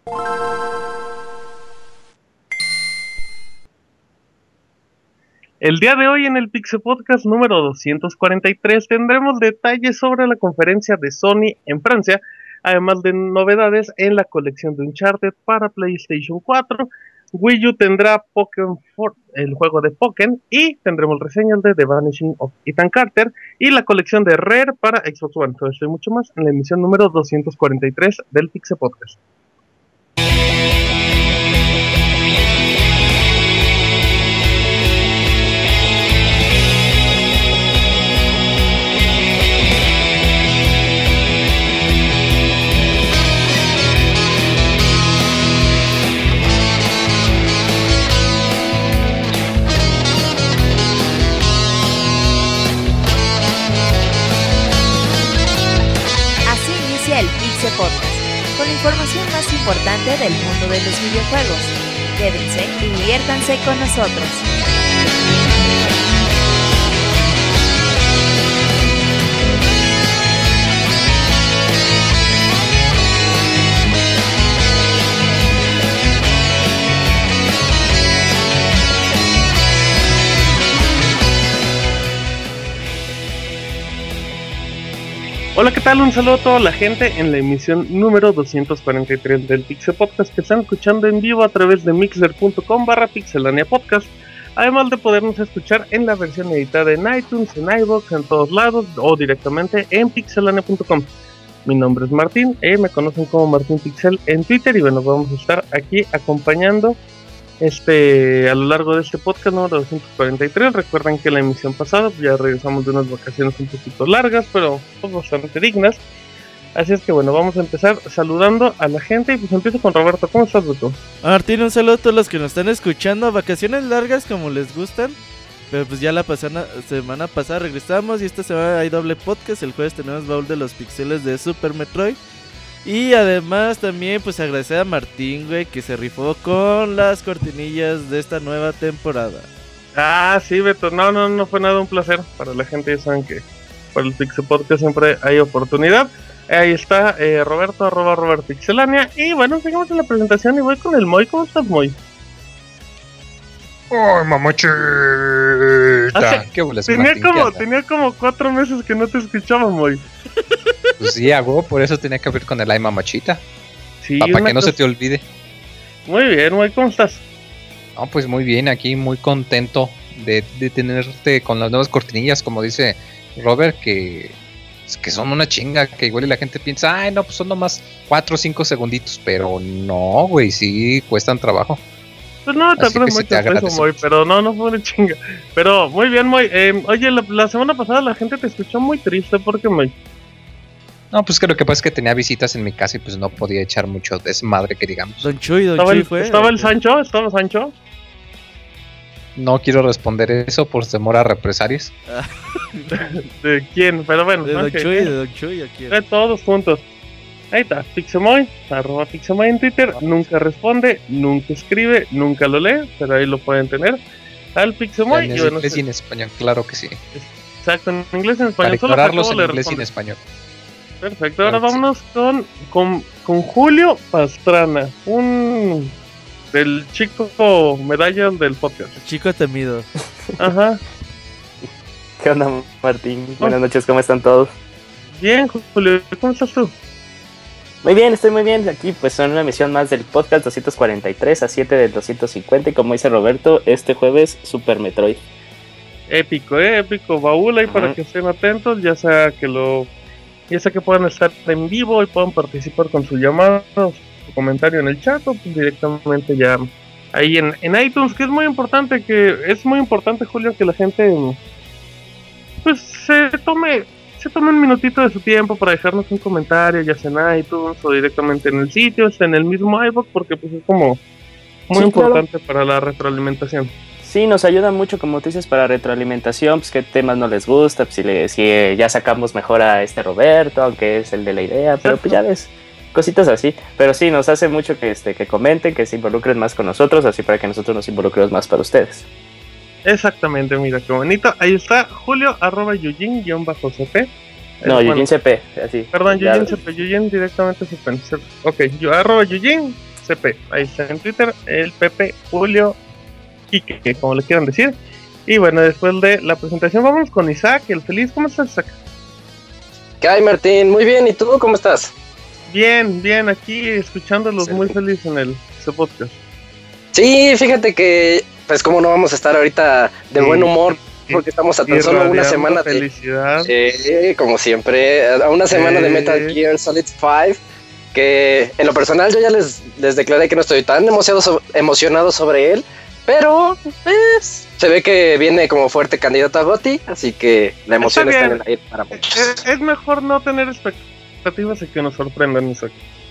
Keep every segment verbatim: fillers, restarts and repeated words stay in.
El día de hoy en el Pixel Podcast número doscientos cuarenta y tres tendremos detalles sobre la conferencia de Sony en Francia, además de novedades en la colección de Uncharted para PlayStation cuatro. Wii U tendrá Pokémon For- el juego de Pokémon, y tendremos reseñas de The Vanishing of Ethan Carter y la colección de Rare para Xbox One. Todo esto y mucho más en la emisión número doscientos cuarenta y tres del Pixel Podcast. El Pixel Podcast, con la información más importante del mundo de los videojuegos. Quédense y diviértanse con nosotros. Hola, ¿qué tal? Un saludo a toda la gente en la emisión número doscientos cuarenta y tres del Pixel Podcast, que están escuchando en vivo a través de mixler.com barra pixelania podcast, además de podernos escuchar en la versión editada en iTunes, en iVoox, en todos lados, o directamente en pixelania punto com. Mi nombre es Martín, eh, me conocen como Martín Pixel en Twitter, y bueno, vamos a estar aquí acompañando Este, a lo largo de este podcast número doscientos cuarenta y tres. Recuerden que la emisión pasada ya regresamos de unas vacaciones un poquito largas, pero pues, bastante dignas. Así es que bueno, vamos a empezar saludando a la gente, y pues empiezo con Roberto. ¿Cómo estás, Beto? Martín, un saludo a todos los que nos están escuchando. Vacaciones largas como les gustan, pero pues ya la pasana, semana pasada regresamos, y esta semana hay doble podcast. El jueves tenemos baúl de los pixeles de Super Metroid. Y además también pues agradecer a Martín, güey, que se rifó con las cortinillas de esta nueva temporada. Ah, sí, Beto, no, no, no fue nada un placer. Para la gente, ya saben que para el Pixel Podcast siempre hay oportunidad. Ahí está eh, Roberto, arroba Robert Pixelania. Y bueno, sigamos en la presentación y voy con el Moy. ¿Cómo estás, Moy? ¡Oh, mamochita! Hace, ¿Qué bolas, tenía, Martín, como, tenía como cuatro meses que no te escuchaba, Moy. Pues sí, hago, por eso tenía que ver con el ay, mamachita. Sí, Para que no cosa... se te olvide. Muy bien, Moy, ¿cómo estás? No, pues muy bien, aquí muy contento de, de tenerte con las nuevas cortinillas, como dice Robert, que, que son una chinga, que igual la gente piensa, ay, no, pues son nomás cuatro o cinco segunditos, pero no, güey, sí cuestan trabajo. Pues no, te mucho si eso, Moy, pero no, no fue una chinga. Pero muy bien, Moy. Eh, oye, la, la semana pasada la gente te escuchó muy triste, ¿por qué, Moy? No, pues que lo que pasa es que tenía visitas en mi casa y pues no podía echar mucho desmadre, que digamos. Don Chuy, Don ¿Estaba Chuy el, fue. ¿Estaba el Sancho? ¿Estaba Sancho? No quiero responder eso por temor a represalias. ¿De quién? Pero bueno. De Don okay, Chuy, okay. de Don Chuy, aquí. De todos juntos. Ahí está, Pixemoy, arroba Pixemoy en Twitter. Nunca responde, nunca escribe, nunca lo lee, pero ahí lo pueden tener. Al Pixemoy. En y bueno, inglés y en español, claro que sí. Exacto, en inglés y en español. Para ignorarlos en inglés y en español. Perfecto, ahora claro, vámonos sí. con, con, con Julio Pastrana, un del chico medalla del podcast. El chico temido. Ajá. ¿Qué onda, Martín? Oh. Buenas noches, ¿cómo están todos? Bien, Julio, ¿cómo estás tú? Muy bien, estoy muy bien. Aquí pues en una emisión más del podcast doscientos cuarenta y tres a siete del doscientos cincuenta. Y como dice Roberto, este jueves Super Metroid. Épico, eh, épico baúl ahí uh-huh. para que estén atentos, ya sea que lo... Ya sea que puedan estar en vivo y puedan participar con su llamada, su comentario en el chat, o pues directamente ya ahí en, en iTunes, que es muy importante, que es muy importante, Julio, que la gente pues se tome se tome un minutito de su tiempo para dejarnos un comentario, ya sea en iTunes o directamente en el sitio, o sea en el mismo iVoox, porque pues es como muy sí, importante claro. para la retroalimentación. Sí, nos ayuda mucho, como tú dices, para retroalimentación, pues qué temas no les gusta, pues si, le, si eh, ya sacamos mejor a este Roberto, aunque es el de la idea, pero pues ya ves, cositas así. Pero sí, nos hace mucho que, este, que comenten, que se involucren más con nosotros, así para que nosotros nos involucremos más para ustedes. Exactamente, mira qué bonito. Ahí está Julio, arroba Yujin, guión bajo C P. No, bueno, Yujin C P, así. Perdón, Yujin C P, Yujin directamente C P. Ok, yo arroba Yujin C P. Ahí está en Twitter, el Pepe Julio Quique, como le quieran decir. Y bueno, después de la presentación vamos con Isaac, el feliz. ¿Cómo estás, Isaac? ¿Qué hay, Martín? Muy bien, ¿y tú cómo estás? Bien, bien, aquí escuchándolos muy feliz en el ese podcast. Sí, fíjate que, pues cómo no vamos a estar ahorita de sí, buen humor, porque estamos a tan solo una semana de felicidad. Sí, como siempre, a una semana sí. de Metal Gear Solid cinco, que en lo personal yo ya les, les declaré que no estoy tan emocionado, so, emocionado sobre él, pero pues, se ve que viene como fuerte candidato a GOTY, así que la emoción está, está en el aire para muchos. Es, es mejor no tener expectativas y que nos sorprendan, Isaac.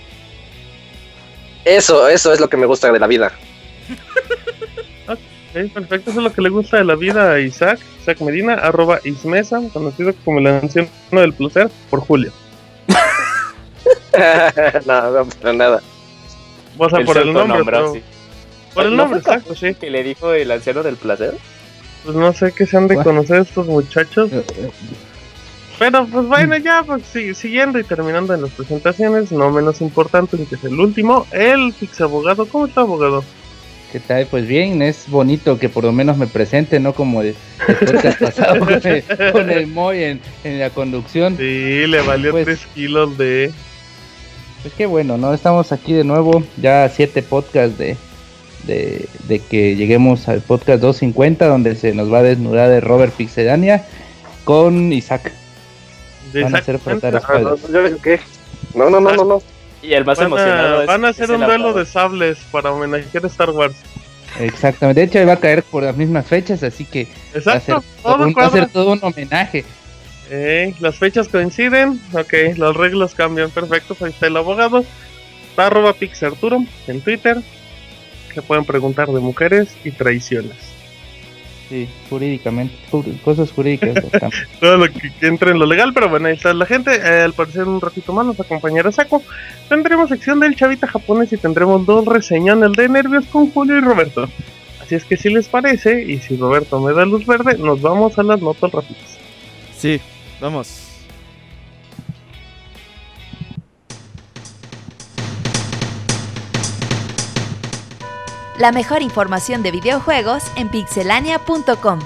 Eso, eso es lo que me gusta de la vida. Ok, perfecto, eso es lo que le gusta de la vida a Isaac, Isaac Medina, arroba Ismesa, conocido como el anciano del placer, por Julio. no, no, para nada. O sea, por el nombre, pero... sí. Por el nombre, exacto, sí. ¿Que le dijo el anciano del placer? Pues no sé qué se han de conocer estos muchachos. Pero pues bueno, ya pues sí, siguiendo y terminando en las presentaciones, no menos importante, que es el último, el Pix Abogado. ¿Cómo está, abogado? ¿Qué tal? Pues bien, es bonito que por lo menos me presente, no como el, el podcast pasado con el, con el Moy en, en la conducción. Sí, le valió pues, tres kilos de... Pues qué bueno, ¿no? Estamos aquí de nuevo, ya siete podcasts de... De, de que lleguemos al podcast doscientos cincuenta, donde se nos va a desnudar de Robert Pixelania con Isaac. De van Isaac a hacer frotar espaldas. No, no, no, no, no. Y el más van emocionado a, es, van a hacer es un duelo de sables para homenajear a Star Wars. Exactamente, de hecho ahí va a caer por las mismas fechas, así que exacto, va a ser todo, un, va a ser todo un homenaje. Eh, las fechas coinciden, ok, las reglas cambian, perfecto. Ahí está el abogado, arroba Pixarturo en Twitter. Se pueden preguntar de mujeres y traiciones. Sí, jurídicamente, cosas jurídicas. Todo lo que, que entre en lo legal, pero bueno, ahí está la gente. Eh, al parecer un ratito más nos acompañará Saco. Tendremos sección del Chavita Japonés y tendremos dos reseñones de Nervios con Julio y Roberto. Así es que si les parece, y si Roberto me da luz verde, nos vamos a las notas rápidas. Sí, vamos. La mejor información de videojuegos en pixelania punto com.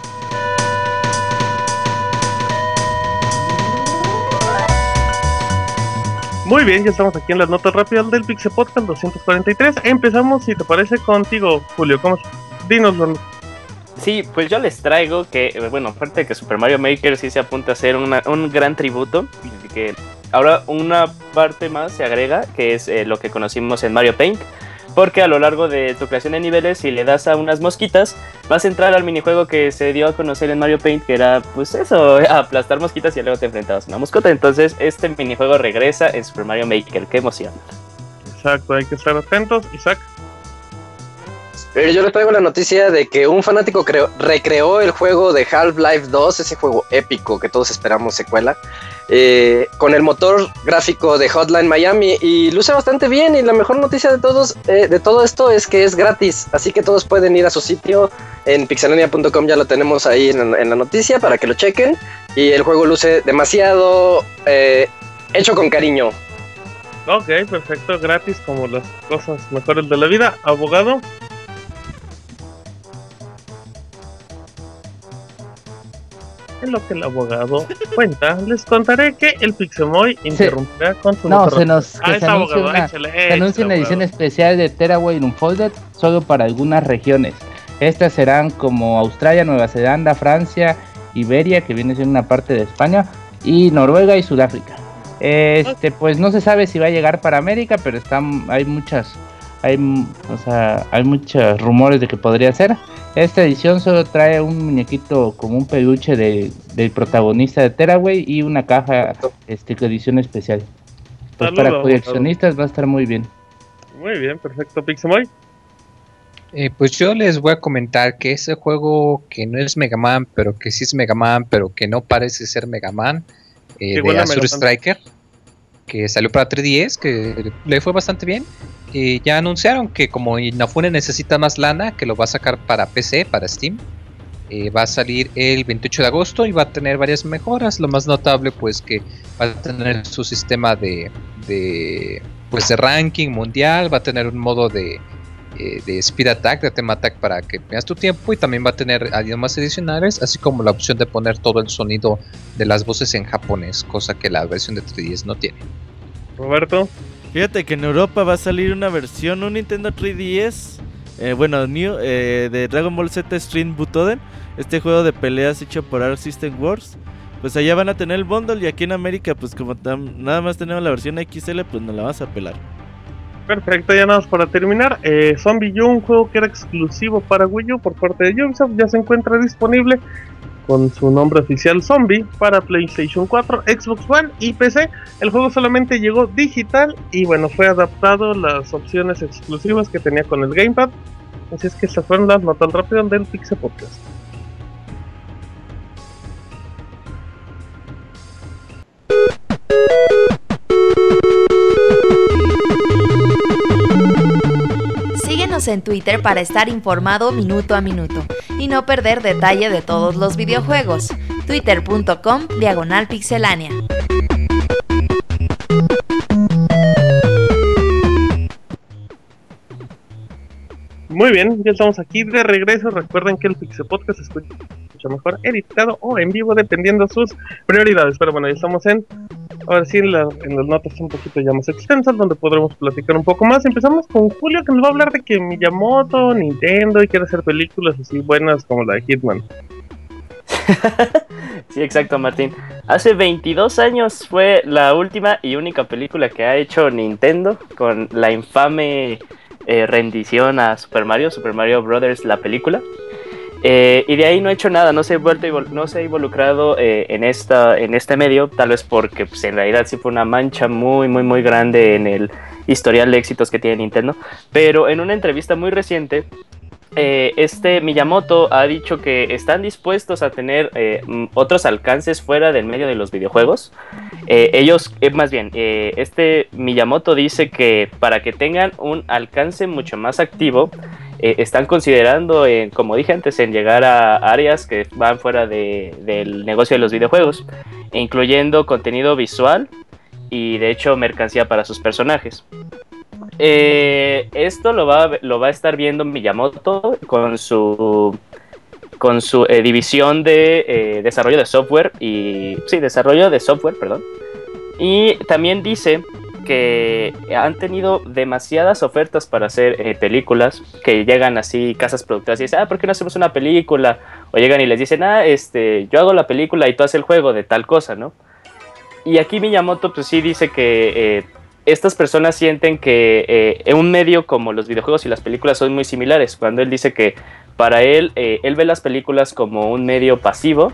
Muy bien, ya estamos aquí en las notas rápidas del Pixel Podcast doscientos cuarenta y tres. Empezamos, si te parece, contigo, Julio. ¿Cómo? Dínoslo. Sí, pues yo les traigo que, bueno, aparte de que Super Mario Maker sí se apunta a hacer una, un gran tributo, que ahora una parte más se agrega, que es eh, lo que conocimos en Mario Paint. Porque a lo largo de tu creación de niveles, si le das a unas mosquitas, vas a entrar al minijuego que se dio a conocer en Mario Paint, que era, pues eso, aplastar mosquitas y luego te enfrentabas a una mascota. Entonces, este minijuego regresa en Super Mario Maker. ¡Qué emoción! Exacto, hay que estar atentos. Isaac. Yo les traigo la noticia de que un fanático creó, recreó el juego de Half-Life dos, ese juego épico que todos esperamos secuela, eh, con el motor gráfico de Hotline Miami, y luce bastante bien. Y la mejor noticia de todos eh, de todo esto es que es gratis, así que todos pueden ir a su sitio en pixelania punto com, ya lo tenemos ahí en, en la noticia para que lo chequen. Y el juego luce demasiado eh, hecho con cariño. Ok, perfecto, gratis como las cosas mejores de la vida. Abogado. En lo que el abogado cuenta, les contaré que el Pixemoy interrumpirá con su No, se nos ah, que se anuncia abogado, una, échale, se anuncia una edición especial de Tearaway Unfolded solo para algunas regiones. Estas serán como Australia, Nueva Zelanda, Francia, Iberia, que viene siendo una parte de España, y Noruega y Sudáfrica. Este, pues no se sabe si va a llegar para América, pero están, hay muchas, hay, o sea, hay muchos rumores de que podría ser. Esta edición solo trae un muñequito como un peluche de, del protagonista de Tearaway y una caja, este, edición especial. Pues Saludo, para coleccionistas va a estar muy bien. Muy bien, perfecto. Pixemoy. Eh, pues yo les voy a comentar que ese juego que no es Mega Man, pero que sí es Mega Man, pero que no parece ser Mega Man, eh, de Azure Striker, que salió para tres D S, que le fue bastante bien. Eh, ya anunciaron que como Inafune necesita más lana, que lo va a sacar para P C, para Steam. Eh, va a salir el veintiocho de agosto y va a tener varias mejoras. Lo más notable, pues, que va a tener su sistema de, de pues de ranking mundial, va a tener un modo de, eh, de speed attack, de tema attack para que veas tu tiempo, y también va a tener idiomas adicionales, así como la opción de poner todo el sonido de las voces en japonés, cosa que la versión de tres D S no tiene. Roberto. Fíjate que en Europa va a salir una versión, un Nintendo tres D S, eh, bueno, new, eh, de Dragon Ball Z Stream Butoden, este juego de peleas hecho por Arc System Works. Pues allá van a tener el bundle, y aquí en América, pues como tam- nada más tenemos la versión X L, pues nos la vas a pelar. Perfecto, ya nada más para terminar. Eh, Zombie U, un juego que era exclusivo para Wii U por parte de Ubisoft, ya se encuentra disponible con su nombre oficial Zombie para PlayStation cuatro, Xbox One y P C. El juego solamente llegó digital y bueno, fue adaptado las opciones exclusivas que tenía con el Gamepad. Así es que estas fueron las notas rápidas del Pixel Podcast. Síguenos en Twitter para estar informado minuto a minuto y no perder detalle de todos los videojuegos. Twitter.com diagonal pixelánea. Muy bien, ya estamos aquí de regreso. Recuerden que el Pixel Podcast se escucha mejor editado o en vivo dependiendo sus prioridades. Pero bueno, ya estamos en, ahora sí, en, la, en las notas un poquito ya más extensas, donde podremos platicar un poco más. Empezamos con Julio, que nos va a hablar de que Miyamoto, Nintendo, y quiere hacer películas así buenas como la de Hitman. Sí, exacto, Martín. Hace veintidós años fue la última y única película que ha hecho Nintendo, con la infame eh, rendición a Super Mario, Super Mario Brothers, la película. Eh, y de ahí no ha hecho nada, no se ha vuelto, no se ha involucrado eh, en esta, en este medio, tal vez porque pues, en realidad sí fue una mancha muy, muy, muy grande en el historial de éxitos que tiene Nintendo. Pero en una entrevista muy reciente, eh, este Miyamoto ha dicho que están dispuestos a tener eh, otros alcances fuera del medio de los videojuegos. Eh, ellos, eh, más bien, eh, este Miyamoto dice que para que tengan un alcance mucho más activo, Eh, están considerando, eh, como dije antes, en llegar a áreas que van fuera de, del negocio de los videojuegos, incluyendo contenido visual y de hecho mercancía para sus personajes. Eh, esto lo va, lo va a estar viendo Miyamoto con su, con su eh, división de eh, desarrollo de software y sí, desarrollo de software, perdón. Y también dice que han tenido demasiadas ofertas para hacer eh, películas, que llegan así casas productoras y dicen, ah, ¿por qué no hacemos una película? O llegan y les dicen, ah, este, yo hago la película y tú haces el juego de tal cosa, ¿no? Y aquí Miyamoto pues sí dice que eh, estas personas sienten que eh, en un medio como los videojuegos y las películas son muy similares, cuando él dice que para él, eh, él ve las películas como un medio pasivo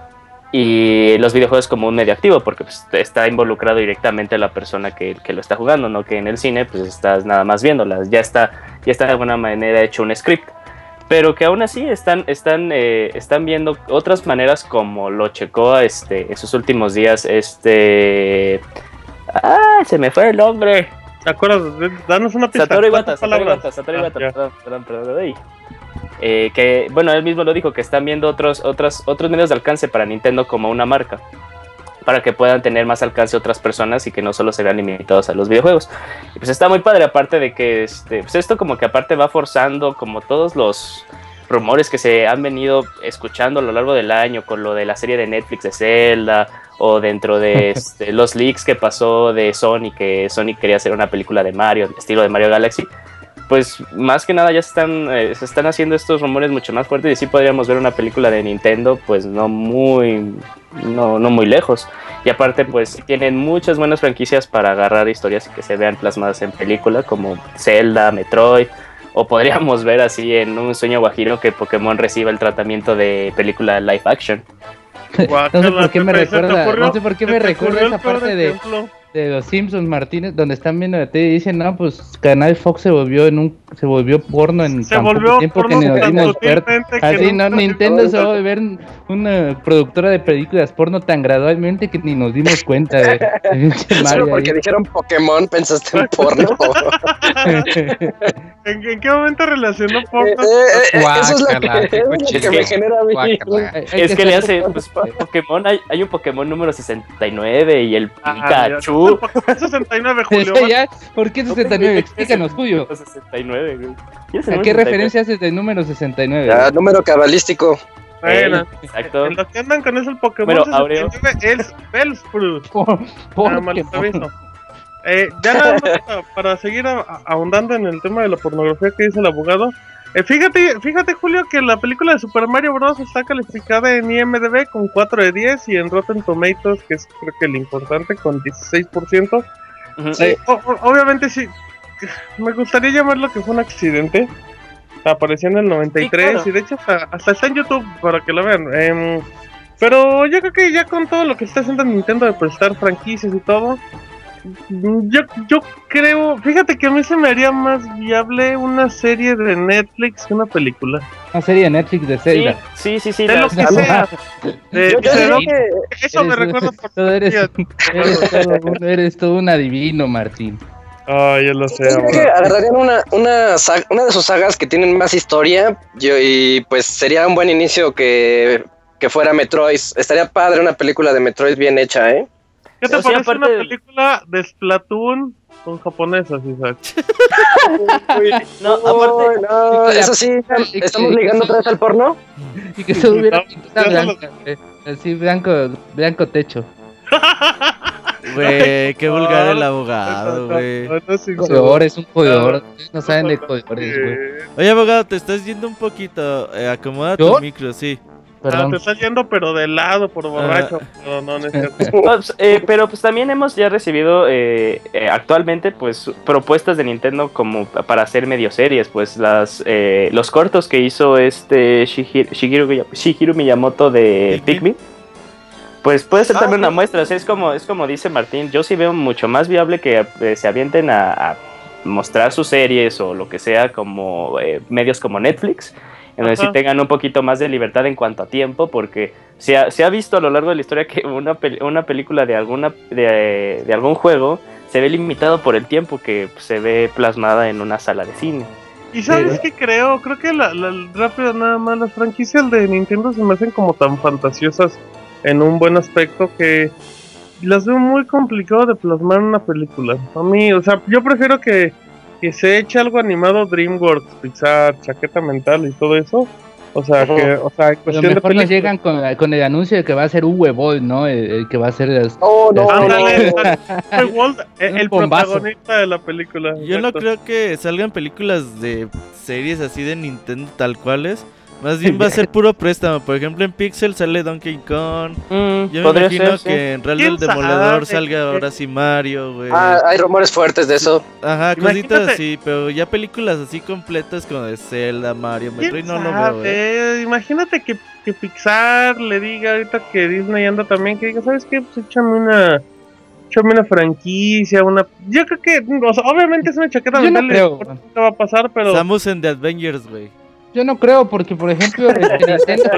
y los videojuegos como un medio activo, porque pues, está involucrado directamente la persona que, que lo está jugando, no que en el cine pues estás nada más viéndolas, ya está, ya está de alguna manera hecho un script, pero que aún así están, están, eh, están viendo otras maneras, como lo checó este, en sus últimos días este... ¡Ah! Se me fue el nombre. ¿Te acuerdas? Danos una pista. Satoru Iwata, Satoru Iwata, Satoru Iwata, ah, perdón, perdón, perdón, perdón. Eh, que bueno, él mismo lo dijo, que están viendo otros, otros, otros medios de alcance para Nintendo como una marca, para que puedan tener más alcance otras personas y que no solo se vean limitados a los videojuegos. Y pues está muy padre, aparte de que este, pues esto como que aparte va forzando como todos los rumores que se han venido escuchando a lo largo del año, con lo de la serie de Netflix de Zelda, o dentro de este, los leaks que pasó de Sony, que Sony quería hacer una película de Mario, estilo de Mario Galaxy. Pues más que nada ya se están, eh, se están haciendo estos rumores mucho más fuertes, y sí podríamos ver una película de Nintendo pues no muy, no, no muy lejos. Y aparte pues tienen muchas buenas franquicias para agarrar historias y que se vean plasmadas en película, como Zelda, Metroid, o podríamos ver así en Un Sueño Guajiro que Pokémon reciba el tratamiento de película live action. No sé por qué me recuerda, no sé por qué me recuerda esa parte de, de los Simpsons, Martínez, donde están viendo la tele y dicen, no, pues Canal Fox se volvió en un, se volvió porno en se tan volvió poco tiempo que porno ni nos tan dimos cuenta. sutilmente que Así, no- no, Nintendo se va a volver una productora de películas porno tan gradualmente que ni nos dimos cuenta de, de pinche Solo Mario porque ahí. dijeron Pokémon pensaste en porno. ¿En, en qué momento relacionó Eh, porno? eh, eh, eso es lo Guácala, que, qué es lo que cochino. me genera a mí. Guácala. Hay- hay Es que le estar hace un poco- pues, pa- Pokémon, hay, hay un Pokémon número sesenta y nueve y el Ah, Pikachu es el Pokémon sesenta y nueve, Julio? Ya, ¿por qué sesenta y nueve? Explícanos, Julio. sesenta y nueve, güey. ¿A qué referencia haces del número sesenta y nueve? Ya, número cabalístico. Bueno, exacto. en lo que andan con eso el Pokémon Bueno, sesenta y nueve es Bellsprout. Por, por Nada más les aviso. Eh, ya nada más para, para seguir a, a, ahondando en el tema de la pornografía que dice el abogado. Eh, fíjate, fíjate Julio, que la película de Super Mario Bros. Está calificada en I M D B con cuatro de diez y en Rotten Tomatoes, que es creo que el importante, con dieciséis por ciento. Uh-huh. eh, o, o, obviamente sí, me gustaría llamarlo que fue un accidente. Apareció en el noventa y tres, sí, claro. Y de hecho hasta, hasta está en YouTube para que lo vean. Eh, pero yo creo que ya con todo lo que está haciendo Nintendo de prestar franquicias y todo, Yo, yo creo, fíjate que a mí se me haría más viable una serie de Netflix que una película. Una serie de Netflix de Zelda. Sí, sí, sí. De la, lo que sea. De, yo, yo de lo que... Eso eres, me recuerda por todo eres, eres, todo un, eres todo un adivino, Martín. Ah, oh, yo lo sé. Yo creo que agarrarían una, una, saga, una de sus sagas que tienen más historia yo, y pues sería un buen inicio que, que fuera Metroid. Estaría padre una película de Metroid bien hecha, ¿eh? ¿Qué te o parece sea, una de... película de Splatoon con japonesas, Isaac? No, aparte... No, eso sí, ¿estamos ligando otra vez al porno? Y que se hubiera pintado blanca, así blanco, blanco techo. Güey, qué vulgar el abogado, güey. Jodedor, es un jodedor. No saben de jodedores, güey. Oye, abogado, te estás yendo un poquito. Eh, acomoda tu ¿Yo? micro, sí. Ah, te estás yendo pero de lado por borracho. Ah. No, no, no es pues, eh, pero pues también hemos ya recibido eh, eh, actualmente pues propuestas de Nintendo como para hacer medio series, pues las eh, los cortos que hizo este Shigeru, Shigeru, Shigeru Miyamoto de Pikmin. Pues puede ser también una muestra, o sea, es como es como dice Martín, yo sí veo mucho más viable que eh, se avienten a, a mostrar sus series o lo que sea como eh, medios como Netflix, en donde sí tengan un poquito más de libertad en cuanto a tiempo, porque se ha, se ha visto a lo largo de la historia que una, pel- una película de alguna de, de algún juego se ve limitado por el tiempo que se ve plasmada en una sala de cine. Y sabes qué creo, creo que la, la rápido nada más las franquicias de Nintendo se me hacen como tan fantasiosas en un buen aspecto que las veo muy complicado de plasmar en una película. A mí, o sea, yo prefiero que que se eche algo animado DreamWorks, Pixar, Chaqueta Mental y todo eso. O sea, uh-huh. que, o sea, en cuestión Pero mejor de nos llegan con, con el anuncio de que va a ser Uwe Boll, ¿no? El, el que va a ser las, oh, no, las... Ándale, Uwe Boll, el, el protagonista de la película. Yo exacto. No creo que salgan películas de series así de Nintendo tal cuales. Más bien va a ser puro préstamo. Por ejemplo, en Pixel sale Donkey Kong. Mm, Yo me imagino ser, que sí. En Real del Demoledor salga ahora sí Mario, güey. Ah, hay rumores fuertes de eso. Ajá, Imagínate. Cositas así, pero ya películas así completas como de Zelda, Mario, Metroid no lo veo, eh. Imagínate que, que Pixar le diga ahorita que Disney anda también, que diga, ¿sabes qué? Pues échame una... Échame una franquicia, una... Yo creo que, o sea, obviamente es una chaqueta mental. No creo. ¿Qué va a pasar? Pero... Estamos en The Avengers, güey. Yo no creo, porque por ejemplo Nintendo,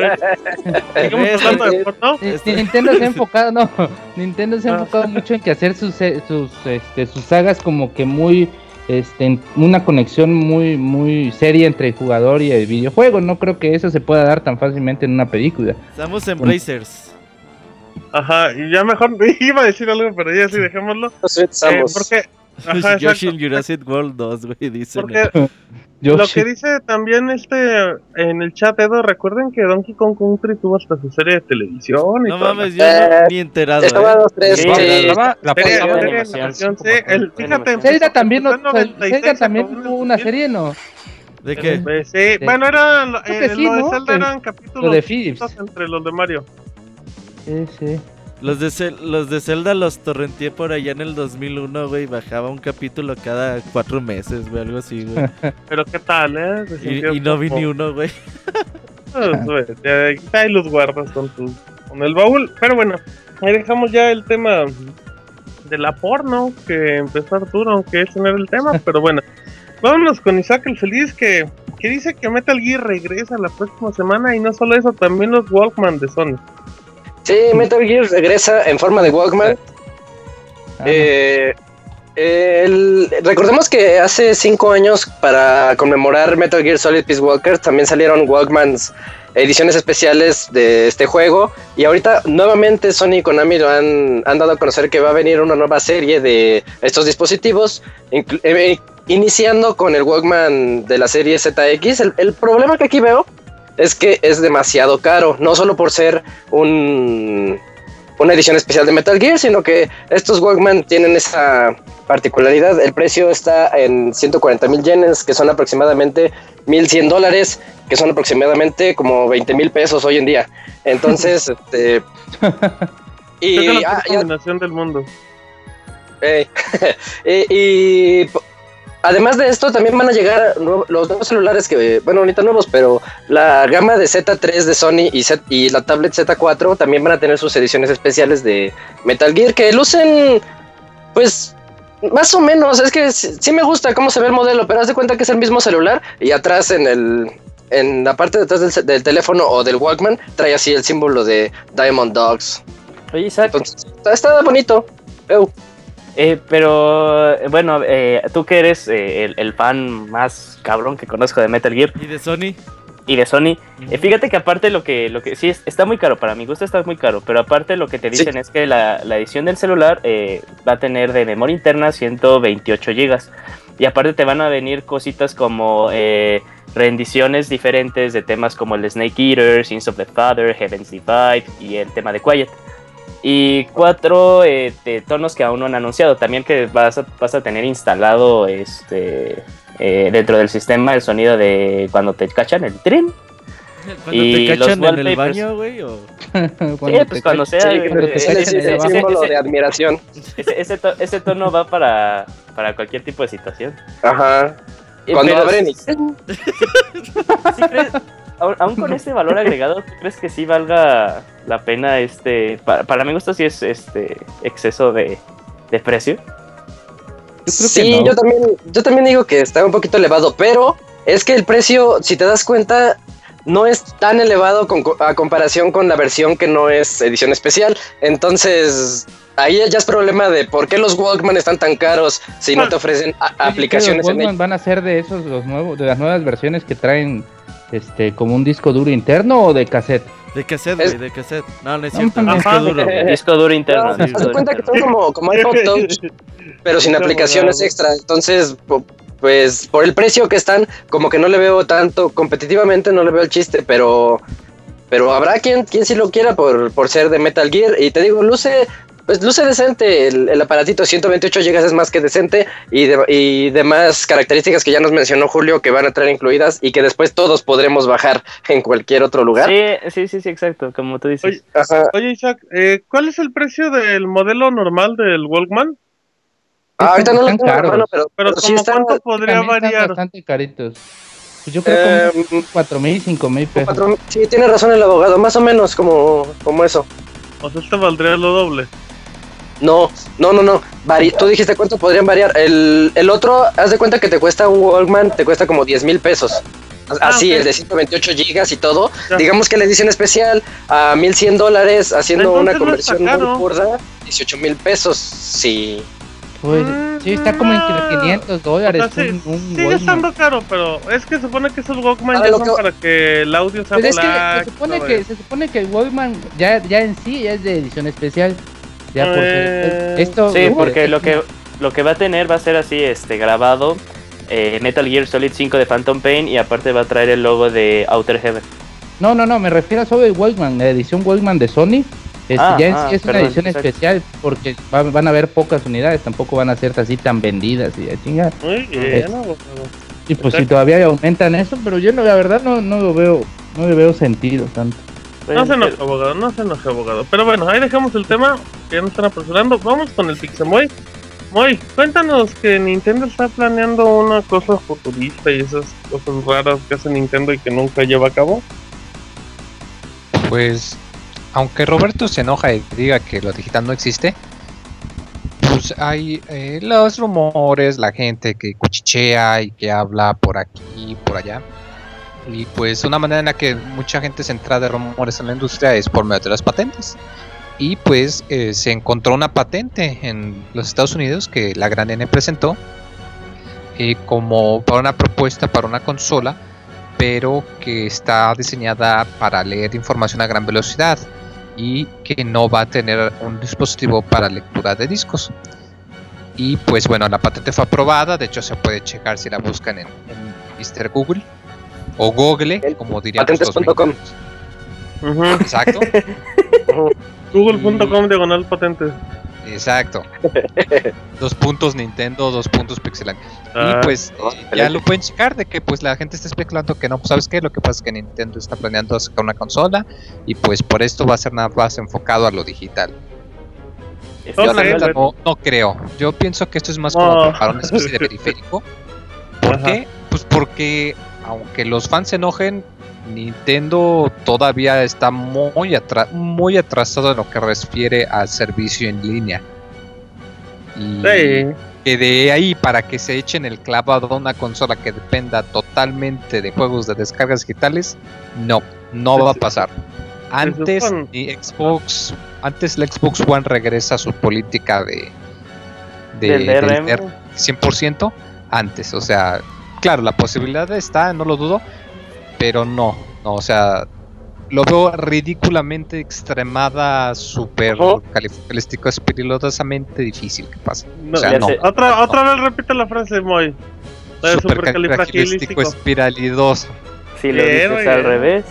Nintendo se ha enfocado, no, Nintendo se ha enfocado mucho en que hacer sus sus este sus sagas como que muy este una conexión muy muy seria entre el jugador y el videojuego. No creo que eso se pueda dar tan fácilmente en una película. Estamos en Blazers. Ajá, y ya mejor iba a decir algo, pero ya sí dejémoslo. Eh, porque ajá, Yoshi en Jurassic World dos, güey, dicen. Porque lo que dice también este en el chat, Edo, recuerden que Donkey Kong Country tuvo hasta su serie de televisión. Y no todo. mames, yo eh, no, ni enterado. Estaba eh. dos, tres, sí, sí. La, la serie, serie de animación, sí. El, fíjate, Zelda también, no, Zelda también tuvo una serie, ¿no? ¿De qué? Pues, sí, sí, bueno, era lo, eh, sí, lo de ¿no? Zelda eran capítulos lo de Philips entre los de Mario. Sí, sí. Los de, Cel- los de Zelda los torrenteé por allá en el dos mil uno, güey. Bajaba un capítulo cada cuatro meses, güey, algo así, güey. Pero qué tal, ¿eh? Y, y no vi ni uno, güey. Pues, güey, ahí los guardas con, tu, con el baúl. Pero bueno, ahí dejamos ya el tema de la porno, que empezó Arturo, aunque ese no era el tema, pero bueno. Vámonos con Isaac el Feliz, que, que dice que Metal Gear regresa la próxima semana, y no solo eso, también los Walkman de Sony. Sí, Metal Gear regresa en forma de Walkman. Eh, el, recordemos que hace cinco años, para conmemorar Metal Gear Solid Peace Walker, también salieron Walkmans ediciones especiales de este juego. Y ahorita nuevamente Sony y Konami lo han, han dado a conocer que va a venir una nueva serie de estos dispositivos, inclu- eh, iniciando con el Walkman de la serie Z X. El, el problema que aquí veo es que es demasiado caro, no solo por ser un... una edición especial de Metal Gear, sino que estos Walkman tienen esa particularidad. El precio está en ciento cuarenta mil yenes, que son aproximadamente mil cien dólares, que son aproximadamente como veinte mil pesos hoy en día. Entonces, este... y, es la ah, combinación del mundo. Eh, y, y además de esto, también van a llegar nuevo, los nuevos celulares que, bueno, ahorita nuevos, pero la gama de Z tres de Sony y, Z, y la tablet Z cuatro también van a tener sus ediciones especiales de Metal Gear que lucen, pues, más o menos. Es que sí, sí me gusta cómo se ve el modelo, pero haz de cuenta que es el mismo celular y atrás en el... en la parte de atrás del, del teléfono o del Walkman trae así el símbolo de Diamond Dogs. Oye, Isaac. Entonces, está, está bonito. Eu. Eh, pero, bueno, eh, tú que eres eh, el, el fan más cabrón que conozco de Metal Gear ¿Y de Sony? y de Sony, eh, fíjate que aparte lo que, lo que sí, es, está muy caro, para mi gusto está muy caro, pero aparte lo que te dicen Sí. es que la, la edición del celular eh, va a tener de memoria interna ciento veintiocho gigas, y aparte te van a venir cositas como eh, rendiciones diferentes de temas como el de Snake Eater, Sins of the Father, Heaven's Divide y el tema de Quiet. Y cuatro eh, de tonos que aún no han anunciado. También que vas a, vas a tener instalado este eh, dentro del sistema el sonido de cuando te cachan el tren. ¿Cuando Y te los cachan en el wallpapers. baño, güey? O... Sí, pues cuando sea. Sí, eh, cuando te eh, sale ese- ese ese- símbolo ese- de admiración. ese- ese to- ese tono va para, para cualquier tipo de situación. Ajá. Eh, Cuando pero abren y... ¿sí crees- aún, aún con este valor agregado, ¿tú crees que sí valga la pena este? Para, para mi gusto sí es este exceso de, de precio. Yo creo Sí, que no. yo también, yo también digo que está un poquito elevado, pero es que el precio, si te das cuenta, no es tan elevado con, a comparación con la versión que no es edición especial. Entonces, ahí ya es problema de por qué los Walkman están tan caros si no te ofrecen a- Oye, ¿qué, aplicaciones los en Walkman ellos. van a ser de esos los nuevos, de las nuevas versiones que traen este como un disco duro interno o de cassette? De cassette, Es- güey, de cassette. No, no es No, cierto, mames. disco duro, güey. Disco duro interno. No, sí, disco haz de duro cuenta que interno. son como, como iPod Touch, pero sin Está aplicaciones volado. extra. Entonces, po- pues por el precio que están, como que no le veo tanto, competitivamente no le veo el chiste, pero pero habrá quien, quien sí lo quiera por, por ser de Metal Gear. Y te digo, luce, pues luce decente, el, el aparatito ciento veintiocho gigas es más que decente, y, de, y demás características que ya nos mencionó Julio que van a traer incluidas y que después todos podremos bajar en cualquier otro lugar. Sí, sí, sí, sí, exacto, como tú dices. Oye, Ajá. Oye, Isaac, eh, ¿cuál es el precio del modelo normal del Walkman? Ah, ahorita no lo Están tengo en la caros. mano, pero, Pero, pero sí ¿como están cuánto podría También están variar? bastante caritos. Pues yo creo que Eh, unos cuatro mil, cinco mil pesos. cuatro- sí, tiene razón el abogado, más o menos como, como eso. O sea, este valdría lo doble. No, no, no, no. Vari- Tú dijiste cuánto podrían variar. El, el otro, haz de cuenta que te cuesta un Walkman, te cuesta como diez mil pesos. Así, ok. el de ciento veintiocho gigas y todo. Ya. Digamos que la edición especial a mil cien dólares, haciendo Entonces una no está conversión caro. muy burda, dieciocho mil pesos. Sí. Pues, Mm, sí, está como en quinientos dólares. O sea, sí, un, un Sigue Walkman. estando caro, pero es que se supone que esos Walkman Ah, ya lo son que- para que el audio sea Pues es que black. se supone todo que, eso. se supone que el Walkman ya, ya en sí ya es de edición especial. Ya por Eh, ser- esto, Sí, uh, porque es- lo que lo que va a tener va a ser así, este, grabado eh, Metal Gear Solid cinco de Phantom Pain, y aparte va a traer el logo de Outer Heaven. No, no, no, me refiero solo al Walkman, la edición Walkman de Sony. Este, Ah, ya en ah, sí es perdón, una edición exacto. especial porque va- van a haber pocas unidades, tampoco van a ser así tan vendidas y a chingar. Muy bien, Es- abogado. Y pues si Exacto. todavía aumentan eso, pero yo no, la verdad no, no lo veo, no le veo sentido tanto. No se Pues, enoje, abogado, no se enoje, abogado. Pero bueno, ahí dejamos el tema, que ya nos están apresurando. Vamos con el Pixemoy. Moy, cuéntanos que Nintendo está planeando una cosa futurista y esas cosas raras que hace Nintendo y que nunca lleva a cabo. Pues, aunque Roberto se enoja y diga que lo digital no existe, pues hay eh, los rumores, la gente que cuchichea y que habla por aquí y por allá. Y pues una manera en la que mucha gente se entra de rumores en la industria es por medio de las patentes. Y pues eh, se encontró una patente en los Estados Unidos que la Gran N presentó eh, como para una propuesta para una consola pero que está diseñada para leer información a gran velocidad y que no va a tener un dispositivo para lectura de discos. Y pues bueno, la patente fue aprobada, de hecho se puede checar si la buscan en, en mister Google o Google, como dirían patentes punto com. Uh-huh. Exacto. Google punto com diagonal patentes. Exacto. Dos puntos Nintendo, dos puntos Pixelan. Ah, y pues eh, ya lo pueden checar de que pues la gente está especulando que no, pues sabes qué, lo que pasa es que Nintendo está planeando sacar una consola y pues por esto va a ser nada más enfocado a lo digital. Está Yo la Ok, neta bueno. no, no creo. Yo pienso que esto es más No. como para una especie de periférico. ¿Por Ajá. qué? Pues porque aunque los fans se enojen, Nintendo todavía está muy, atra- muy atrasado en lo que refiere al servicio en línea. Y Sí. que de ahí para que se echen el clavado a una consola que dependa totalmente de juegos de descargas digitales, no, no va a pasar. Antes supone. ni Xbox, antes la Xbox One regresa a su política de, de Del D R M. del cien por ciento antes, o sea, claro, la posibilidad está, no lo dudo, pero no, no, o sea, lo veo ridículamente extremada, super Ojo. califragilístico, espirituosamente difícil que pase. No, o sea, ya no. sé. Otra, otra vez repite la frase, Moy. La de Supercalifragilístico supercalifragilístico. espiralidoso. Si lo Bien, dices muy al bien. revés.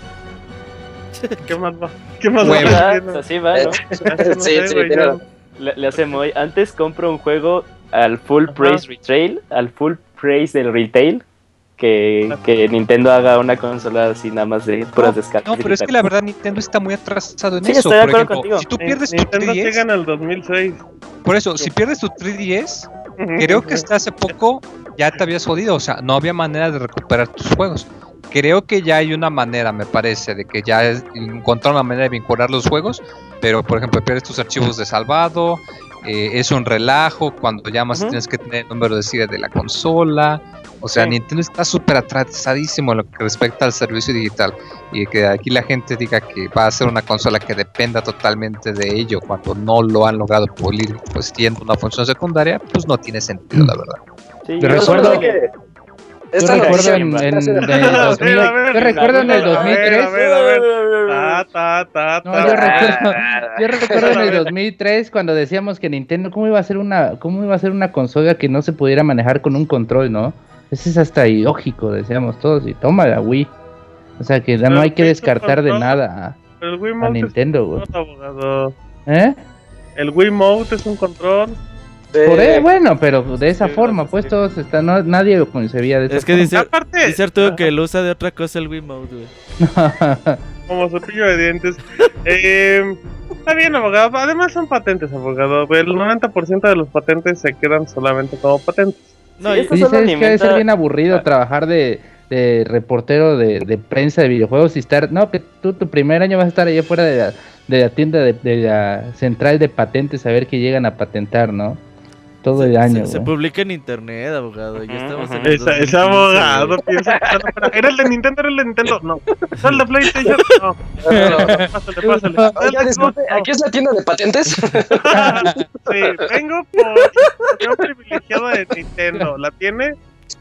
¿Qué más va? ¿Qué más Huevo. va? Ah, así va, ¿no? Sí, sí, tiene razón. Le, le hace muy. Antes compro un juego al full Ajá. price retail, al full price del retail, que, que Nintendo haga una consola así nada más de puras No, descargas. no, pero es que la verdad Nintendo está muy atrasado en Sí, eso. estoy de Por acuerdo ejemplo, contigo. si tú Ni- pierdes tu Nintendo tres D S, llega en el dos mil seis. por eso, si pierdes tu tres D S, creo que hasta hace poco ya te habías jodido, o sea, no había manera de recuperar tus juegos. Creo que ya hay una manera, me parece, de que ya es encontrar una manera de vincular los juegos, pero por ejemplo pierdes tus archivos de salvado, eh, es un relajo, cuando llamas Ujú. tienes que tener el número de serie de la consola, o sea, Sí. Nintendo está súper atrasadísimo en lo que respecta al servicio digital, y que aquí la gente diga que va a ser una consola que dependa totalmente de ello, cuando no lo han logrado pulir, pues siendo una función secundaria, pues no tiene sentido, la verdad. Sí, Yo yo recuerdo- creo que- Yo Esta recuerdo noticia en, me en parece- el dos mil, A ver, a ver, yo recuerdo en el a ver, dos mil tres. a ver, a ver. Ta, ta, ta, No, ta. yo recuerdo, yo recuerdo en A el ver. dos mil tres cuando decíamos que Nintendo cómo iba a ser una, cómo iba a ser una consola que no se pudiera manejar con un control, ¿no? Ese es hasta ilógico, decíamos todos, y toma la Wii. O sea que no Pero hay que Wii descartar de control. nada El Wii a, a Mode Nintendo, güey. es un control, abogado. ¿Eh? El Wii Mode es un control. Por Eh, ahí, bueno, pero de esa Sí, forma, sí, pues sí. todos están, no, nadie lo concebía de esa Es que forma. dice, Aparte, dice Arturo que lo usa de otra cosa el Wiimote, güey. como cepillo de dientes. Eh, está bien, abogado. Además son patentes, abogado. El noventa por ciento de los patentes se quedan solamente como patentes. No, Sí, y- esto Sí, solo sabes que debe alimenta- ser bien aburrido Ah. trabajar de, de reportero de, de prensa de videojuegos y estar, no, que tú tu primer año vas a estar allá fuera de la, de la tienda de, de la central de patentes a ver que llegan a patentar, ¿no? Todo el se, año. se, se güey. publica en internet, abogado. Ya Ujú, estamos en ujú. el Esa, ese dos mil quince, abogado güey. piensa que está fuera. ¿Era el de Nintendo? ¿Era el de Nintendo? No. ¿Era el de PlayStation? No. no, no, no. Pásale, pásale. Oiga, disculpe, ¿aquí es la tienda de patentes? Sí, vengo por yo privilegiado de Nintendo. ¿La tiene?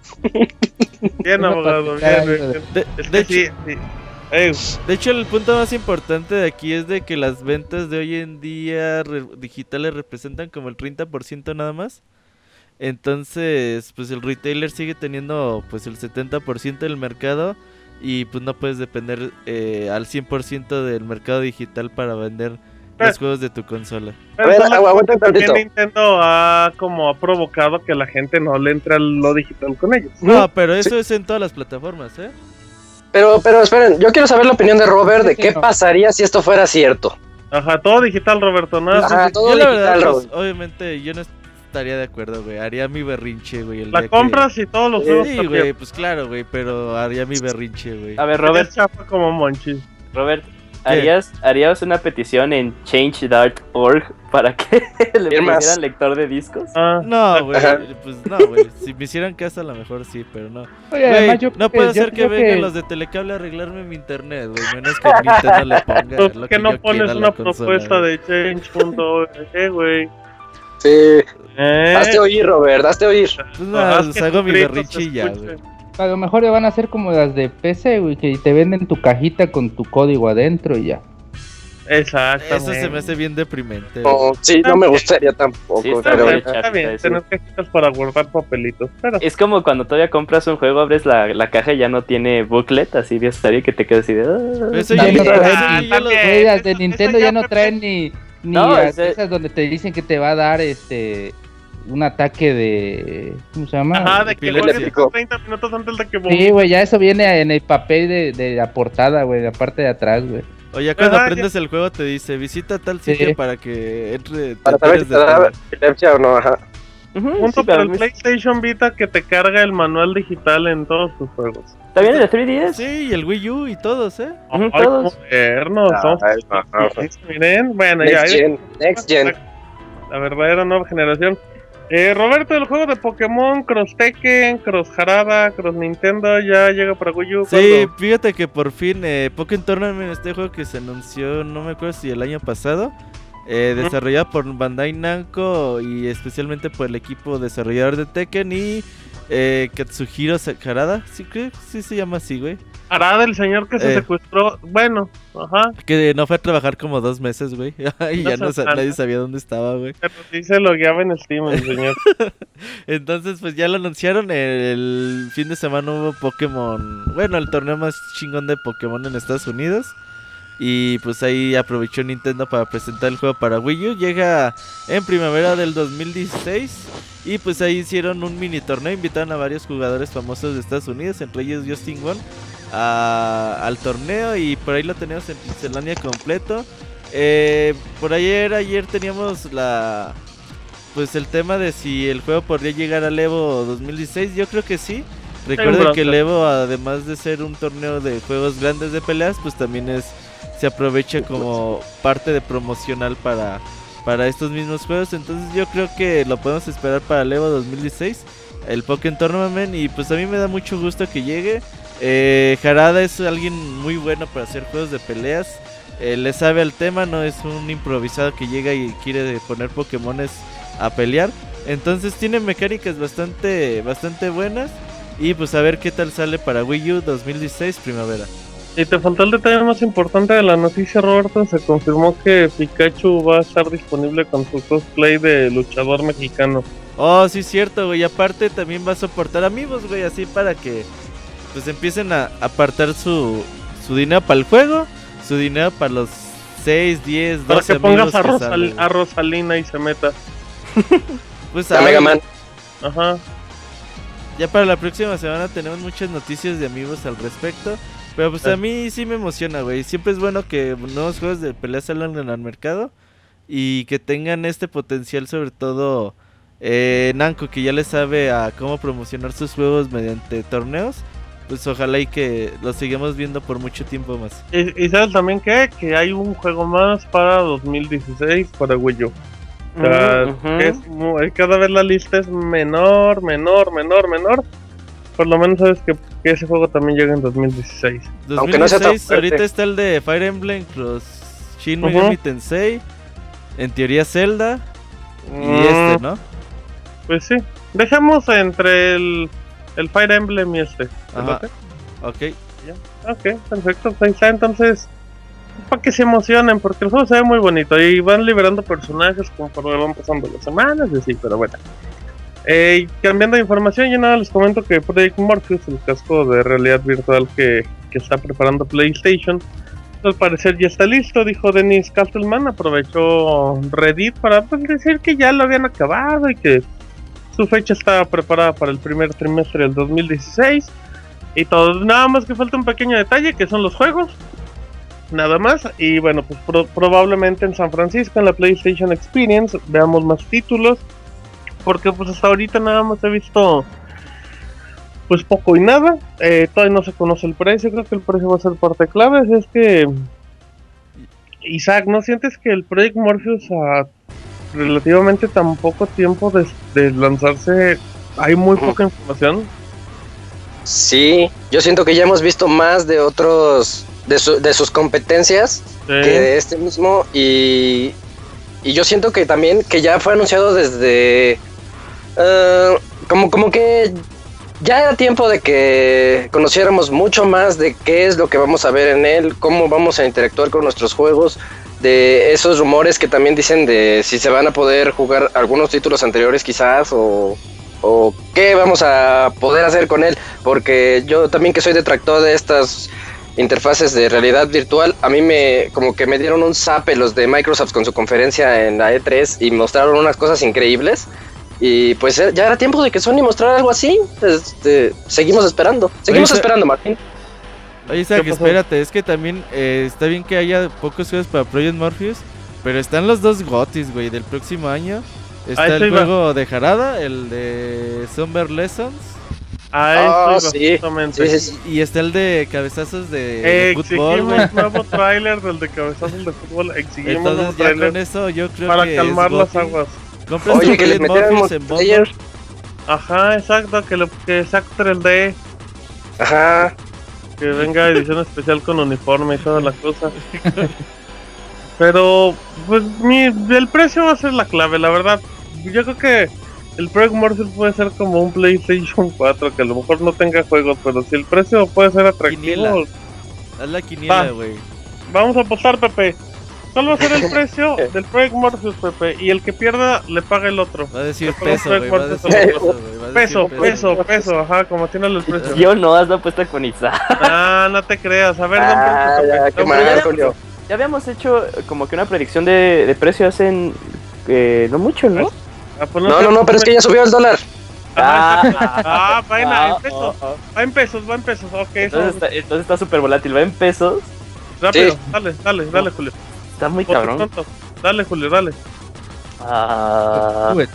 Bien, Una abogado. patentada, Bien, hijo de- bien. De, Es de que sí, hecho, sí. Ey, de hecho, el punto más importante de aquí es de que las ventas de hoy en día re- digitales representan como el treinta por ciento nada más. Entonces, pues el retailer sigue teniendo pues el setenta por ciento del mercado y pues no puedes depender eh, al cien por ciento del mercado digital para vender los Eh. juegos de tu consola. pero A ver, solo agua, aguanta un también tantito. Nintendo ha como ha provocado que la gente no le entre a lo digital con ellos. No, pero eso es en todas las plataformas, ¿eh? Pero, pero esperen, yo quiero saber la opinión de Robert de Sí, qué no. pasaría si esto fuera cierto. Ajá, todo digital, Roberto. ¿No? Ajá, todo Yo la digital, verdad, Robert. pues, obviamente yo no estaría de acuerdo, güey. Haría mi berrinche, güey. el La día compras y todos los que... juegos Sí, también. güey, pues claro, güey, pero haría mi berrinche, güey. A ver, Robert Robert, chafa como Monchis. Robert, ¿harías, ¿harías una petición en change dot org para que le Firmas. pusieran lector de discos? Ah, No, güey, Ajá. pues no, güey. Si me hicieran caso a lo mejor sí, pero no. Oye, Güey, además yo no creo puedo yo hacer que creo vengan que- los de Telecable a arreglarme mi internet, güey. Menos que Nintendo le ponga ¿por lo qué que no yo pones quiera a la una consola, propuesta güey. de change punto org, güey? Sí. Eh, Hazte oír, Robert, hazte oír. Pues no, haz pues que hago tu mi grito berrinche se y ya, escuche. güey. A lo mejor ya van a ser como las de P C, güey, que te venden tu cajita con tu código adentro y ya. Exactamente. Eso se me hace bien deprimente. No, sí, no me gustaría tampoco. Sí, está pero bien. Está bien, tener cajitas para guardar papelitos. Pero Es como cuando todavía compras un juego, abres la, la caja y ya no tiene booklet, así de estaría que te quedas así de... Pero eso Ya ya no lo- traen eso ni- ya lo- también. Güey, las de eso- Nintendo eso ya ya no fue- traen ni, ni No, las- ese- esas donde te dicen que te va a dar este un ataque de... ¿Cómo se llama? Ajá, de que Epilepsia. juegues treinta minutos antes de que Sí, güey, ya eso viene en el papel de, de la portada, güey, la parte de atrás, güey. O ya cuando Ajá, aprendes el juego te dice, visita tal sitio Sí. para que entre... te para saber si enteres te de da todo". epilepsia o no, ajá. Ujú, Junto sí, para pero el es- PlayStation Vita que te carga el manual digital en todos tus juegos. ¿Está bien el de tres D S? Sí, y el Wii U y todos, ¿eh? Ujú, Ay, todos. modernos, somos- Ay, ajá. Miren, bueno, ya. Next Gen, Next Gen. La verdadera nueva generación. Eh, Roberto, el juego de Pokémon, Cross Tekken, Cross Harada, Cross Nintendo, ya llega para Wii U. Sí, ¿cuándo? fíjate que por fin eh, Pokémon Tournament, este juego que se anunció, no me acuerdo si el año pasado, eh, Ujú. desarrollado por Bandai Namco y especialmente por el equipo desarrollador de Tekken y eh, Katsuhiro Harada, sí, creo que sí se llama así, güey. Harada, el señor que se Eh. secuestró. Bueno, ajá. Que no fue a trabajar como dos meses, güey. Y ya Una no sa- semana. nadie sabía dónde estaba, güey. Pero sí se logueaba en Steam el señor. Entonces, pues ya lo anunciaron. El fin de semana hubo Pokémon. Bueno, el torneo más chingón de Pokémon en Estados Unidos. Y pues ahí aprovechó Nintendo para presentar el juego para Wii U. Llega en primavera del dos mil dieciséis. Y pues ahí hicieron un mini torneo. Invitaron a varios jugadores famosos de Estados Unidos, entre ellos Justin Wong, a- al torneo. Y por ahí lo tenemos en Pixelania completo. Eh, por ayer, ayer teníamos la... Pues el tema de si el juego podría llegar al Evo dos mil dieciséis, yo creo que sí. Recuerden bronca. que el Evo, además de ser un torneo de juegos grandes de peleas, pues también es se aprovecha como parte de promocional para, para estos mismos juegos. Entonces yo creo que lo podemos esperar para el Evo dos mil dieciséis, el Pokémon Tournament. Y pues a mí me da mucho gusto que llegue. eh, Harada es alguien muy bueno para hacer juegos de peleas. Eh, le sabe al tema, no es un improvisado que llega y quiere poner Pokémones a pelear. Entonces tiene mecánicas bastante bastante buenas. Y pues a ver qué tal sale para Wii U dos mil dieciséis primavera. Y te faltó el detalle más importante de la noticia, Roberto. Se confirmó que Pikachu va a estar disponible con su cosplay de luchador mexicano. Oh, sí, cierto, güey. Aparte también va a soportar amigos, güey, así para que pues empiecen a apartar su, su dinero para el juego, su dinero para los seis, diez, Para doce que pongas amigos a, que Rosal- salen. a Rosalina y se meta. Pues La a Mega ver, Man. Ajá. ya para la próxima semana tenemos muchas noticias de amigos al respecto. Pero pues a mí sí me emociona, güey. Siempre es bueno que nuevos juegos de pelea salgan en el mercado y que tengan este potencial, sobre todo eh, Namco, que ya le sabe a cómo promocionar sus juegos mediante torneos. Pues ojalá y que los sigamos viendo por mucho tiempo más. Y, y sabes también que, que hay un juego más para dos mil dieciséis para Wii U. O sea, Ujú. es muy- cada vez la lista es menor, menor, menor, menor. Por lo menos sabes que, que ese juego también llega en dos mil dieciséis. Aunque no sea tan dos mil dieciséis, ahorita fuerte. está el de Fire Emblem Cross Shin Ujú. Megami Tensei. En teoría Zelda. Y Mm, este, ¿no? Pues sí. Dejamos entre el, el Fire Emblem y este. ¿te Ajá. late? Ok. Ok, perfecto. Ahí está, entonces. Para que se emocionen, porque el juego se ve muy bonito. Y van liberando personajes conforme van pasando las semanas y así, pero bueno. Eh, cambiando de información, yo nada les comento que Project Morpheus, el casco de realidad virtual que, que está preparando PlayStation, al parecer ya está listo, dijo Dennis Castleman. Aprovechó Reddit para pues, decir que ya lo habían acabado y que su fecha estaba preparada para el primer trimestre del dos mil dieciséis. Y todo, nada más que falta un pequeño detalle, que son los juegos. Nada más. Y bueno, pues pro- probablemente en San Francisco, en la PlayStation Experience, veamos más títulos. Porque pues hasta ahorita nada más he visto pues poco y nada. Eh, todavía no se conoce el precio. Creo que el precio va a ser parte clave. Es que Isaac, ¿no sientes que el Project Morpheus a relativamente tan poco tiempo de, de lanzarse hay muy poca información? Sí, yo siento que ya hemos visto más de otros, de, su- de sus competencias que Sí. de este mismo. Y, y yo siento que también que ya fue anunciado desde... eh, como, como que ya era tiempo de que conociéramos mucho más de qué es lo que vamos a ver en él, cómo vamos a interactuar con nuestros juegos, de esos rumores que también dicen de si se van a poder jugar algunos títulos anteriores quizás, o, o qué vamos a poder hacer con él, porque yo también que soy detractor de estas interfaces de realidad virtual, a mí me como que me dieron un zape los de Microsoft con su conferencia en la E tres y mostraron unas cosas increíbles. Y pues ya era tiempo de que Sony mostrara algo así. Este, seguimos esperando. Seguimos Oye, esperando, Martín. Oye, Isaac, espérate, es que también eh, está bien que haya pocos juegos para Project Morpheus, pero están los dos GOTYs, güey, del próximo año. Está Ahí el estoy, juego va. de Jarada, el de Summer Lessons. Ah, Oh, sí, sí. justamente. Sí, sí, sí. Y está el de cabezazos de, Eh, de fútbol, güey. exigimos nuevo tráiler del de cabezazos de fútbol. Exigimos nuevo Entonces ya con tráiler eso yo creo para que calmar es las GOTY. aguas. Compras Oye, tu que les Project metieran Morpheus en multiplayer. bundle. Ajá, exacto, que, lo, que saque tres D, Ajá. que venga edición especial con uniforme y toda la cosa. Pero, pues, mi, el precio va a ser la clave, la verdad. Yo creo que el Project Morpheus puede ser como un PlayStation cuatro, que a lo mejor no tenga juegos, pero si el precio puede ser atractivo, Quiniela. Haz la quiniela, Va. güey. vamos a apostar, Pepe. ¿Cuál va a ser el precio del Project Morpheus, Pepe? Y el que pierda le paga el otro. Va a decir Le paga peso, un güey. Project Va a decir Morpheus al peso, otro. güey. va a decir Peso, peso, peso, ajá, como tiene el precio. Yo no, has la apuesta con Isaac. Ah, no te creas, a ver, da un Ah, precio, ya, Pepe. qué Da un mal, precio. Julio. Ya habíamos hecho como que una predicción de, de precio hace eh, no mucho, ¿no? Ah, pues No, no, no, pero es que ya subió el dólar. Ah, ah, va en, ah, en pesos, ah, ah. va en pesos, va en pesos, ok, eso. Entonces está, entonces está súper volátil, va en pesos. Rápido, Sí. dale, dale, dale, Julio. Está muy Por cabrón. pronto. Dale, Julio, dale. Ah, Sube.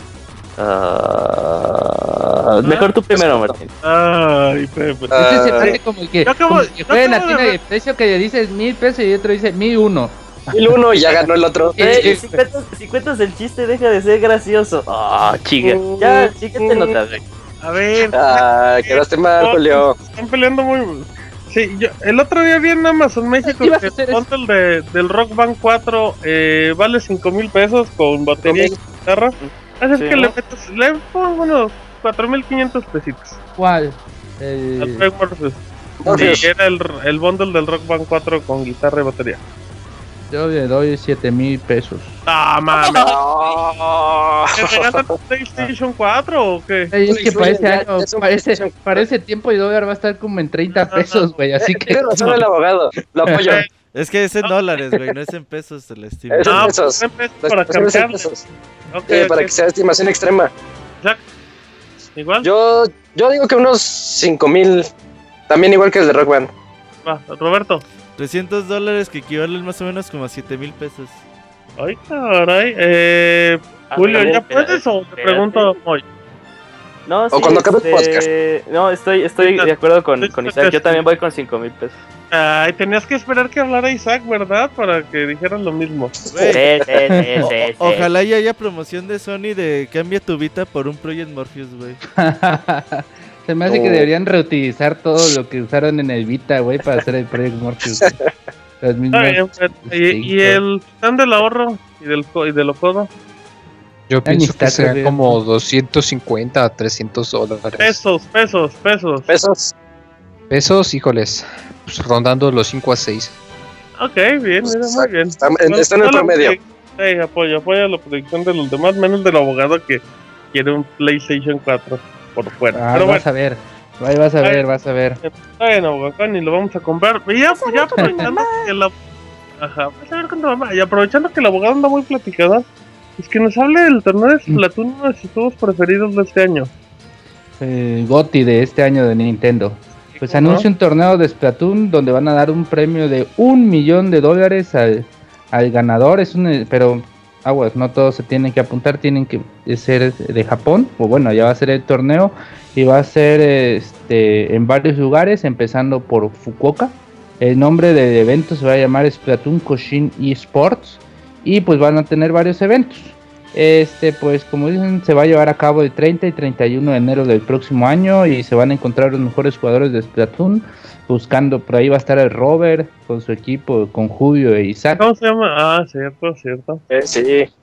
ah, mejor tú primero, Martín. Ay, Pepe. Ah, Este se parece como el que, yo acabo- como el que yo juega en la acabo de tienda ver- de precio que dices mil pesos y otro dice mil uno. mil uno y ya ganó el otro. Eh, eh, si, cuentas, si cuentas el chiste, deja de ser gracioso. Ah, chinga. Ya, siguiente nota, güey. A ver, Ah, quedaste mal, Julio. están peleando muy. Sí, yo, el otro día vi en Amazon México Ibas que a hacer el bundle de, del Rock Band cuatro eh, vale cinco mil pesos con batería y guitarra. Así Sí, que ¿no? le metes, le pongo unos cuatro mil quinientos pesitos ¿Cuál? al El... Project Morpheus. Morpheus. Sí, era el, el bundle del Rock Band cuatro con guitarra y batería. Yo le doy siete mil pesos. Ah, mames. Ah. ¿Te regalan tu PlayStation cuatro o qué? Ey, es que Pues, para ese ya- año, ya son para ese, PlayStation. para ese tiempo el dólar va a estar como en treinta pesos, güey. Así que Tiene razón el abogado. Lo apoyo. Es que es en dólares, güey. No es en pesos, se le estima. Es en Ah, pesos. pues, en pesos Las para estimaciones en cambiarle. pesos. Ok, Eh, para ok. que sea estimación extrema. Jack, igual. Yo, yo digo que unos cinco mil. También igual que el de Rock Band. Va, Roberto. trescientos dólares que equivalen más o menos como a siete mil pesos. Ay, caray. Eh, A Julio, ver, ¿ya espérate, puedes o te espérate. pregunto hoy? No, sí, cuando acabe el este, No, estoy, estoy de acuerdo con, con Isaac. Yo también voy con cinco mil pesos. Ay, tenías que esperar que hablara Isaac, ¿verdad? Para que dijeras lo mismo. Güey, Sí, sí, sí, sí, sí. ojalá y haya promoción de Sony de cambia tu Vita por un Project Morpheus, güey. se me hace que No. deberían reutilizar todo lo que usaron en el Vita, güey, para hacer el Project Morpheus. güey. Las Está mismas. bien, pero- y, y el stand del ahorro y del, co- y de lo codo. Yo Ya ni pienso que está, serán creo. como doscientos cincuenta a trescientos dólares. Pesos, pesos, pesos. Pesos. Pesos, híjoles, pues rondando los cinco a seis. Ok, bien, mira, muy bien. Está, está en el Solo promedio. que- Sí, apoyo, apoyo la predicción de los demás, menos del abogado que quiere un PlayStation cuatro por fuera. Ah, Pero bueno, vas a ver. Ahí vas a Ay. ver, vas a ver. está bien, abogado, ni lo vamos a comprar. Y ya, pues, ya aprovechando que la. Ajá, vas a ver con tu mamá. Y aprovechando que el abogado anda muy platicado, pues que nos hable del torneo de Splatoon, uno de sus juegos preferidos de este año. El GOTY de este año de Nintendo. Pues ¿Cómo? anuncia un torneo de Splatoon donde van a dar un premio de un millón de dólares al, al ganador. Es un, pero aguas, no todos se tienen que apuntar, tienen que ser de Japón. O bueno, ya va a ser el torneo y va a ser este en varios lugares, empezando por Fukuoka. El nombre del evento se va a llamar Splatoon Koshin eSports y pues van a tener varios eventos. Este, pues como dicen, se va a llevar a cabo el treinta y treinta y uno de enero del próximo año y se van a encontrar los mejores jugadores de Splatoon buscando, por ahí va a estar el Robert con su equipo, con Julio e Isaac. ¿Cómo se llama? Ah, cierto, cierto. Eh, sí.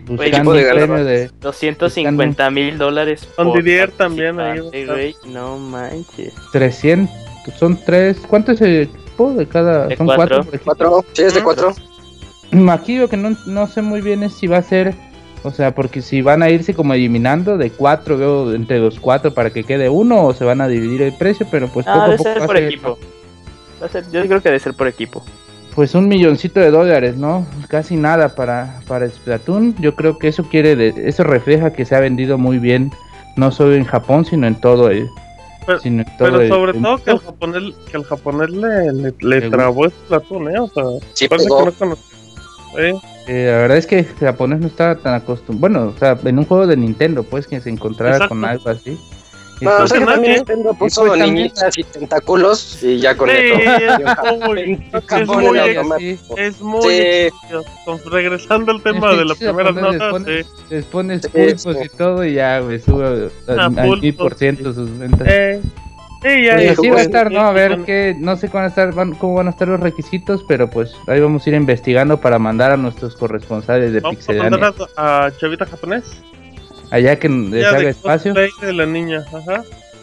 Buscando Oye, un premio de... doscientos cincuenta mil dólares. Con por Didier también ahí. participante, güey. No manches. trescientos, son tres... ¿Cuánto es el equipo de cada...? De son cuatro. cuatro. por equipo. Cuatro, sí, es de cuatro. Aquí lo que no, no sé muy bien es si va a ser... O sea, porque si van a irse como eliminando de cuatro, veo entre los cuatro para que quede uno, o se van a dividir el precio, pero pues poco Ah, a debe poco ser va a por ser, equipo. Va a ser, yo creo que debe ser por equipo. pues un milloncito de dólares, ¿no? Casi nada para, para Splatoon. Yo creo que eso quiere, de, eso refleja que se ha vendido muy bien, no solo en Japón, sino en todo el, Pero, sino en todo pero el- sobre el todo que el mundo. japonés, que el japonés le, le, le Le trabó Splatoon, ¿eh? O sea, Sí, parece pegó. que no conoce. ¿Eh? Eh, la verdad es que el japonés no estaba tan acostumbrado. Bueno, o sea, en un juego de Nintendo, pues que se encontrara Exacto. con algo así. Y No, pues, o sea que nadie- también Nintendo puso pues también- niñitas y tentáculos y ya con Sí, eso. es muy, En es Japón muy, era y lo más- así. es muy Sí. exquisito. Con- regresando al tema de la Sí, primera japonés les nota, pones, sí. les pones Sí, pulpos sí. y todo y ya, güey, sube Ah, al pulpos, mil por ciento sus ventas. Eh, sí, ya, Pues Sí, ya, así va a estar, ¿no? A ver bueno, qué, no sé cómo van a estar, van, cómo van a estar los requisitos, pero pues ahí vamos a ir investigando para mandar a nuestros corresponsales de vamos a mandar Pixelania. a, a Chavita japonés. Allá que les Ya haga de espacio. cosplay de la niña, ajá.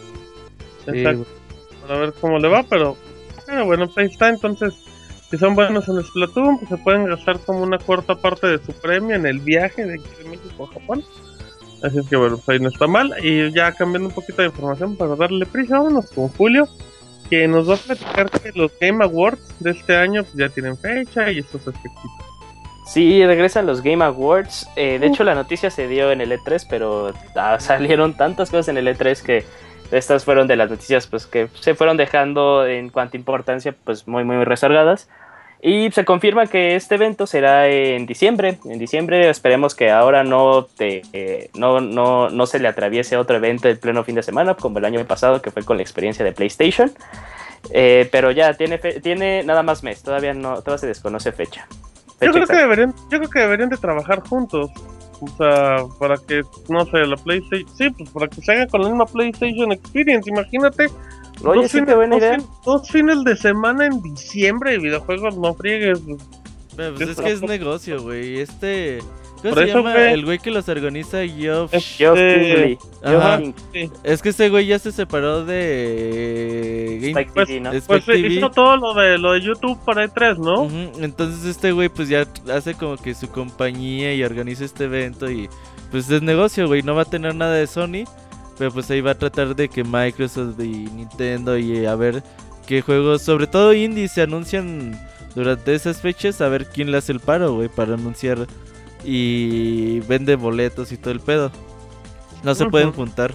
Sí, Exacto. Para ver cómo le va, pero pero bueno, pues ahí está. Entonces, si son buenos en Splatoon, pues se pueden gastar como una cuarta parte de su premio en el viaje de aquí de México a Japón. Así es que bueno, pues ahí no está mal. Y ya cambiando un poquito de información para darle prisa, vámonos con Julio, que nos va a platicar que los Game Awards de este año pues ya tienen fecha y estos aspectos. Sí, regresan los Game Awards. Eh, de hecho, la noticia se dio en el E tres, pero ah, salieron tantas cosas en el E tres que estas fueron de las noticias pues que se fueron dejando en cuanto a importancia pues muy muy rezagadas. Y se confirma que este evento será en diciembre. En diciembre esperemos que ahora no, te, eh, no, no, no se le atraviese otro evento en pleno fin de semana como el año pasado que fue con la experiencia de PlayStation. Eh, pero ya tiene, fe- tiene nada más mes, todavía no, todavía se desconoce fecha. Yo Fecha creo, que exacta. deberían, yo creo que deberían de trabajar juntos. O sea, para que, no sé, la PlayStation... Sí, pues para que se haga con la misma PlayStation Experience. Imagínate, Oye, dos, sí, fines, qué buena dos idea. fin- dos fines de semana en diciembre de videojuegos, no friegues. Pero, pues Es es que es bravo. negocio, güey. Este. ¿Cómo Por se eso, llama? güey. El güey que los organiza, Geoff. Es- Geoff Eh, Keighley. Geoff ajá. King- Sí. Es que este güey ya se separó de. Game Spike Pues, T V, ¿no? Spike Pues T eh, V. hizo todo lo de lo de YouTube para E tres, ¿no? Ujú, entonces este güey pues ya hace como que su compañía y organiza este evento y pues es negocio, güey, no va a tener nada de Sony, pero pues ahí va a tratar de que Microsoft y Nintendo y eh, a ver qué juegos, sobre todo indies, se anuncian durante esas fechas, a ver quién le hace el paro, güey, para anunciar y vende boletos y todo el pedo. No se Ujú. pueden juntar.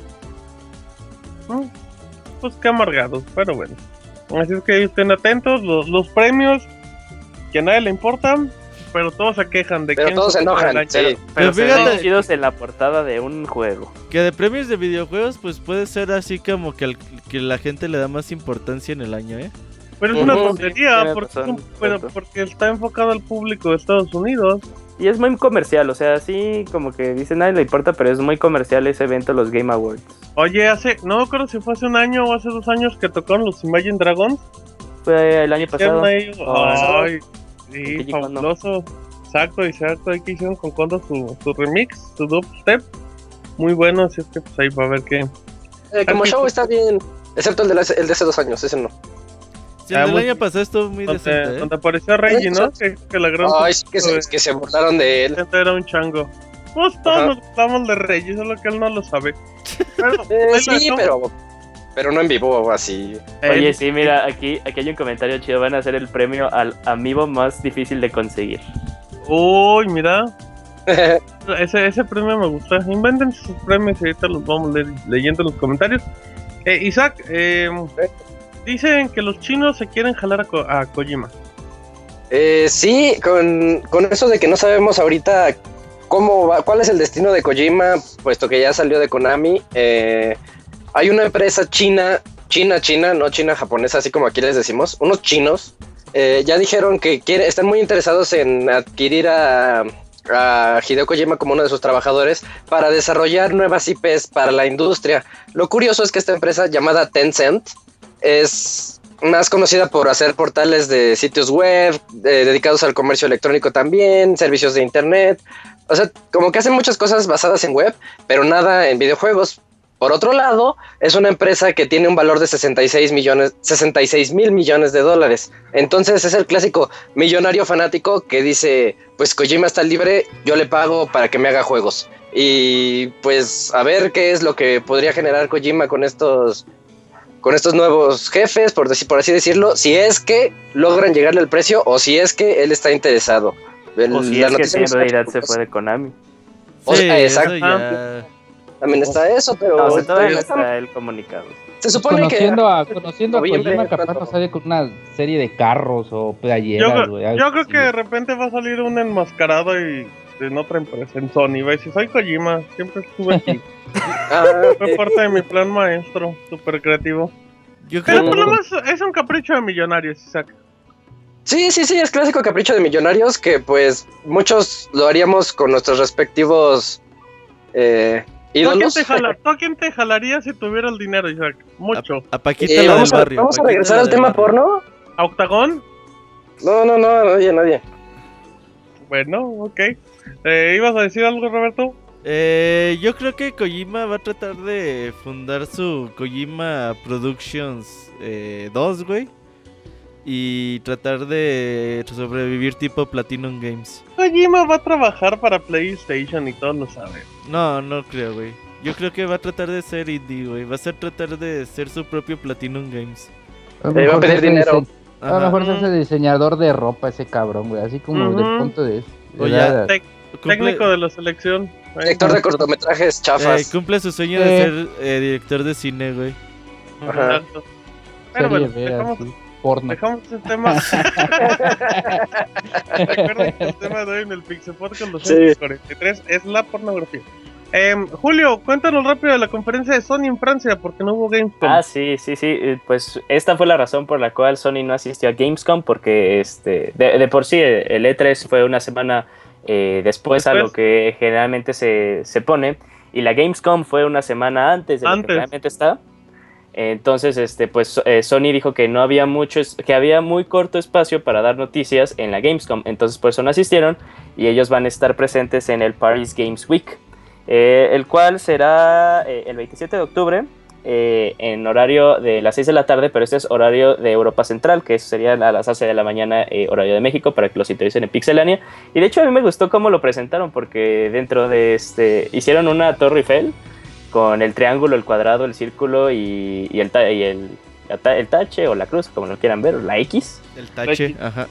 Mm, Pues qué amargados, pero bueno. Así es que estén atentos, los, los premios que a nadie le importan, pero todos se quejan de Pero quién todos se fue el enojan, año. sí. Pero Pero se fíjate- ven chidos en la portada de un juego. Que de premios de videojuegos pues puede ser así como que, al- que la gente le da más importancia en el año, ¿eh? Pero es una Ujú, tontería, tienes porque, es razón, un- pero cierto. porque está enfocado al público de Estados Unidos. Y es muy comercial, o sea, sí, como que dicen nadie le importa, pero es muy comercial ese evento, los Game Awards. Oye, hace, no me acuerdo si fue hace un año o hace dos años que tocaron los Imagine Dragons. Fue el año pasado. Ahí, Oh. ay, Con sí, Keiji Kondo. fabuloso. Exacto, exacto, ahí que hicieron con Kondo su, su remix, su dubstep. Muy bueno, así es que pues ahí va a ver qué. Eh, como show está bien, excepto el de, la- el de hace dos años, ese no. Sí, el Ah, del muy- año pasado estuvo muy Donde, decente, ¿eh? donde apareció Reggie, ¿no? Que, que la gran Ay, sí que se, es que se burlaron de él. era un chango. Pues todos Ajá. nos hablamos de Reggie, solo que él no lo sabe. Pero, Eh, bueno, sí, ¿cómo? pero, pero no en vivo, así. Oye, Eh, sí, mira, aquí, aquí hay un comentario chido. Van a hacer el premio al amiibo más difícil de conseguir. Uy, mira. Ese, ese premio me gusta. Inventen sus premios y ahorita los vamos le- leyendo en los comentarios. Eh, Isaac, eh, dicen que los chinos se quieren jalar a, Ko- a Kojima. Eh, sí, con, con eso de que no sabemos ahorita cómo va, cuál es el destino de Kojima, puesto que ya salió de Konami. Eh, hay una empresa china, china, china, no china japonesa, así como aquí les decimos, unos chinos. Eh, ya dijeron que quiere, están muy interesados en adquirir a, a Hideo Kojima como uno de sus trabajadores para desarrollar nuevas I Pes para la industria. Lo curioso es que esta empresa llamada Tencent es más conocida por hacer portales de sitios web, eh, dedicados al comercio electrónico también, servicios de internet. O sea, como que hace muchas cosas basadas en web, pero nada en videojuegos. Por otro lado, es una empresa que tiene un valor de sesenta y seis millones, sesenta y seis mil millones de dólares. Entonces es el clásico millonario fanático que dice, pues Kojima está libre, yo le pago para que me haga juegos. Y pues a ver qué es lo que podría generar Kojima con estos, con estos nuevos jefes, por, decir, por así decirlo, si es que logran llegarle al precio o si es que él está interesado. El, o si es que en realidad se fue de Konami. O sea, Sí, exacto. eso ya... También está eso, pero... No, o sea, todavía no está- está el comunicado. Se supone Conociendo que... a, conociendo a noviembre, Kojima, capaz ¿cuánto? nos sale con una serie de carros o Yo, playeras, creo- güey. algo yo creo así, que de güey. repente va a salir un enmascarado y en otra empresa, en Sony. Va a decir, soy Kojima, siempre estuve aquí. Ah, Fue parte de mi plan maestro, súper creativo. Yo Pero creo por lo menos es un capricho de millonarios, Isaac. sí, sí, sí, es clásico capricho de millonarios que pues muchos lo haríamos con nuestros respectivos eh, ¿Tú a, quién ídolos. te jala- ¿Tú a quién te jalaría si tuviera el dinero, Isaac? Mucho. a, a Paquita Eh, la vamos del a, barrio. vamos a Paquita regresar la al del tema barrio. porno. ¿A Octagón? No, no, no, nadie, nadie. Bueno, ok. Eh, ¿Ibas a decir algo, Roberto? Eh, yo creo que Kojima va a tratar de fundar su Kojima Productions eh, dos, güey. Y tratar de sobrevivir tipo Platinum Games. Kojima va a trabajar para PlayStation y todos lo saben. No, no creo, güey. Yo creo que va a tratar de ser indie, güey. Va a ser tratar de ser su propio Platinum Games. A lo Eh, va a mejor pedir se hace dinero. dise- A lo Ajá. mejor se hace diseñador de ropa ese cabrón, güey. Así como Ujú. del punto de... O de ya, la- Tec- Cumple, Técnico de la selección. Ahí. Director de cortometrajes eh, chafas. cumple su sueño Eh. de ser eh, director de cine, güey. Ajá. Exacto. Pero serie bueno, B, dejamos, así, porno. dejamos ese tema. Recuerden que el tema de hoy en el Pixel Podcast doscientos cuarenta y tres es la pornografía. Em, Julio, cuéntanos rápido de la conferencia de Sony en Francia, porque no hubo Gamescom. Ah, sí, sí, sí. eh, Pues esta fue la razón por la cual Sony no asistió a Gamescom, porque este de, de por sí el E tres fue una semana eh, después, a lo Después. que generalmente se, se pone, y la Gamescom fue una semana antes de lo Antes. que realmente está. Entonces, este, pues eh, Sony dijo que no había mucho, es- que había muy corto espacio para dar noticias en la Gamescom, entonces por eso no asistieron y ellos van a estar presentes en el Paris Games Week, eh, el cual será eh, el veintisiete de octubre eh, en horario de las seis de la tarde, pero este es horario de Europa Central, que sería a las once de la mañana eh, horario de México, para que lo sintonicen en Pixelania. Y de hecho a mí me gustó cómo lo presentaron, porque dentro de este hicieron una Torre Eiffel con el triángulo, el cuadrado, el círculo y, y, el, ta- y el, la ta- el tache o la cruz, como lo quieran ver, o la X. El tache, X. ajá.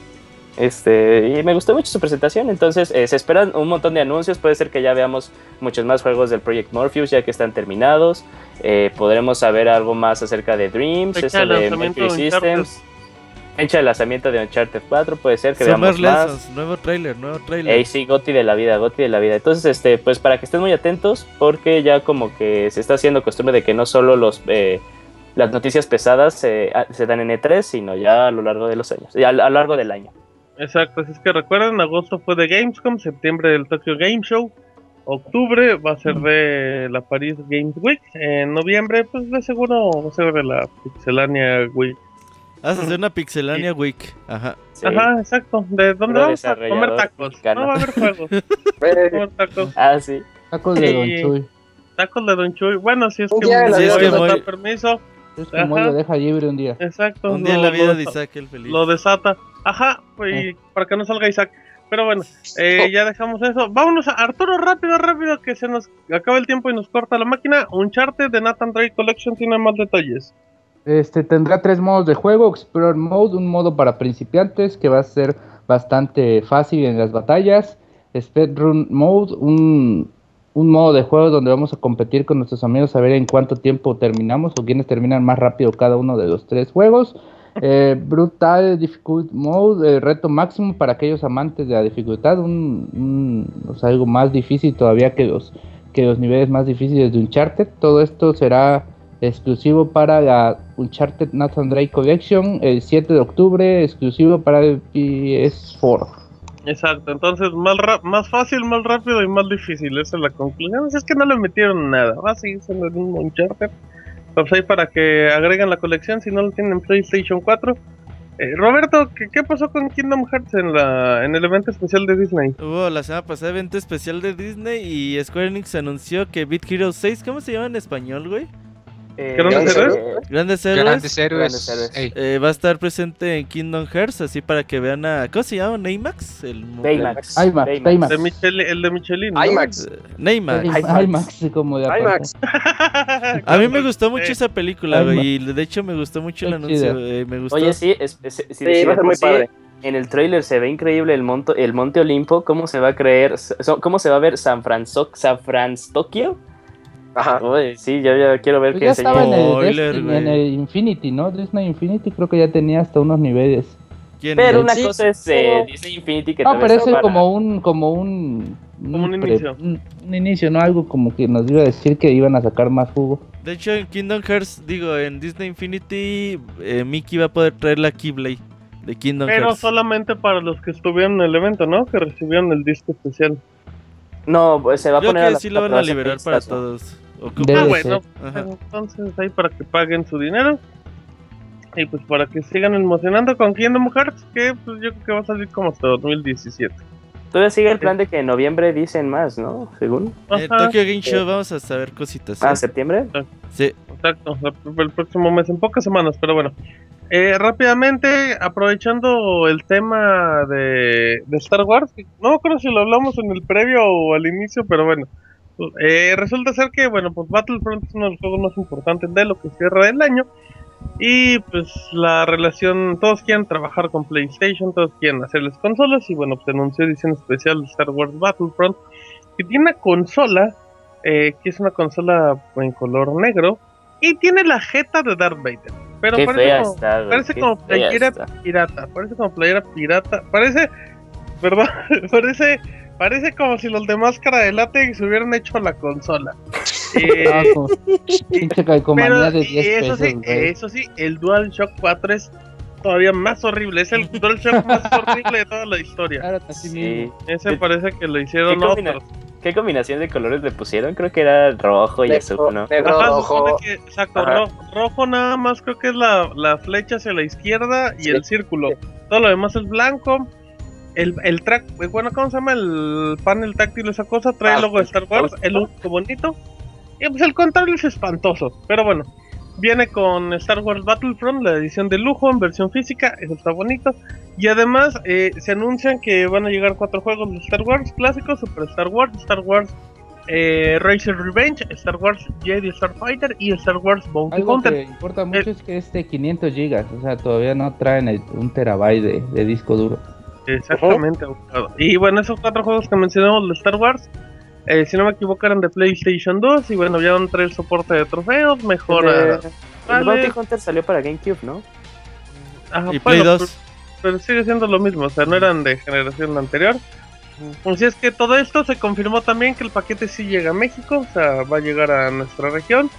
Este, y me gustó mucho su presentación. Entonces eh, se esperan un montón de anuncios. Puede ser que ya veamos muchos más juegos del Project Morpheus ya que están terminados. Eh, podremos saber algo más acerca de Dreams, Fecha eso de de lanzamiento Mercury de Uncharted. Systems, fecha de lanzamiento de Uncharted cuatro. Puede ser que Summer veamos más. Lessons, nuevo trailer, nuevo trailer. Ey, sí, Goti de la vida, Goti de la vida. Entonces, este, pues para que estén muy atentos, porque ya como que se está haciendo costumbre de que no solo los eh, las noticias pesadas eh, ah, se dan en E tres, sino ya a lo largo de los años, ya a, a lo largo del año. Exacto, así es que recuerden, agosto fue de Gamescom, septiembre del Tokyo Game Show, octubre va a ser de la Paris Games Week, en noviembre pues de seguro va a ser de la Pixelania Week. Vas a hacer una Pixelania Week. Ajá. Sí. Ajá, exacto, ¿de dónde Puro vamos a comer desarrollador tacos? mexicano. No va a haber juegos, Eh, comer tacos, Ah, sí. Tacos de Sí. Don Chuy. tacos de Don Chuy, bueno, si es Un que día en la Moy vida nos de- da permiso, Es como Ajá. lo deja libre un día. exacto. Un día en lo- la vida lo de desa- Isaac el feliz. Lo desata, ajá, pues, y para que no salga Isaac. Pero bueno, eh, ya dejamos eso. Vámonos a Arturo, rápido, rápido, que se nos acaba el tiempo y nos corta la máquina. Uncharted de Nathan Drake Collection tiene más detalles. Este tendrá tres modos de juego: Explorer Mode, un modo para principiantes que va a ser bastante fácil en las batallas; Speedrun Mode, un, un modo de juego donde vamos a competir con nuestros amigos a ver en cuánto tiempo terminamos o quiénes terminan más rápido cada uno de los tres juegos; eh, Brutal Difficult Mode, eh, reto máximo para aquellos amantes de la dificultad, un, un, o sea, algo más difícil todavía que los, que los niveles más difíciles de Uncharted. Todo esto será exclusivo para la Uncharted Nathan Drake Collection el siete de octubre, exclusivo para el P S cuatro. Exacto, entonces más, ra- más fácil, más rápido y más difícil. Esa es la conclusión. Es que no le metieron nada. Va a seguir siendo el mismo Uncharted. pues ahí para que agreguen la colección si no lo tienen en PlayStation cuatro. Eh, Roberto, ¿qué, ¿qué pasó con Kingdom Hearts en la en el evento especial de Disney? Hubo la semana pasada evento especial de Disney y Square Enix anunció que Beat Hero seis, ¿cómo se llama en español, güey? Eh, ¿Grandes héroes? eh, Grandes Héroes. Grandes héroes. Grandes héroes. Ey, Eh, va a estar presente en Kingdom Hearts, así para que vean a... ¿Cómo se llama? ¿Neymax? El... Baymax. Baymax, Baymax. Baymax. De Michel, el de Michelin, ¿no? IMAX. Eh, Neymax. Ay, Max, como de IMAX. A mí me gustó mucho Eh, esa película, Ay, güey, ma- y de hecho me gustó mucho el Qué anuncio, chida. eh, me gustó. Oye, sí, es, es- si- Sí, si va a ser de muy por sí, padre. en el tráiler se ve increíble el monto, el Monte Olimpo, cómo se va a creer, so- cómo se va a ver San Francisco, San Francisco, Tokio. Ajá. Uy, sí, yo ya quiero ver Pues qué ya estaba en enseñan. el, Spoiler, Destiny, güey. en el Infinity, ¿no? Disney Infinity creo que ya tenía hasta unos niveles. ¿Quién? Pero una Sí, cosa es eh, Disney Infinity que No, tal pero vez eso es para- como un, como un, Como un pre- inicio. un, un inicio, ¿no? Algo como que nos iba a decir que iban a sacar más jugo. De hecho, en Kingdom Hearts, digo, en Disney Infinity, eh, Mickey va a poder traer la Keyblade de Kingdom Pero Hearts. solamente para los que estuvieron en el evento, ¿no? Que recibieron el disco especial. No, pues se va a Creo poner a que la- sí lo van a través de liberar para PlayStation. todos. O De- Ah, Debe bueno, Ajá. entonces ahí para que paguen su dinero. Y pues para que sigan emocionando con Kingdom Hearts, que pues yo creo que va a salir como hasta dos mil diecisiete. Todavía sigue el plan de que en noviembre dicen más, ¿no? Según. En Ajá, Tokyo Game Show vamos a saber cositas. ¿eh? Ah, septiembre. Sí. exacto, el próximo mes, en pocas semanas, pero bueno. Eh, rápidamente, aprovechando el tema de, de Star Wars, que no me acuerdo si lo hablamos en el previo o al inicio, pero bueno. Eh, resulta ser que, bueno, pues Battlefront es uno de los juegos más importantes de lo que cierra el año. Y pues la relación, todos quieren trabajar con PlayStation, todos quieren hacerles consolas. Y bueno, pues anunció edición especial de Star Wars Battlefront, que tiene una consola, eh, que es una consola en color negro, y tiene la jeta de Darth Vader. Pero Qué parece fea como, está, güey, parece qué como fea playera está. pirata, parece como playera pirata, parece, ¿verdad? parece, parece como si los de máscara de látex hubieran hecho la consola. Eh, Ah, como- pinche calcomanía pero de y diez eso pesos, sí, güey. eso sí, el DualShock cuatro es todavía más horrible, es el DualShock más horrible de toda la historia. Claro, así Sí. mismo. Ese ¿Qué- parece que lo hicieron qué combina- otros. ¿Qué combinación de colores le pusieron? Creo que era rojo y Negro, azul, ¿no? negro, Ajá, se rojo. supone que- exacto, Ajá. ro- rojo nada más creo que es la, la flecha hacia la izquierda y Sí. el círculo. Todo lo demás es blanco. El, el track, eh, bueno, ¿cómo se llama? El panel táctil, esa cosa, trae Ah, el logo de Star Wars, el único bonito. Y pues el control es espantoso, pero bueno. Viene con Star Wars Battlefront, la edición de lujo en versión física, eso está bonito. Y además eh, se anuncian que van a llegar cuatro juegos de Star Wars clásicos: Super Star Wars, Star Wars eh, Racer Revenge, Star Wars Jedi Starfighter y Star Wars Bounty Algo Hunter. que importa mucho es que es de quinientos gigas, o sea, todavía no traen el- un terabyte de, de disco duro. Exactamente, abogado. Y bueno, esos cuatro juegos que mencionamos de Star Wars, eh, si no me equivoco, eran de PlayStation dos. Y bueno, ya van a traer soporte de trofeos, mejora. El, el vale. Bounty Hunter salió para GameCube, ¿no? Ajá, Y bueno, Play dos. Pero, pero sigue siendo lo mismo, o sea, no eran de generación anterior. Así es que todo esto se confirmó también que el paquete sí llega a México, o sea, va a llegar a nuestra región.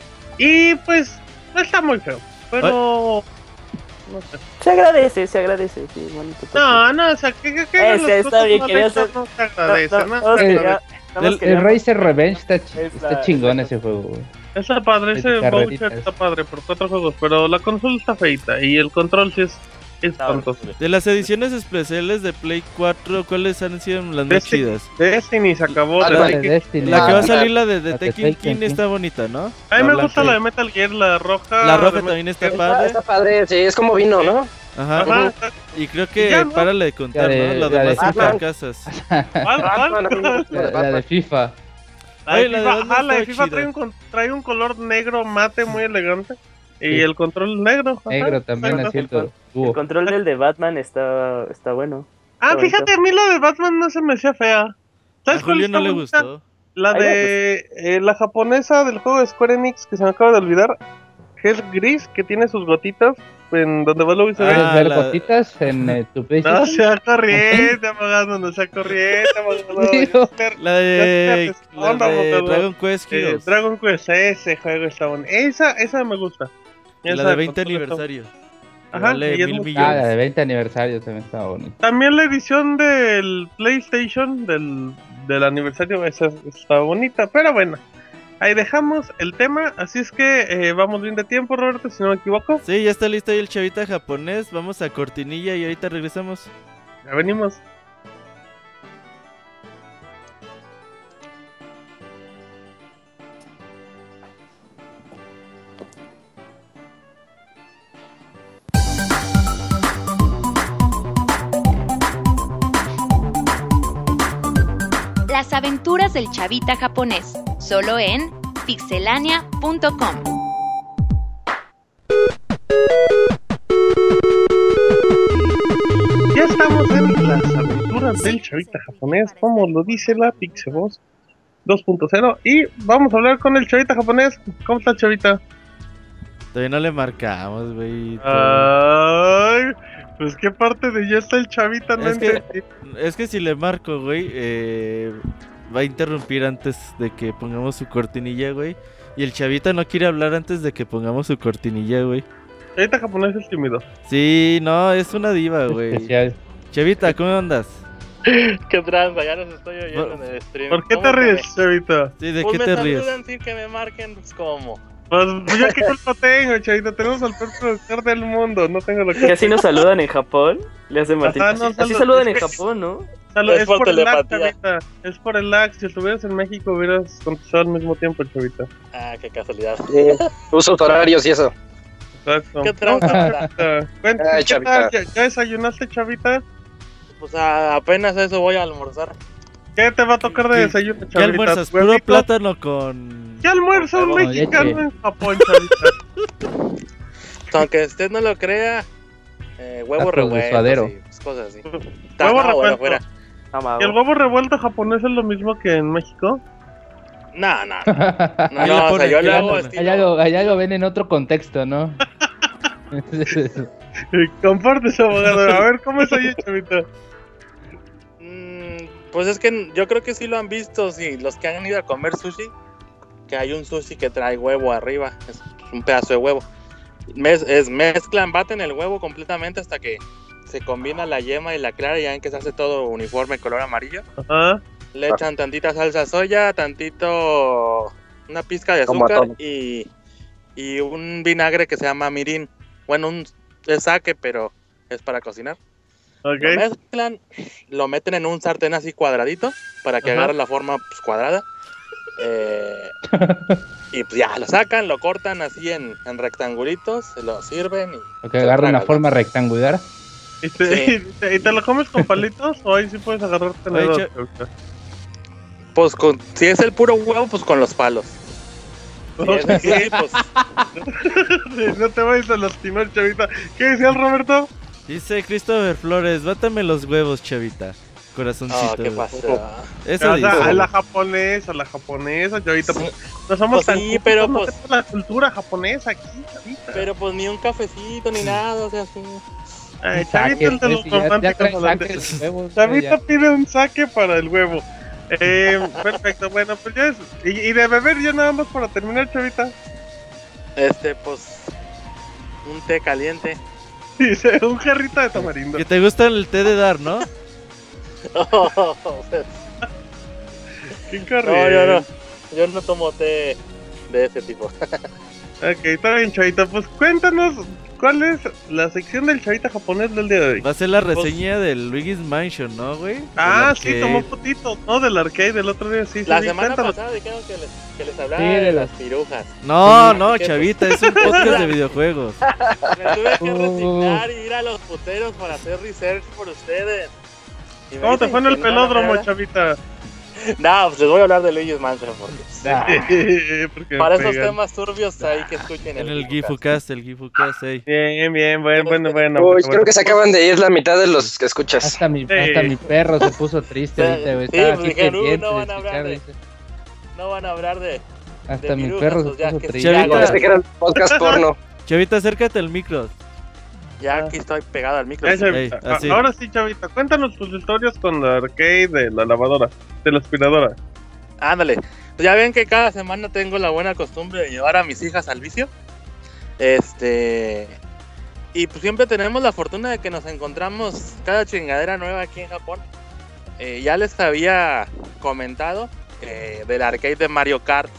Y pues, no está muy feo, pero. No sé. Se agradece, se agradece, sí, bonito. No, no, o sea, que, que, que Ese, las está cosas bien, mal quería hechas hacer- no se agradece, ¿no? todos Se El- quería- agradece. nada más El, el queríamos- Racer Revenge está, ch- Es está la- chingón es la- ese juego, güey. Está padre, de ese voucher carreritas. está padre por cuatro juegos, pero la consola está feita y el control sí es espantoso. De las ediciones especiales de Play cuatro, ¿cuáles han sido las más Destiny, chidas? Destiny se acabó. Ah, de la La de de Tekken. Destiny. La que va a Ah, salir, la de, de la de Tekken Tekken, King, sí. está bonita, ¿no? A mí me blanca. gusta la de Metal Gear, la roja. La roja de también está Metal Ah, padre. está padre, sí, es como vino, ¿no? Ajá. Ajá. Y creo que Y ya, ¿no? párale de contar, La de- ¿no? Lo la de demás son Batman. carcasas. ¿Cuál, cuál? Batman, a mí me gusta La, de la de Batman. FIFA. La de Oye, la de FIFA, Batman ajá, la de está FIFA chida. trae un, con- trae un color negro mate muy elegante. Y Sí. el control negro. ajá, Negro también, exacto. asiento. El Dúo. control del de Batman está, está bueno. Ah, Está fíjate, a mí la de Batman no se me hacía fea. A ¿Sabes cuál Julio está no le bonita? gustó. La Ay, de eh, la japonesa del juego de Square Enix que se me acaba de olvidar, que es gris, que tiene sus gotitas en donde va Luis se ve. Ah, ¿Quieres ver la- gotitas en eh, tu No PlayStation? sea corriente, abogado, no sea corriente, abogado. Digo. La de, Ya la te de respondo, Dragon Quest Eh, Heroes. Dragon Quest, ese juego está bonito. Esa, esa me gusta. Y la Esa de veinte consola está- aniversario. que Ajá, vale y es mil muy- Ah, la millones. de veinte aniversario también estaba bonita. También la edición del PlayStation del, del aniversario, esa está bonita, pero bueno. ahí dejamos el tema, así es que eh, vamos bien de tiempo, Roberto, si no me equivoco. Sí, ya está listo ahí el chavita japonés. Vamos a cortinilla y ahorita regresamos. Ya venimos. Las aventuras del chavita japonés, solo en pixelania punto com. Ya estamos en las aventuras del chavita japonés, como lo dice la Pixeboss dos punto cero, y vamos a hablar con el chavita japonés. ¿Cómo está, chavita? Todavía no le marcamos, güey. Ay, pues qué parte de ya está el chavita, no Es que, entendí. es que si le marco, güey, eh, va a interrumpir antes de que pongamos su cortinilla, güey. Y el chavita no quiere hablar antes de que pongamos su cortinilla, güey. Chavita japonés es tímido. Sí, no, es una diva, güey. Especial. Chavita, ¿cómo andas? Qué tranza, ya los estoy oyendo ¿Por- en el stream. ¿Por qué ¿Cómo te que ríes, me- chavita? Sí, ¿de Pues qué me te ríes? saludan sin que me marquen, pues cómo. Pues yo qué culpa tengo, chavita, tenemos al peor productor del mundo, no tengo lo ¿Que que así nos saludan en Japón? Le hace Martín. Ajá, Así, no, así salu- saludan en es que- Japón, ¿no? Salo- Es es por por el lag, telepatía. chavita, es por el lag, si estuvieras en México hubieras contestado al mismo tiempo, chavita. Ah, qué casualidad. Eh, usos horarios y eso. Exacto. ¿Qué tranza, No, banda? chavita. Cuéntame, Ay, ¿qué chavita. tal? ¿Ya, ya desayunaste, chavita? Pues a- apenas eso voy a almorzar. ¿Qué te va a tocar de ¿Qué- desayuno, ¿Qué chavita? almuerzas? ¿Puro ¿Huevito? plátano con...? ¿Qué almuerza un Con mexicano leche. en Japón, chavita? Aunque usted no lo crea, eh, huevo Tacos de revuelto suadero. y pues, cosas así. Huevo No, bueno, revuelto. fuera. Ah, ma, ¿Y el huevo revuelto japonés es lo mismo que en México? No, no, no, ¿Qué le no, o sea, ponen? yo ¿Qué lo le hago ponen? estilo... Allá lo, allá lo ven en otro contexto, ¿no? Eh, Comparte ese abogado. A ver, ¿cómo es ahí, chavita? Mm, pues es que yo creo que sí lo han visto, sí, los que han ido a comer sushi, que hay un sushi que trae huevo arriba, es un pedazo de huevo. Mez, es, mezclan, baten el huevo completamente hasta que se combina la yema y la clara, y ya ven que se hace todo uniforme color amarillo. Ajá. Le echan tantita salsa soya, tantito, una pizca de Como a azúcar todo. y, y un vinagre que se llama mirin. Bueno, un es sake, pero es para cocinar. Lo Ok. mezclan, lo meten en un sartén así cuadradito para que Ajá. agarre la forma pues, cuadrada. Eh, y pues ya lo sacan, lo cortan así en, en rectangulitos, se lo sirven y Que se agarra una tragan. forma rectangular. ¿Y te, Sí. y te- y te lo comes con palitos o ahí sí puedes agarrar tenedor, Oye, chavita? Pues con, si es el puro huevo, pues con los palos. Si es el sushi, pues No te vayas a lastimar, chavita. ¿Qué decía el Roberto? Dice Christopher Flores, bátame los huevos, chavita. Corazoncito. oh, ¿qué pasa? Eso O sea, dice. a la japonesa, a la japonesa, chavita. Pues, no somos Pues tan sí, cultos, pero no pues- tenemos la cultura japonesa aquí, chavita. Pero pues ni un cafecito ni nada, o sea, así. Ay, Saque, chavita, el de los pues, ya- ya románticos traen holandeses. saques, huevos, Chavita ya. pide un saque para el huevo. Eh, perfecto, bueno, pues ya es. Y, y de beber ya nada más para terminar, chavita. Este, pues, un té caliente. Dice, un jarrito de tamarindo. Que te gusta el té de dar, ¿no? ¿Qué No, corriente? yo no. Yo no tomo té de ese tipo. Ok, está bien, chavita. Pues cuéntanos cuál es la sección del chavita japonés del día de hoy. Va a ser la reseña del Luigi's Mansion, ¿no, güey? Ah, Del sí, arcade. tomó fotitos, ¿no? Del arcade del otro día, sí, sí. La sí, semana cuéntanos. pasada dijeron que les, que les hablaba Sí, de de las las- pirujas. No, Sí, no, que- chavita, es un podcast de videojuegos. Me tuve que Uh. resignar y ir a los puteros para hacer research por ustedes. Y me ¿Cómo te dicen fue en el que no van a pelódromo, hablar- chavita? No, pues les voy a hablar de Luigi's Mansion. Porque Ah, Porque para me esos pegan. temas turbios ahí que escuchen En el, el Gifucast. Gifucast, el Gifucast, ey. Bien, bien, bueno, bueno, bueno. Uy, bueno. creo que se acaban de ir la mitad de los que escuchas. hasta, mi, Sí. hasta mi perro se puso triste Sí, ahorita, güey. sí, Estaba pues aquí dijeron, "Uh, pendiente no de van a hablar escuchar", de- dice. No van a hablar de... Hasta de mi pirujas, perro se pues ya puso que- triste. Chavita. Yo pensé que era el podcast porno. Chavita, acércate al micro. Ya aquí estoy pegado al micro. Ya, chavita. Ey, así. A- Ahora sí, chavita, cuéntanos tus historias con la arcade de la lavadora, de la aspiradora. Ándale. Pues ya ven que cada semana tengo la buena costumbre de llevar a mis hijas al vicio. Este... Y pues siempre tenemos la fortuna de que nos encontramos cada chingadera nueva aquí en Japón. Eh, ya les había comentado eh, del arcade de Mario Kart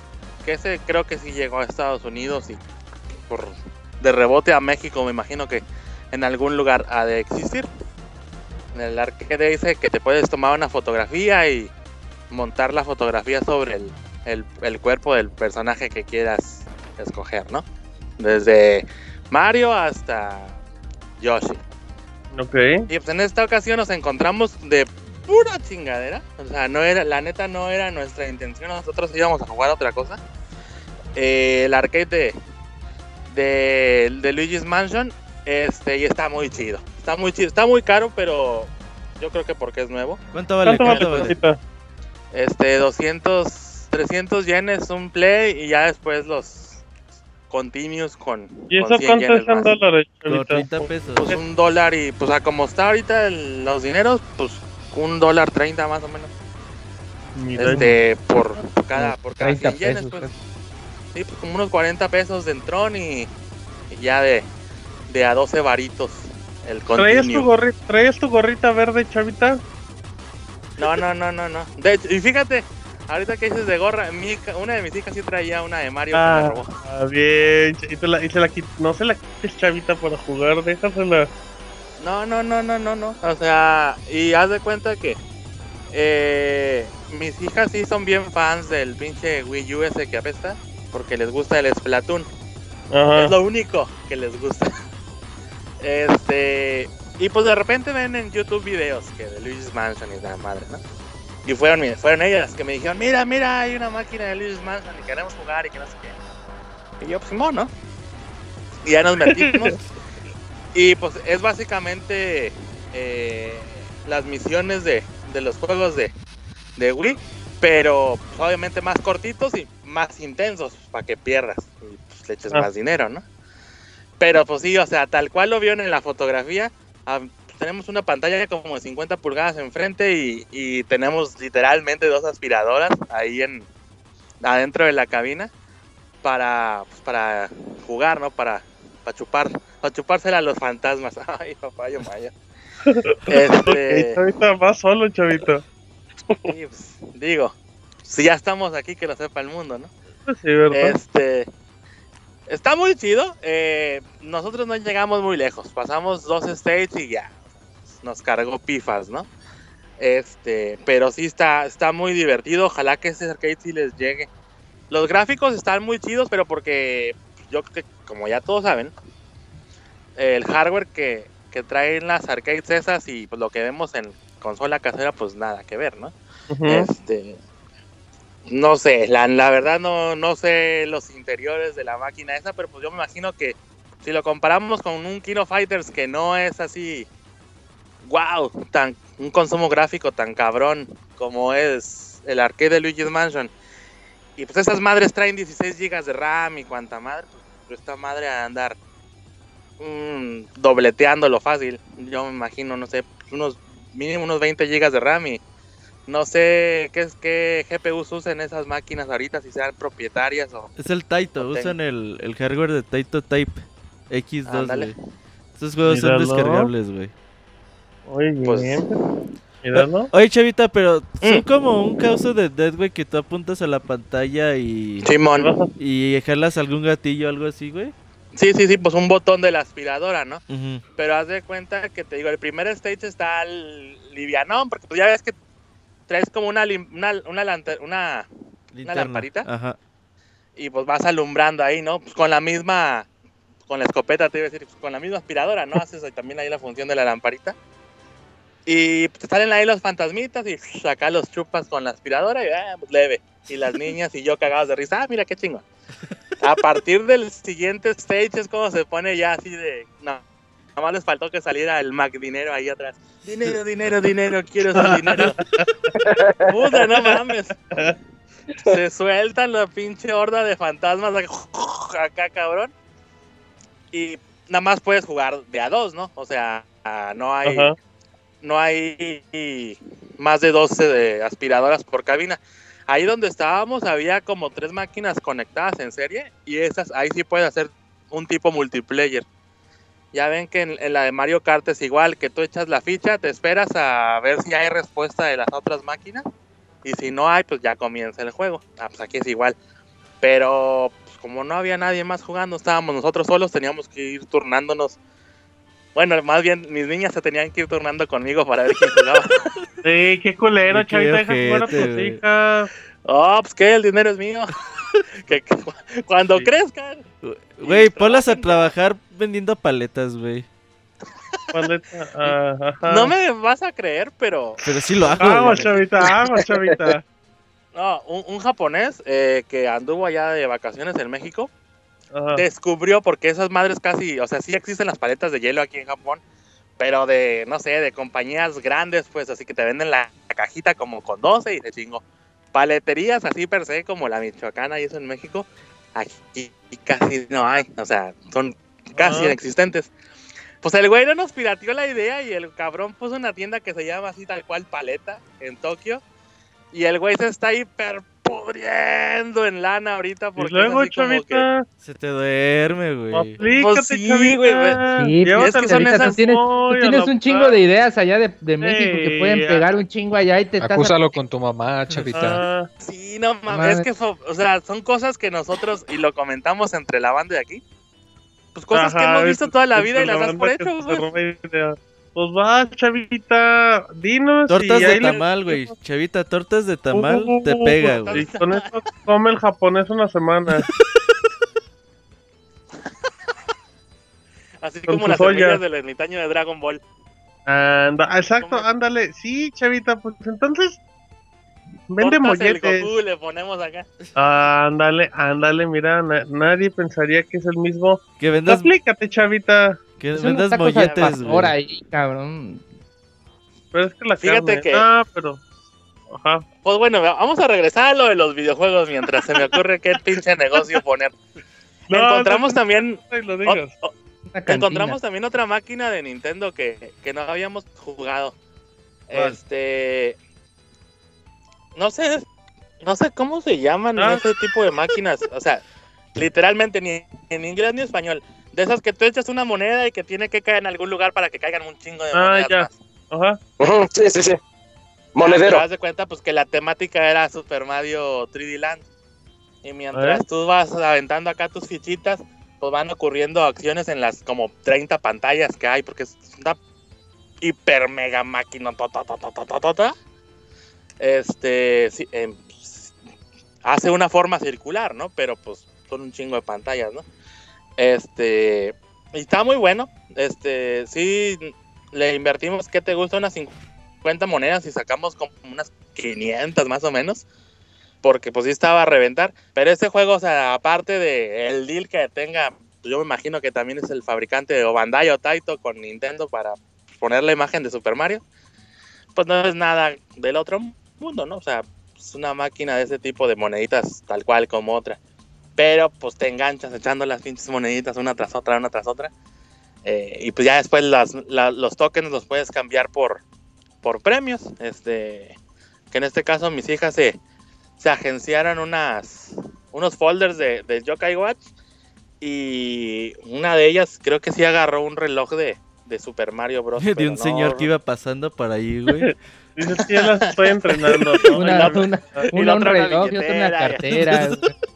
porque ese creo que sí llegó a Estados Unidos y por de rebote a México me imagino que en algún lugar ha de existir. En el arcade dice que te puedes tomar una fotografía y montar la fotografía sobre el, el, el cuerpo del personaje que quieras escoger, ¿no? Desde Mario hasta Yoshi. Ok. Y pues en esta ocasión nos encontramos de pura chingadera. O sea, no era, la neta no era nuestra intención. Nosotros íbamos a jugar otra cosa. Eh, el arcade de, de, de Luigi's Mansion. Este, y está muy chido. Está muy chido. Está muy caro, pero yo creo que porque es nuevo. ¿Cuánto vale? ¿Cuánto ¿Cuánto vale? vale? Este, doscientos, trescientos yenes un play y ya después los continuos con, ¿Y con eso cien cuánto yenes es en más. dólares, Como chavita? treinta pesos. Pues un dólar y pues a como está ahorita el- los dineros, pues un dólar treinta más o menos. Mira, Este, por, por cada, por cada treinta cien yenes, pesos, pues. Sí, pues como unos cuarenta pesos de entrón y, y ya de, de a doce varitos el ¿traías tu, continuo. gorrita, ¿Traías tu gorrita verde, chavita? No, no, no, no, no. De hecho, y fíjate, ahorita que dices de gorra, mi hija, una de mis hijas sí traía una de Mario que me Ah, robó. ah, bien. ch- Y, te la, y se la quit- no se la quites, chavita, para jugar. Déjasela. No, no, no, no, no, no. O sea, y haz de cuenta que eh, mis hijas sí son bien fans del pinche Wii U ese que apesta, porque les gusta el Splatoon. Ajá. Es lo único que les gusta. Este, y pues de repente ven en YouTube videos que de Luigi's Mansion y la madre, ¿no? Y fueron, fueron ellas que me dijeron, mira, mira, hay una máquina de Luigi's Mansion y queremos jugar y que no sé qué. Y yo, pues, Simón, ¿no? Y ya nos metimos. Y pues es básicamente eh, las misiones de, de los juegos de, de Wii, pero pues, obviamente más cortitos y más intensos para que pierdas y pues, le eches Ah. más dinero, ¿no? Pero pues sí, o sea, tal cual lo vieron en la fotografía, ah, tenemos una pantalla como de cincuenta pulgadas enfrente y, y tenemos literalmente dos aspiradoras ahí en adentro de la cabina para, pues, para jugar, ¿no? Para, para chupar, para chupársela a los fantasmas. Ay, papá, yo maya. Este, Ok, chavita, vas solo, chavita. sí, pues, digo, si ya estamos aquí, que lo sepa el mundo, ¿no? Pues sí, ¿verdad? Este, está muy chido. eh, nosotros no llegamos muy lejos. Pasamos dos stages y ya nos cargó pifas, ¿no? Este, pero sí está, está muy divertido. Ojalá que este arcade sí les llegue. Los gráficos están muy chidos, pero porque yo creo que, como ya todos saben, el hardware que, que traen las arcades esas y pues, lo que vemos en consola casera, pues nada que ver, ¿no? Ujú. Este, no sé, la, la verdad no, no sé los interiores de la máquina esa, pero pues yo me imagino que si lo comparamos con un King of Fighters que no es así, wow, tan, un consumo gráfico tan cabrón como es el arcade de Luigi's Mansion, y pues esas madres traen dieciséis gigas de RAM y cuanta madre, pues esta madre a andar mm, dobleteándolo fácil, yo me imagino, no sé, unos mínimo unos veinte gigas de RAM y no sé qué es qué G P Us usan esas máquinas ahorita, si sean propietarias o... Es el Taito, No tengo. usan el, el hardware de Taito Type X dos, Ándale. güey. Estos juegos Míralo. son descargables, güey. Oye, bien. Pues- Míralo. Oye, chavita, pero son Mm. como un caso de Dead, güey, que tú apuntas a la pantalla y... Simón. Y jalas algún gatillo o algo así, güey. Sí, sí, sí, pues un botón de la aspiradora, ¿no? Ujú. Pero haz de cuenta que te digo, el primer stage está l- livianón, porque pues ya ves que traes como una lim- una, una, lanter- una Linterna. lamparita. Ajá. y pues vas alumbrando ahí, ¿no? Pues con la misma, con la escopeta, te iba a decir, pues con la misma aspiradora, ¿no? Haces ahí también ahí la función de la lamparita. Y te salen ahí los fantasmitas y acá los chupas con la aspiradora y ah, pues leve. Y las niñas y yo cagados de risa, ah, mira qué chingón. A partir del siguiente stage es como se pone ya así de, no, nada más les faltó que saliera el Mac dinero ahí atrás. Dinero, dinero, dinero, quiero ese dinero. Puta, no mames. Se sueltan la pinche horda de fantasmas acá, acá, cabrón. Y nada más puedes jugar de a dos, ¿no? O sea, no hay... Ajá. No hay más de doce de aspiradoras por cabina. Ahí donde estábamos había como tres máquinas conectadas en serie y esas ahí sí puedes hacer un tipo multiplayer. Ya ven que en, en la de Mario Kart es igual, que tú echas la ficha, te esperas a ver si hay respuesta de las otras máquinas y si no hay, pues ya comienza el juego. Ah, pues aquí es igual. Pero pues, como no había nadie más jugando, estábamos nosotros solos, teníamos que ir turnándonos. Bueno, más bien mis niñas se tenían que ir turnando conmigo para ver quién jugaba. Sí, qué culero, Qué chavita, deja jugar a ojete, tus güey. hijas. Oh, pues que el dinero es mío. que, que cu- cuando Sí. crezcan. Güey, ponlas a trabajen, trabajar vendiendo paletas, güey. Paleta, ah, ajá. No me vas a creer, pero Pero sí lo hago, Vamos, güey. chavita, vamos, chavita. no, un, un japonés eh, que anduvo allá de vacaciones en México Ajá. descubrió, porque esas madres casi, o sea, sí existen las paletas de hielo aquí en Japón, pero de, no sé, de compañías grandes, pues, así que te venden la, la cajita como con doce y se chingo. Paleterías así per se, como la michoacana y eso en México, aquí casi no hay, o sea, son casi Ajá. inexistentes. Pues el güey no nos pirateó la idea y el cabrón puso una tienda que se llama así tal cual Paleta en Tokio, y el güey se está hiper pudriendo en lana ahorita Y porque luego, es así como que... chavita, Se te duerme, güey. aplícate, Pues sí, chavita. güey, Sí, Llévate es que el son ahorita esas tú tienes, tú pollo, tienes la un chingo paz. de ideas allá de, de México que Ey, pueden pegar un chingo allá y te estás... Acúsalo con tu mamá, chavita. Ah, Sí, no mames, Mames. es que, fo- o sea, son cosas que nosotros, y lo comentamos entre la banda de aquí, pues cosas que ajá, hemos visto es- toda la es vida y las la das por banda que hecho, se güey. roba idea. Pues va, chavita, dinos. Tortas y de ahí le- tamal, güey. Chavita, tortas de tamal Uh, te pega, Y güey. con eso come el japonés una semana. Así Con como sus las semillas ollas. del ermitaño de Dragon Ball. Anda, exacto, ¿Cómo? ándale. Sí, chavita, pues entonces vende Tortas el molletes. Goku le ponemos acá. Ándale, ándale, mira, na- nadie pensaría que es el mismo. Que vendas, Aplícate, chavita. que Es unos vendas tacos al molletes, pastor güey. ahí, cabrón. Pero es que la Fíjate carne. que- Ah, pero. Ajá. Pues bueno, vamos a regresar a lo de los videojuegos mientras se me ocurre qué pinche negocio poner. No, Encontramos no, también... no, no lo o- digas. o- Una cantina. Encontramos también otra máquina de Nintendo que, que no habíamos jugado. ¿Cuál? Este. No sé. No sé cómo se llaman Ah. ese tipo de máquinas. O sea, literalmente ni en inglés ni en español. De esas que tú echas una moneda y que tiene que caer en algún lugar para que caigan un chingo de Ah, monedas ya. más. Ajá. Ujú, sí, sí, sí. Pero Monedero. haz de cuenta pues que la temática era Super Mario tres D Land. Y mientras ¿Eh? tú vas aventando acá tus fichitas, pues van ocurriendo acciones en las como treinta pantallas que hay, porque es una hiper mega máquina. ta, ta, ta, ta, ta, ta, ta, ta. Este sí, em, hace una forma circular, ¿no? Pero pues son un chingo de pantallas, ¿no? Este, y está muy bueno. Este, sí, le invertimos, ¿qué te gusta? Unas cincuenta monedas y sacamos como unas quinientas más o menos. Porque pues sí estaba a reventar. Pero este juego, o sea, aparte de el deal que tenga, yo me imagino que también es el fabricante de Bandai o Taito con Nintendo para poner la imagen de Super Mario. Pues no es nada del otro mundo, ¿no? O sea, es una máquina de ese tipo de moneditas tal cual como otra. Pero pues te enganchas echando las pinches moneditas una tras otra, una tras otra. Eh, y pues ya después las, la- los tokens los puedes cambiar por, por premios. Este, que en este caso mis hijas se, se agenciaron unas, unos folders de, de Yokai Watch. Y una de ellas creo que sí agarró un reloj de, de Super Mario Bros. De pero un no- señor que iba pasando por ahí, güey. Dice, sí, ya las estoy entrenando. ¿no? Una, Ya- una, y una, la un otra una reloj y otra una billetera. cartera.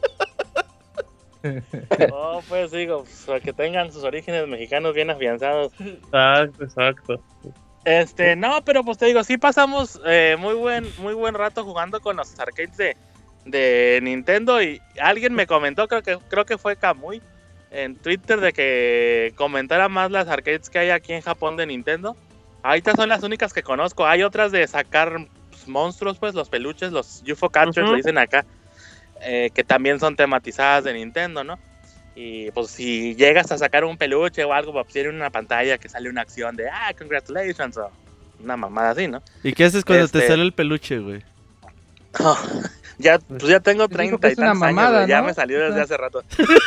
Oh, pues digo, pues, para que tengan sus orígenes mexicanos bien afianzados. Exacto, exacto. Este, no, pero pues te digo, sí pasamos eh, muy buen muy buen rato jugando con los arcades de, de Nintendo y alguien me comentó, creo que creo que fue Kamui en Twitter, de que comentara más las arcades que hay aquí en Japón de Nintendo. Ahorita son las únicas que conozco. Hay otras de sacar pues, monstruos, pues los peluches, los U F O Catchers, Ujú. le dicen acá, eh, que también son tematizadas de Nintendo, ¿no? Y pues si llegas a sacar un peluche o algo, pues tiene una pantalla que sale una acción de ah, congratulations o una mamada así, ¿no? ¿Y qué haces cuando te Este- sale el peluche, güey? ya, pues ya tengo Pues dijo treinta que y es una tantos años, mamada, güey, ya ¿no? me salió desde hace rato.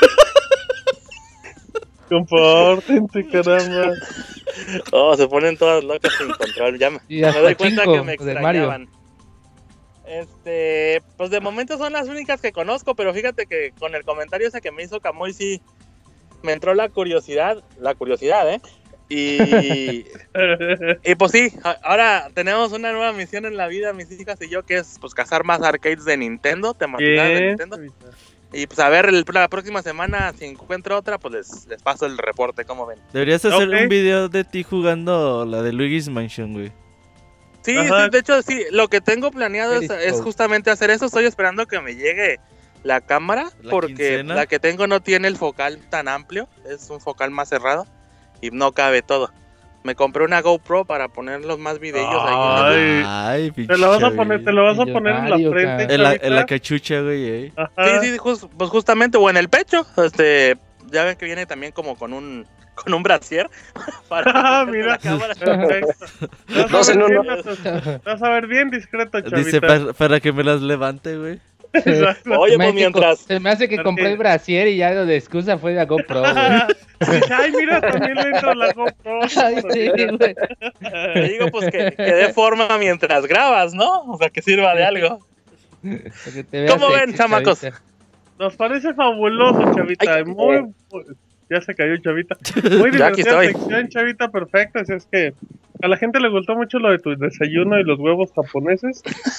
Compórtense, caramba. Oh, se ponen todas locas sin control, ya me, Y me hasta doy cuenta Chinco que me de Mario. extrañaban. Este, pues de momento son las únicas que conozco, pero fíjate que con el comentario ese que me hizo Kamui sí me entró la curiosidad, la curiosidad, ¿eh? Y, y pues sí, a- ahora tenemos una nueva misión en la vida, mis hijas y yo, que es pues cazar más arcades de Nintendo, tematizadas de Bien. Nintendo. Y pues a ver, el, la próxima semana, si encuentro otra, pues les, les paso el reporte, ¿cómo ven? Deberías hacer Ok. un video de ti jugando la de Luigi's Mansion, güey. Sí, Ajá. sí, de hecho, sí, lo que tengo planeado es, Periscope. es justamente hacer eso. Estoy esperando que me llegue la cámara, ¿La porque quincena? la que tengo no tiene el focal tan amplio, es un focal más cerrado y no cabe todo. Me compré una GoPro para poner los más videos ahí. Ay, Ay, pinche te lo vas a Chavi. poner, te lo vas a poner en la Millonario, frente, cabrón. En la, chavita. en la cachucha, güey, eh. Ajá. Sí, sí, jus- pues justamente, o en el pecho. Este, ya ven que viene también como con un con un brasier para Ah, ponerle mira. la cámara. Perfecto. Vas a Dos en ver uno. bien, vas a ver bien discreto, chavita. Dice para, para que me las levante, güey. Exacto. Oye, Se me pues hace que mientras co- Se me hace que Porque- compré el brasier y ya lo de excusa fue la GoPro, güey. Dice, ay, mira, también le entro a la GoPro. Ay, sí, güey. te digo, pues que, que dé forma mientras grabas, ¿no? O sea, que sirva de algo. Para que te veas ¿Cómo ven, sexy, chamacos? chavita. Nos parece fabuloso, chavita. Ay, Muy, muy- ya se cayó, chavita. Muy Ya aquí divertida estoy. sección, chavita, perfecta. Así es que a la gente le gustó mucho lo de tu desayuno y los huevos japoneses.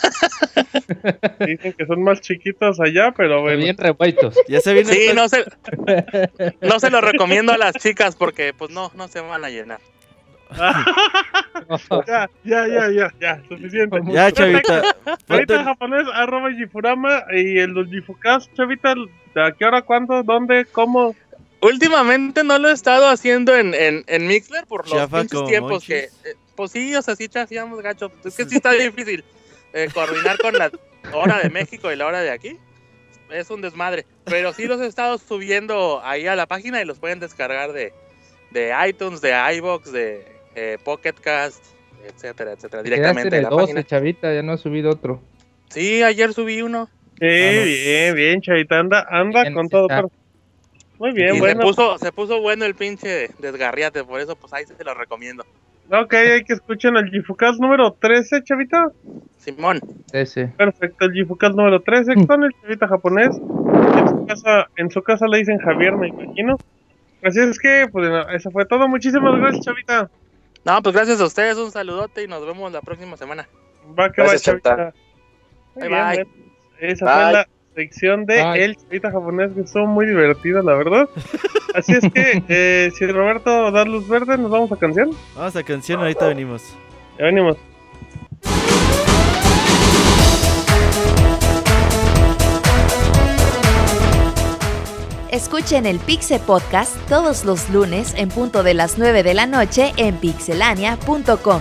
Dicen que son más chiquitos allá, pero bueno. Bien revueltos. Ya se viene. Sí, el- no se, no se lo recomiendo a las chicas porque pues no, no se van a llenar. Ya, ya, ya, ya, ya, suficiente. Ya, chavita. Chavita Ponte- japonés, arroba Gifurama y el del Gifucast, chavita, ¿de a qué hora, cuándo, dónde, cómo? Últimamente no lo he estado haciendo en, en, en Mixler por los Chafa pinches como tiempos monchis. que... eh, pues sí, o sea, sí chafiamos gacho. Es que sí está difícil eh, coordinar con la hora de México y la hora de aquí. Es un desmadre. Pero sí los he estado subiendo ahí a la página y los pueden descargar de, de iTunes, de iVoox, de eh, Pocket Cast, etcétera, etcétera. Quedaste Directamente en de el la doce, página. chavita, ya no he subido otro. Sí, ayer subí uno. Sí, Ah, no. bien, bien, chavita, anda, anda Bien, con sí todo. está. pero- Muy bien, y bueno. se puso, se puso bueno el pinche desgarriate, por eso pues ahí se lo recomiendo. Ok, hay que escuchen el Gifucast número trece, chavita. Simón. Ese. Perfecto, el Gifucast número trece con el chavita japonés. En su casa, en su casa le dicen Javier, me imagino. Así es que, pues eso fue todo. Muchísimas gracias, chavita. No, pues gracias a ustedes, un saludote y nos vemos la próxima semana. Va que Gracias, va, chavita. chavita. Muy Bye, bien, bye. bueno. Esa Bye. fue la sección de Bye. El Chavita Japonés, que estuvo muy divertida, la verdad. Así es que, eh, si Roberto da luz verde, nos vamos a canción. Vamos a canción, ahorita venimos. Ya venimos. Escuchen el Pixe Podcast todos los lunes en punto de las nueve de la noche en pixelania punto com.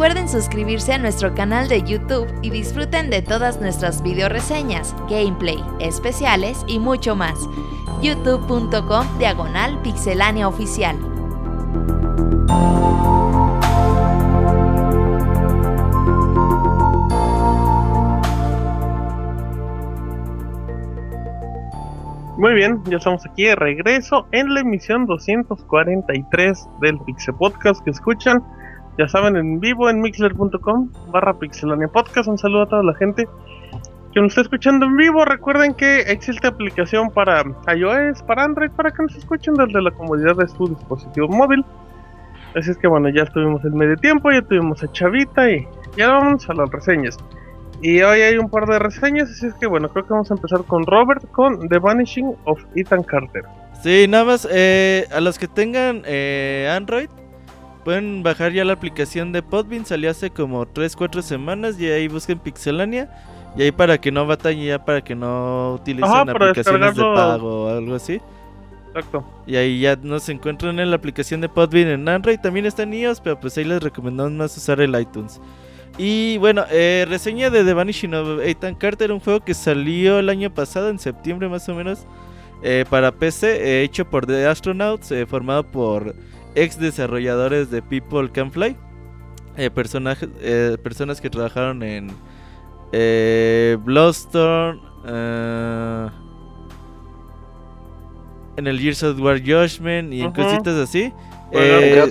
Recuerden suscribirse a nuestro canal de YouTube y disfruten de todas nuestras videoreseñas, gameplay, especiales y mucho más. youtube.com diagonal pixelania oficial. Muy bien, ya estamos aquí de regreso en la emisión doscientos cuarenta y tres del Pixel Podcast que escuchan, ya saben, en vivo en mixler.com barra pixelania podcast. Un saludo a toda la gente que nos está escuchando en vivo. Recuerden que existe aplicación para iOS, para Android, para que nos escuchen desde la comodidad de su dispositivo móvil. Así es que bueno, ya estuvimos en medio tiempo, ya tuvimos a Chavita y ya vamos a las reseñas. Y hoy hay un par de reseñas, así es que bueno, creo que vamos a empezar con Robert, con The Vanishing of Ethan Carter. Sí, nada más, eh, a los que tengan eh, Android, pueden bajar ya la aplicación de Podbean, salió hace como tres cuatro semanas, y ahí busquen Pixelania, y ahí para que no batallen, ya para que no utilicen Ajá, aplicaciones de pago o algo así. Exacto. Y ahí ya nos encuentran en la aplicación de Podbean en Android, también está en iOS, pero pues ahí les recomendamos más usar el iTunes. Y bueno, eh, reseña de The Vanishing of Ethan Carter, un juego que salió el año pasado, en septiembre más o menos, eh, para P C, eh, hecho por The Astronauts, eh, formado por ex desarrolladores de People Can Fly, eh, personajes, eh, personas que trabajaron en eh, Bloodstorm, eh, en el Gears of War Judgment y en uh-huh. cositas así. Bueno, eh,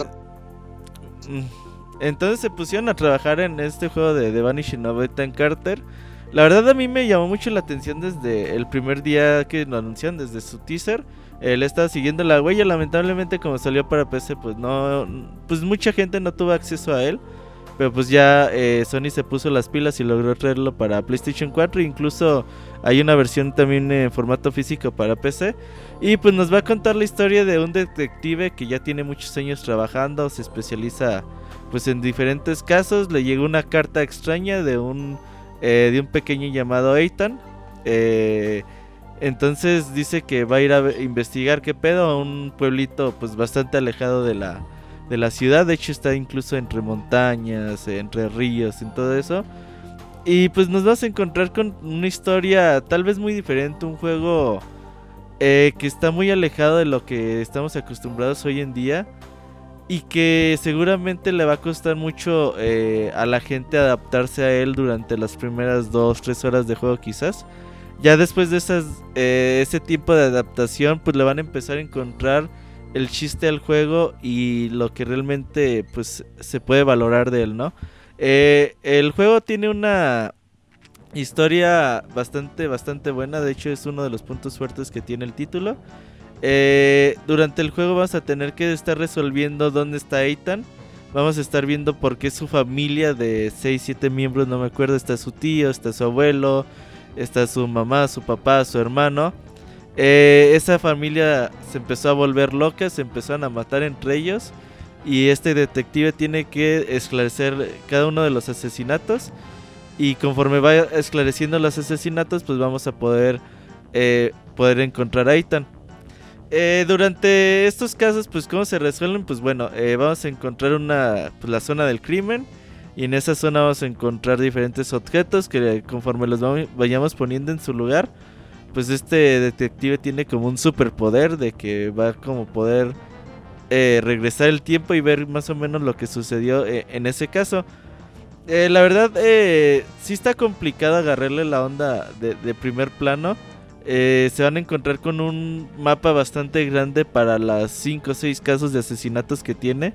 Entonces se pusieron a trabajar en este juego de The Vanishing of Ethan Carter. La verdad a mí me llamó mucho la atención desde el primer día que lo anunciaron, desde su teaser. Eh, le estaba siguiendo la huella, lamentablemente como salió para P C pues no, pues mucha gente no tuvo acceso a él. Pero pues ya eh, Sony se puso las pilas y logró traerlo para PlayStation cuatro. Incluso hay una versión también en formato físico para P C. Y pues nos va a contar la historia de un detective que ya tiene muchos años trabajando, se especializa pues en diferentes casos. Le llegó una carta extraña de un eh, de un pequeño llamado Ethan. Eh, entonces dice que va a ir a investigar qué pedo a un pueblito pues bastante alejado de la de la ciudad. De hecho está incluso entre montañas, entre ríos, en todo eso. Y pues nos vas a encontrar con una historia tal vez muy diferente, un juego eh, que está muy alejado de lo que estamos acostumbrados hoy en día. Y que seguramente le va a costar mucho eh, a la gente adaptarse a él durante las primeras dos tres horas de juego quizás. Ya después de esas, eh, ese tiempo de adaptación pues le van a empezar a encontrar el chiste al juego y lo que realmente pues se puede valorar de él, ¿no? Eh, el juego tiene una historia bastante bastante buena, de hecho es uno de los puntos fuertes que tiene el título. Eh, durante el juego vas a tener que estar resolviendo dónde está Ethan. Vamos a estar viendo por qué su familia de seis siete miembros, no me acuerdo, está su tío, está su abuelo, está su mamá, su papá, su hermano. Eh, esa familia se empezó a volver loca, se empezaron a matar entre ellos. Y este detective tiene que esclarecer cada uno de los asesinatos. Y conforme va esclareciendo los asesinatos, pues vamos a poder, eh, poder encontrar a Ethan. Eh, durante estos casos, pues cómo se resuelven, pues bueno, eh, vamos a encontrar una, pues, la zona del crimen. Y en esa zona vamos a encontrar diferentes objetos que conforme los vayamos poniendo en su lugar, pues este detective tiene como un superpoder de que va a como poder eh, regresar el tiempo y ver más o menos lo que sucedió eh, en ese caso. Eh, la verdad, eh, sí está complicado agarrarle la onda de, de primer plano. Eh, se van a encontrar con un mapa bastante grande para las cinco o seis casos de asesinatos que tiene.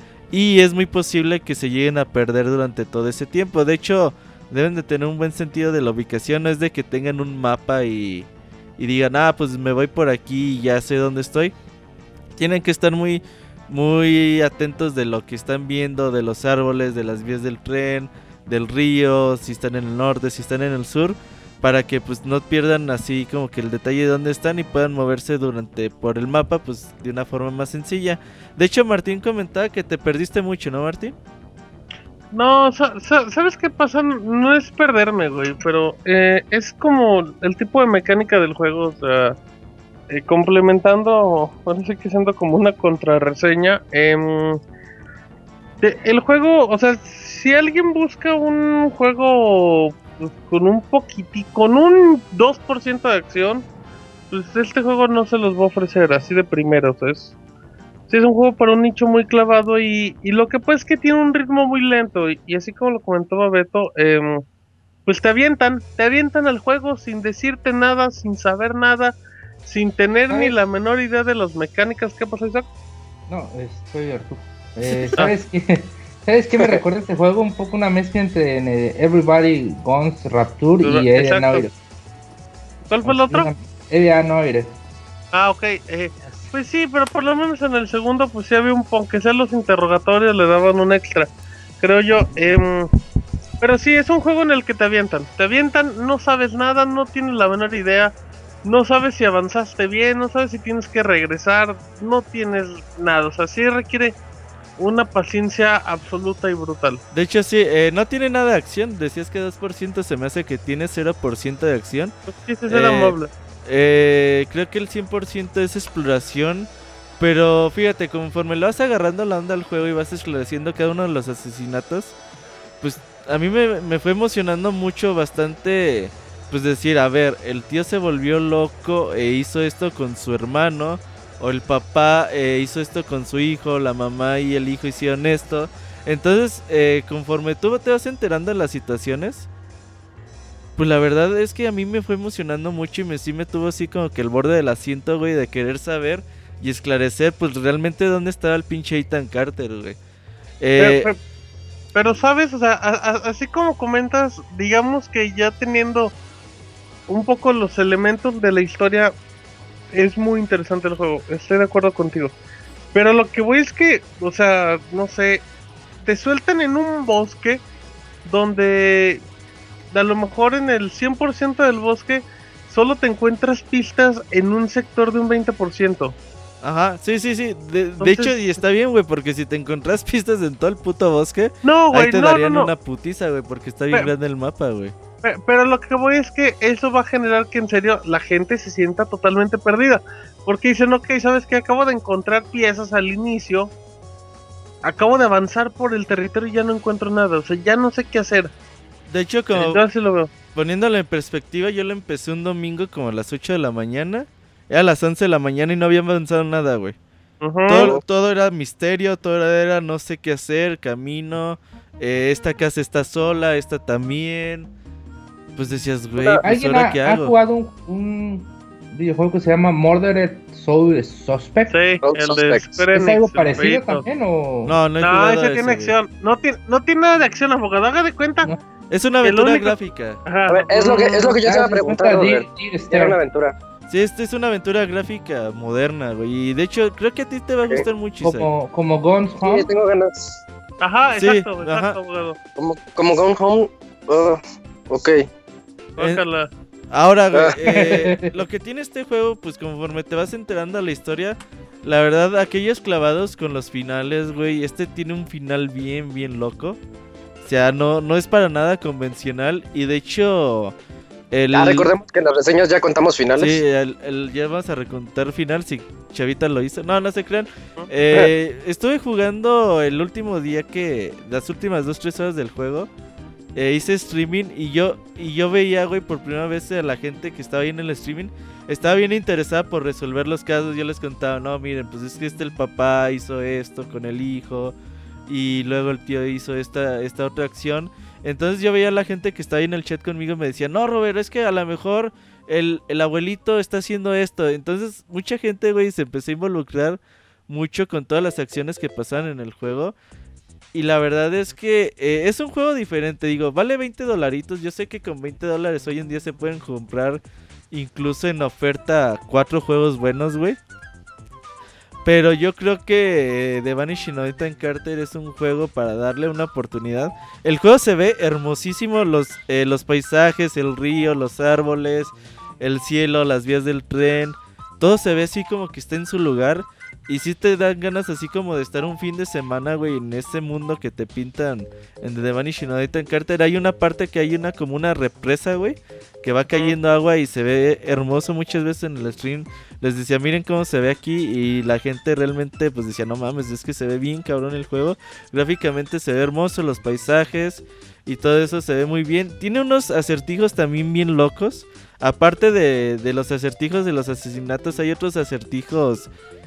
Y es muy posible que se lleguen a perder durante todo ese tiempo. De hecho, deben de tener un buen sentido de la ubicación. No es de que tengan un mapa y, y digan, ah, pues me voy por aquí y ya sé dónde estoy. Tienen que estar muy, muy atentos de lo que están viendo, de los árboles, de las vías del tren, del río, si están en el norte, si están en el sur, para que pues no pierdan así como que el detalle de dónde están y puedan moverse durante por el mapa pues de una forma más sencilla. De hecho, Martín comentaba que te perdiste mucho, ¿no, Martín? No, ¿sabes qué pasa? No es perderme, güey, pero eh, es como el tipo de mecánica del juego, o sea, eh, complementando, parece que siendo como una contrarreseña. Eh, de, el juego, o sea, si alguien busca un juego pues, con un poquitito, con un dos por ciento de acción, pues este juego no se los va a ofrecer así de primero, o sea, es, sí es un juego para un nicho muy clavado y, y lo que pues es que tiene un ritmo muy lento y, y así como lo comentaba Beto, eh, pues te avientan, te avientan al juego sin decirte nada, sin saber nada, sin tener ni la menor idea de las mecánicas. ¿Qué pasa, Isaac? No, soy Arturo. Eh, ¿Sabes qué? ¿Sabes qué me recuerda este juego? Un poco una mezcla entre eh, Everybody Guns Rapture y Eddie Noire. ¿Cuál fue el otro? Eddie Noire. Ah, ok. Eh, pues sí, pero por lo menos en el segundo, pues sí había un poco, aunque sea los interrogatorios le daban un extra, creo yo. Eh, pero sí, es un juego en el que te avientan. Te avientan, no sabes nada, no tienes la menor idea. No sabes si avanzaste bien, no sabes si tienes que regresar, no tienes nada. O sea, sí requiere una paciencia absoluta y brutal. De hecho, sí, eh, no tiene nada de acción. Decías que dos por ciento, se me hace que tiene cero por ciento de acción. Pues sí, ese es el amable. Eh, creo que el cien por ciento es exploración. Pero fíjate, conforme lo vas agarrando la onda al juego y vas esclareciendo cada uno de los asesinatos, pues a mí me, me fue emocionando mucho, bastante. Pues decir, a ver, el tío se volvió loco e hizo esto con su hermano, o el papá eh, hizo esto con su hijo, la mamá y el hijo hicieron esto. Entonces, eh, conforme tú te vas enterando de las situaciones, pues la verdad es que a mí me fue emocionando mucho y me sí me tuvo así como que el borde del asiento, güey, de querer saber y esclarecer, pues realmente dónde estaba el pinche Ethan Carter, güey. Eh, pero, pero, pero, ¿sabes? O sea, a, a, así como comentas, digamos que ya teniendo un poco los elementos de la historia, es muy interesante el juego, estoy de acuerdo contigo. Pero lo que voy es que, o sea, no sé, te sueltan en un bosque donde a lo mejor en el cien por ciento del bosque solo te encuentras pistas en un sector de un veinte por ciento. Ajá, sí, sí, sí. De, Entonces, de hecho, y está bien, güey, porque si te encontrás pistas en todo el puto bosque, no, güey, ahí te no, darían no, no. una putiza, güey, porque está bien pero, grande el mapa, güey. Pero, pero lo que voy es que eso va a generar que en serio la gente se sienta totalmente perdida. Porque dicen, ok, ¿sabes qué? Acabo de encontrar piezas al inicio, acabo de avanzar por el territorio y ya no encuentro nada, o sea, ya no sé qué hacer. De hecho, como Entonces lo veo. Poniéndolo en perspectiva, yo lo empecé un domingo como a las ocho de la mañana. Era a las once de la mañana y no había avanzado nada, güey. Uh-huh. Todo, todo era misterio, todo era, era no sé qué hacer, camino. Eh, esta casa está sola, esta también. Pues decías, güey, pues ¿alguien ahora ha, qué ha hago? jugado un, un videojuego que se llama Murdered Soul Suspect? Sí, el de ¿Es algo parecido también o...? No, no, no ese tiene acción. No tiene, no tiene nada de acción, abogado. Haga de cuenta. No. Es una aventura único... gráfica. Ajá. A ver, es lo que, es lo que yo te iba a preguntar, Robert. Era una aventura. Sí, esta es una aventura gráfica moderna, güey. Y de hecho, creo que a ti te va a gustar okay. mucho, Como, como Gone Home. Sí, tengo ganas. Ajá, sí, exacto, ajá. exacto, abogado. Como, como Gone Home. Uh, ok. Ojalá. Eh, ahora, güey, eh, lo que tiene este juego, pues conforme te vas enterando de la historia, la verdad, aquellos clavados con los finales, güey, este tiene un final bien, bien loco. O sea, no, no es para nada convencional. Y de hecho... El... Ah, recordemos que en las reseñas ya contamos finales. Sí, el, el, ya vamos a recontar final si Chavita lo hizo. No, no se crean. Eh, estuve jugando el último día que... Las últimas dos, tres horas del juego. Eh, hice streaming y yo y yo veía, güey, por primera vez a la gente que estaba ahí en el streaming. Estaba bien interesada por resolver los casos. Yo les contaba, no, miren, pues es que este el papá hizo esto con el hijo. Y luego el tío hizo esta, esta otra acción. Entonces yo veía a la gente que estaba ahí en el chat conmigo y me decía, no, Robert, es que a lo mejor el, el abuelito está haciendo esto. Entonces mucha gente, güey, se empezó a involucrar mucho con todas las acciones que pasaban en el juego. Y la verdad es que eh, es un juego diferente. Digo, vale veinte dolaritos. Yo sé que con veinte dólares hoy en día se pueden comprar incluso en oferta cuatro juegos buenos, güey. Pero yo creo que eh, The Vanishing of Ethan Carter es un juego para darle una oportunidad. El juego se ve hermosísimo, los, eh, los paisajes, el río, los árboles, el cielo, las vías del tren. Todo se ve así como que está en su lugar. Y sí te dan ganas así como de estar un fin de semana, güey, en este mundo que te pintan en The Vanishing of Ethan Carter. Hay una parte que hay una como una represa, güey, que va cayendo agua y se ve hermoso. Muchas veces en el stream les decía, miren cómo se ve aquí, y la gente realmente pues decía, no mames, es que se ve bien cabrón el juego. Gráficamente se ve hermoso, los paisajes y todo eso se ve muy bien. Tiene unos acertijos también bien locos. Aparte de, de los acertijos de los asesinatos, hay otros acertijos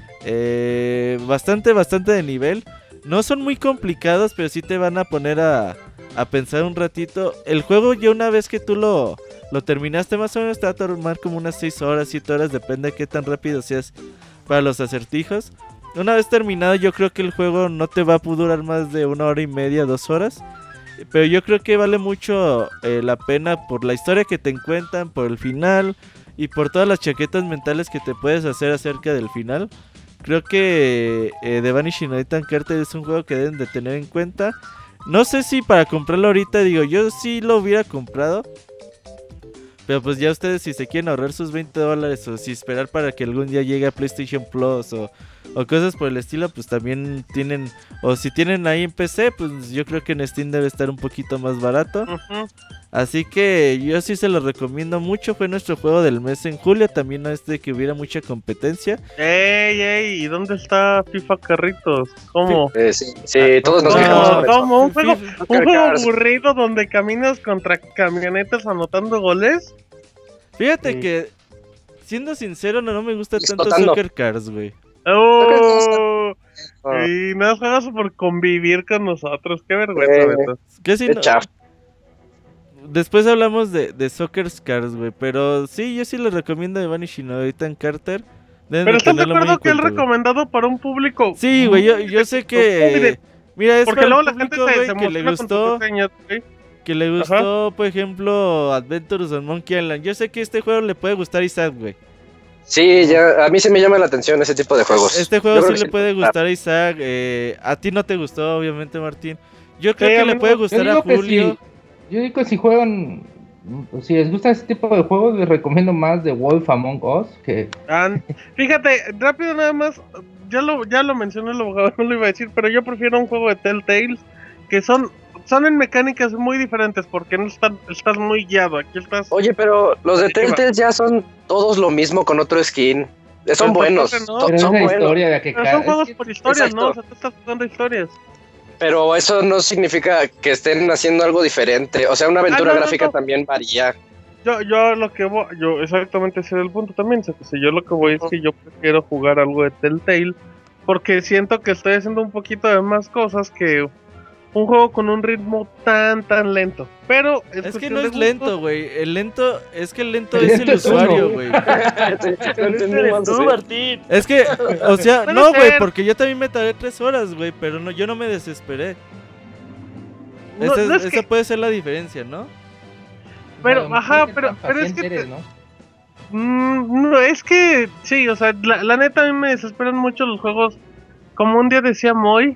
eh, bastante, bastante de nivel. No son muy complicados, pero sí te van a poner a, a pensar un ratito. El juego, ya una vez que tú lo, lo terminaste, más o menos te va a tomar como unas seis horas, siete horas, depende de qué tan rápido seas para los acertijos. Una vez terminado, yo creo que el juego no te va a durar más de una hora y media, dos horas. Pero yo creo que vale mucho eh, la pena por la historia que te encuentran, por el final y por todas las chaquetas mentales que te puedes hacer acerca del final. Creo que eh, The Vanishing of Ethan Carter es un juego que deben de tener en cuenta. No sé si para comprarlo ahorita, digo, yo sí lo hubiera comprado. Pero pues ya ustedes, si se quieren ahorrar sus veinte dólares o si esperar para que algún día llegue a PlayStation Plus o, o cosas por el estilo, pues también tienen, o si tienen ahí en P C, pues yo creo que en Steam debe estar un poquito más barato. Uh-huh. Así que yo sí se lo recomiendo mucho. Fue nuestro juego del mes en julio, también no es de que hubiera mucha competencia. Ey, ey, ¿y dónde está FIFA Carritos? ¿Cómo? Eh, sí, sí, todos nos quejamos no, sobre ¿cómo? eso. ¿Un juego, un juego aburrido donde caminas contra camionetas anotando goles? Fíjate sí. que, siendo sincero, no, no me gusta Explotando. tanto Soccer Cars, güey. Oh, y no juegas por convivir con nosotros, qué vergüenza, Eh, Beto. ¿Qué si no? Después hablamos de, de Soccer Cars, güey, pero sí, yo sí les recomiendo The Vanishing of Ethan Carter. Deben Pero de ¿estás de tenerlo muy acuerdo en que es cuenta, güey. recomendado para un público? Sí, güey, yo, yo sé que... Mira, es porque para luego el la gente público, se, güey, se que le emociona con gustó... tus reseñas, güey. Que le gustó, Ajá. por ejemplo, Adventures on Monkey Island. Yo sé que este juego le puede gustar a Isaac, güey. Sí, ya, a mí sí me llama la atención ese tipo de juegos. Este juego sí le sí. puede gustar a Isaac. Eh, a ti no te gustó, obviamente, Martín. Yo creo sí, que le puede gustar a Julio. Si, yo digo que si juegan, si les gusta ese tipo de juegos, les recomiendo más The Wolf Among Us. Que... Ah, fíjate, rápido nada más, ya lo, ya lo mencioné el abogado, no lo iba a decir, pero yo prefiero un juego de Telltale que son... Son en mecánicas muy diferentes porque no están, estás muy guiado. Aquí estás. Oye, pero los de Telltale ya son todos lo mismo con otro skin. Son pero buenos. No. To- pero son es buenos. historia de que Pero cada... son juegos es que... por historias, Exacto. ¿no? O sea, tú estás jugando historias. Pero eso no significa que estén haciendo algo diferente. O sea, una aventura ah, no, gráfica no, no. también varía. Yo, yo lo que voy, yo exactamente ese es el punto también. O sea, que si yo lo que voy uh-huh. es que yo prefiero jugar algo de Telltale porque siento que estoy haciendo un poquito de más cosas que un juego con un ritmo tan tan lento. Pero es, es que no es lento, güey. El lento es que el lento es el usuario, güey. Es que, o sea, no, güey, porque yo también me tardé tres horas, güey, pero no, yo no me desesperé. No, esa, no es esa que... puede ser la diferencia, ¿no? Pero, no, ajá, pero, pero es que eres, ¿no? Mm, no, es que sí, o sea, la, la neta a mí me desesperan mucho los juegos. Como un día decía Moy.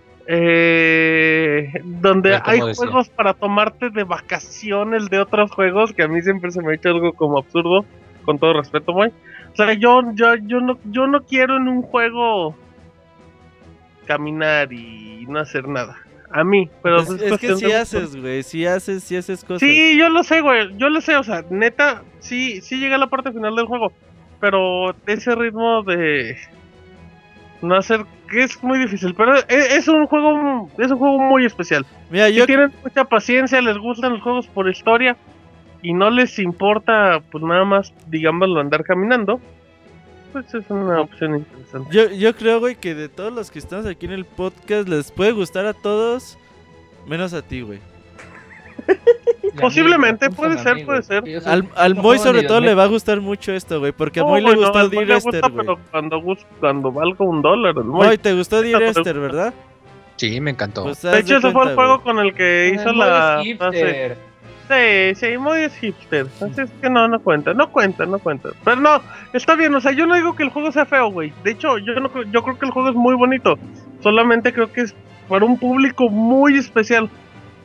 Eh, donde hay decía. juegos para tomarte de vacaciones de otros juegos que a mí siempre se me ha hecho algo como absurdo, con todo respeto, güey. O sea, yo, yo, yo no, yo no quiero en un juego caminar y no hacer nada. A mí, pero es, es que si haces, güey, si haces, si haces cosas. Sí, yo lo sé, güey, yo lo sé, o sea, neta, sí, sí llegué a la parte final del juego, pero ese ritmo de no hacer, que es muy difícil, pero es, es un juego, es un juego muy especial. Mira, si yo tienen mucha paciencia, les gustan los juegos por historia y no les importa, pues nada más, digámoslo, andar caminando, pues es una opción interesante. Yo, yo creo, güey, que de todos los que estamos aquí en el podcast les puede gustar a todos, menos a ti, güey. Posiblemente, puede ser, amigos. puede ser. Al, al Moy sobre todo le va a gustar mucho esto, güey, porque a Moy oh, le gustó el Dear Esther, güey. Pero cuando, cuando valga un dólar, el Moy. Moy, ¿te gustó Dear Esther, verdad? Sí, me encantó. Pues, de hecho, ese fue el juego con el que hizo el la... Hipster. Sí, sí, Moy es hipster, así es que no, no cuenta, no cuenta, no cuenta. Pero no, está bien, o sea, yo no digo que el juego sea feo, güey. De hecho, yo no, yo creo que el juego es muy bonito. Solamente creo que es para un público muy especial.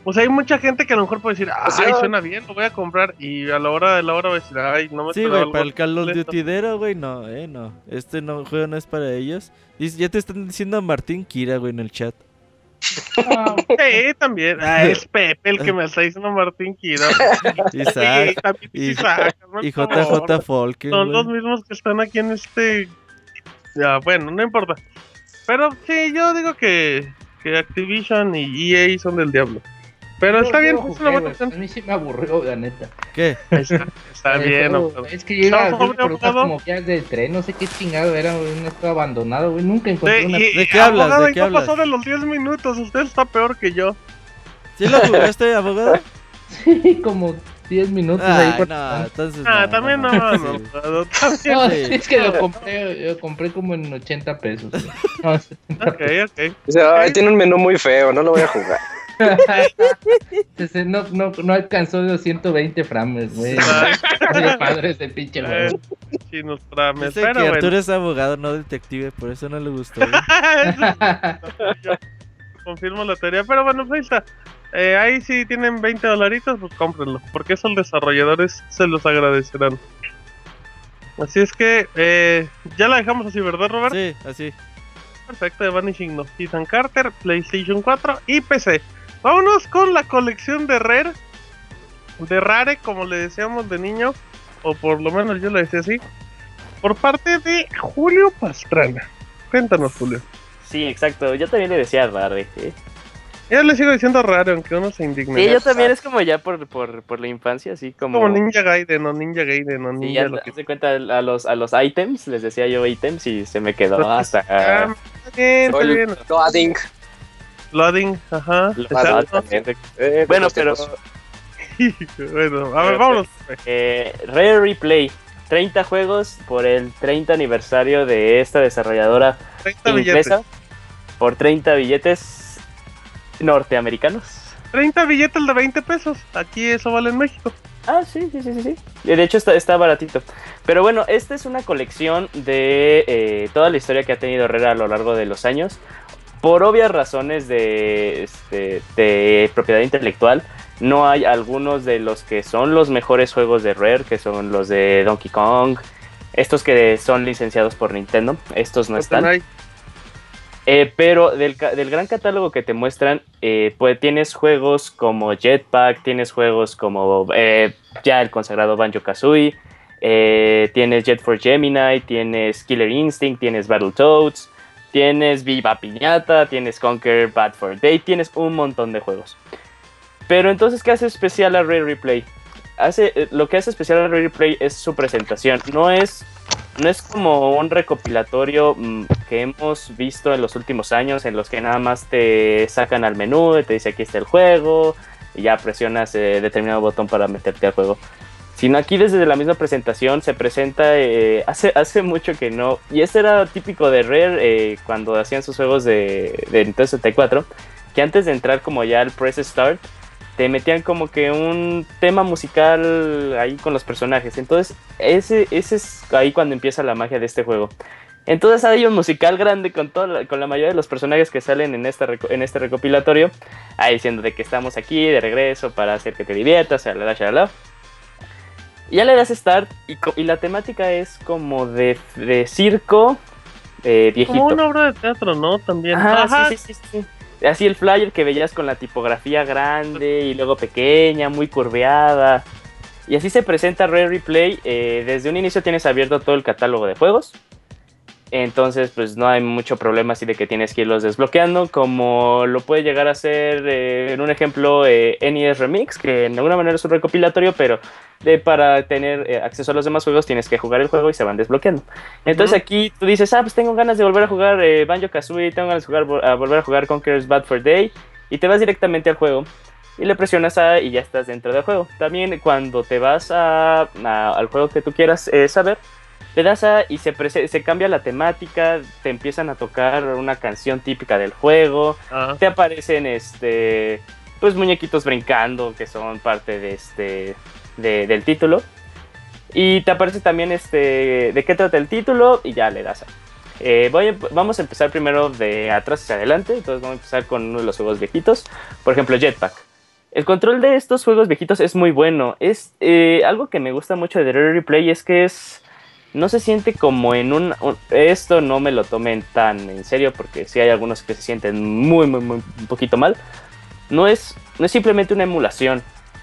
O sea, hay mucha gente que a lo mejor puede decir, O sea, ay, suena bien, lo voy a comprar. Y a la hora de la hora va a decir, ay, no me Sí, esperaba güey, algo para el Call of completo". Duty, güey, no, eh, no. Este no, juego no es para ellos. Y ya te están diciendo Martín Kira, güey, en el chat. Ah, Sí, también. Ah, es Pepe el que me está diciendo Martín Kira. Isaac. Sí, también y, Isaac, hazme el y J favor. J Falken, Son los güey. mismos que están aquí en este. Ya, bueno, no importa. Pero sí, yo digo que, que Activision y E A son del diablo. Pero yo- está yo bien, lo es jugué, una buena güey. opción. A mí sí me aburrió, la neta. ¿Qué? Está, está El bien, juego, Octavio. es que yo iba a ¿Estamos hacer por unas abogado? como vías de tren, no sé qué chingado era, güey, no estaba abandonado, güey, nunca encontré Sí, una... y- ¿De y, qué hablas? abogado, ¿De y qué no hablas? pasó de los diez minutos, usted está peor que yo. ¿Sí lo jugaste, abogado? Sí, como diez minutos ahí. Ay, por- no, entonces Ah, no, también no, no, no, sí. abogado, también. No, Sí. es que lo compré, yo compré como en ochenta pesos. güey. No, setenta Ok, pesos. ok. O sea, Ok. ay, tiene un menú muy feo, no lo voy a jugar. Ese no, no, no alcanzó los ciento veinte frames, güey. Vale madre ese pinche Eh, juego. chinos frames, Dice pero que bueno. Arturo es abogado, no detective, por eso no le gustó. güey. Yo confirmo la teoría, pero bueno, pues ahí está. Eh, ahí si tienen veinte dolaritos, pues cómprenlo, porque esos desarrolladores se los agradecerán. Así es que, eh, ya la dejamos así, ¿verdad, Robert? Sí, así. Perfecto, de Vanishing No. Ethan Carter, PlayStation cuatro y P C. Vámonos con la colección de Rare, de Rare, como le decíamos de niño, o por lo menos yo le decía así, por parte de Julio Pastrana. Cuéntanos, Julio. Sí, exacto. Yo también le decía rare. ¿sí? Yo le sigo diciendo Rare, aunque uno se indigne. Sí, yo también es como ya por, por, por la infancia, así como... Como Ninja Gaiden o Ninja Gaiden o Sí, Ninja ya lo que se cuenta a los, a los items, les decía yo items y se me quedó hasta... Ah, está bien, está bien. Loading. Loading, ajá. Lo- exacto. también. Eh, Bueno, los pero tiempos. Bueno, a ver, vámonos. eh, Rare Replay, treinta juegos por el treinta aniversario de esta desarrolladora treinta billetes. inglesa por treinta billetes norteamericanos. treinta billetes de veinte pesos. Aquí eso vale en México. Ah, sí, sí, sí, sí, sí. De hecho está, está baratito. Pero bueno, esta es una colección de eh, toda la historia que ha tenido Rare a lo largo de los años. Por obvias razones de, este, de propiedad intelectual, no hay algunos de los que son los mejores juegos de Rare, que son los de Donkey Kong, estos que son licenciados por Nintendo, estos no están. Hay. Eh, pero del, ca- del gran catálogo que te muestran, eh, pues tienes juegos como Jetpack, tienes juegos como eh, ya el consagrado Banjo-Kazooie, eh, tienes Jet for Gemini, tienes Killer Instinct, tienes Battletoads, tienes Viva Piñata, tienes Conquer Bad for Day, tienes un montón de juegos. Pero entonces, ¿qué hace especial a Rare Replay? Hace, eh, lo que hace especial a Rare Replay es su presentación. No es, no es como un recopilatorio mmm, que hemos visto en los últimos años, en los que nada más te sacan al menú y te dice aquí está el juego, y ya presionas eh, determinado botón para meterte al juego. Sino aquí desde la misma presentación se presenta, eh, hace, hace mucho que no, y este era típico de Rare eh, cuando hacían sus juegos de, de Nintendo sesenta y cuatro, que antes de entrar como ya al Press Start, te metían como que un tema musical ahí con los personajes. Entonces ese, ese es ahí cuando empieza la magia de este juego. Entonces hay un musical grande con, toda la, con la mayoría de los personajes que salen en, esta, en este recopilatorio, ahí diciendo de que estamos aquí de regreso para hacer que te diviertas, shalala, shalala. Y ya le das start y, co- y la temática es como de, de circo eh, viejito. Como una obra de teatro, ¿no? También. Ajá, Ajá. sí, sí, sí, sí. Así el flyer que veías con la tipografía grande y luego pequeña, muy curveada. Y así se presenta Rare Replay. Eh, desde un inicio tienes abierto todo el catálogo de juegos. Entonces, pues no hay mucho problema así de que tienes que irlos desbloqueando, como lo puede llegar a ser eh, en un ejemplo eh, N E S Remix, que de alguna manera es un recopilatorio, pero de, para tener eh, acceso a los demás juegos tienes que jugar el juego y se van desbloqueando. Entonces Ujú. aquí tú dices, ah, pues tengo ganas de volver a jugar eh, Banjo-Kazooie, tengo ganas de jugar, a volver a jugar Conquer's Bad for Day, y te vas directamente al juego. Y le presionas A y ya estás dentro del juego. También cuando te vas a, a, al juego que tú quieras eh, saber, le das A y se, prese- se cambia la temática, te empiezan a tocar una canción típica del juego, Ajá. te aparecen este pues muñequitos brincando que son parte de este de, del título, y te aparece también este de qué trata el título y ya le das A. Eh, voy a- vamos a empezar primero de atrás hacia adelante, entonces vamos a empezar con uno de los juegos viejitos, por ejemplo Jetpack. El control de estos juegos viejitos es muy bueno. Es eh, algo que me gusta mucho de Rare Replay es que es no se siente como en un, un esto no me lo tomen tan en serio porque sí hay algunos que se sienten muy muy muy un poquito mal. No es no es simplemente una emulación.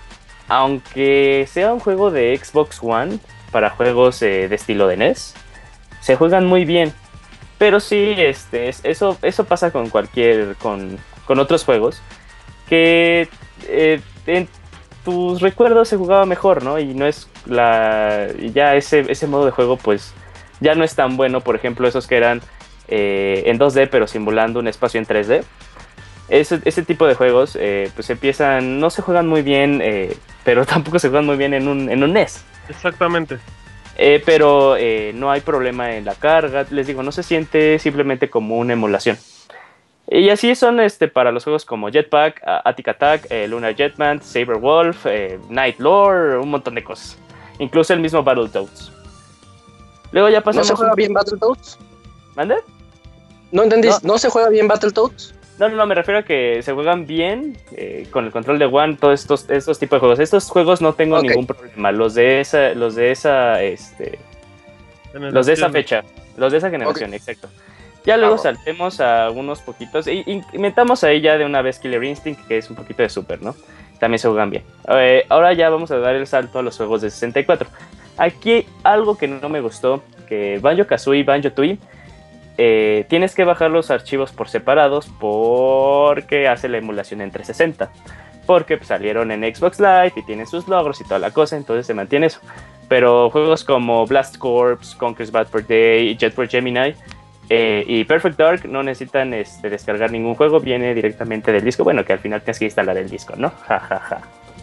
Aunque sea un juego de Xbox One para juegos eh, de estilo de N E S, se juegan muy bien. Pero sí, este, eso, eso pasa con cualquier, con, con otros juegos, que eh, en tus recuerdos se jugaba mejor, ¿no? Y no es la, ya ese, ese modo de juego, pues, ya no es tan bueno. Por ejemplo, esos que eran eh, en dos D, pero simulando un espacio en tres D. Ese, ese tipo de juegos, eh, pues empiezan, no se juegan muy bien, eh, pero tampoco se juegan muy bien en un, en un N E S. Exactamente. Eh, pero eh, no hay problema en la carga, les digo, no se siente simplemente como una emulación. Y así son este, para los juegos como Jetpack, Attic Attack, eh, Lunar Jetman, Saber Wolf, eh, Night Lore, un montón de cosas. Incluso el mismo Battletoads. Luego ya pasamos... ¿No se juega bien Battletoads? ¿Mande? No entendí, No. ¿no se juega bien Battletoads? No, no, no, me refiero a que se juegan bien eh, con el control de One, todos estos, estos tipos de juegos. Estos juegos no tengo Okay. ningún problema. Los de esa, los de esa, este, los de esa fecha, los de esa generación, okay. Exacto. Ya luego ah, saltemos a unos poquitos y, y metamos ahí ya de una vez Killer Instinct, que es un poquito de Super, ¿no? También se juegan bien. Eh, ahora ya vamos a dar el salto a los juegos de sesenta y cuatro. Aquí algo que no me gustó, que Banjo-Kazooie y Banjo-Tooie, Eh, tienes que bajar los archivos por separados porque hace la emulación en trescientos sesenta, porque pues, salieron en Xbox Live y tienen sus logros y toda la cosa, entonces se mantiene eso. Pero juegos como Blast Corps, Conker's Bad Fur Day, Jet Force Gemini eh, y Perfect Dark no necesitan este, descargar ningún juego, viene directamente del disco. Bueno, que al final tienes que instalar el disco, ¿no? Ja, ja, ja.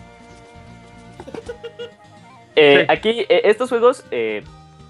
Eh, sí. Aquí eh, estos juegos eh,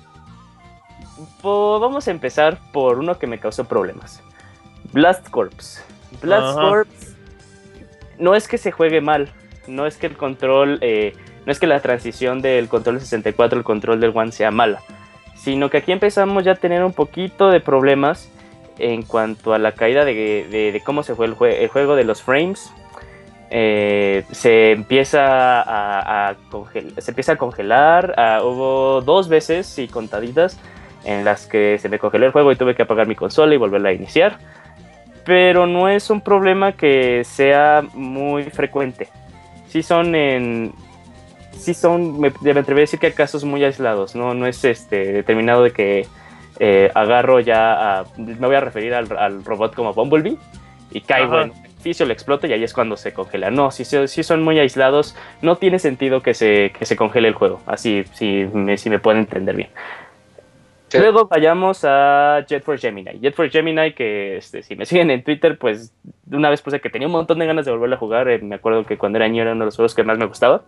Pues vamos a empezar por uno que me causó problemas. Blast Corps. Blast Ajá. Corps no es que se juegue mal, no es que el control, eh, no es que la transición del control sesenta y cuatro al control del One sea mala, sino que aquí empezamos ya a tener un poquito de problemas en cuanto a la caída de, de, de cómo se fue el, jue- el juego de los frames. Eh, se empieza a, a congel- se empieza a congelar. Uh, hubo dos veces y contaditas en las que se me congeló el juego y tuve que apagar mi consola y volverla a iniciar. Pero no es un problema que sea muy frecuente. Sí son en... Sí son, me, me atrevería a decir que hay casos muy aislados. No, no es este determinado de que eh, agarro ya a... Me voy a referir al, al robot como Bumblebee y caigo Ajá. en un edificio, le explota y ahí es cuando se congela. No, sí, sí son muy aislados. No tiene sentido que se, que se congele el juego. Así, si me, si me pueden entender bien. Sí. Luego vayamos a Jet Force Gemini. Jet Force Gemini, que este, si me siguen en Twitter, pues una vez puse que tenía un montón de ganas de volverlo a jugar. Eh, me acuerdo que cuando era niño era uno de los juegos que más me gustaba.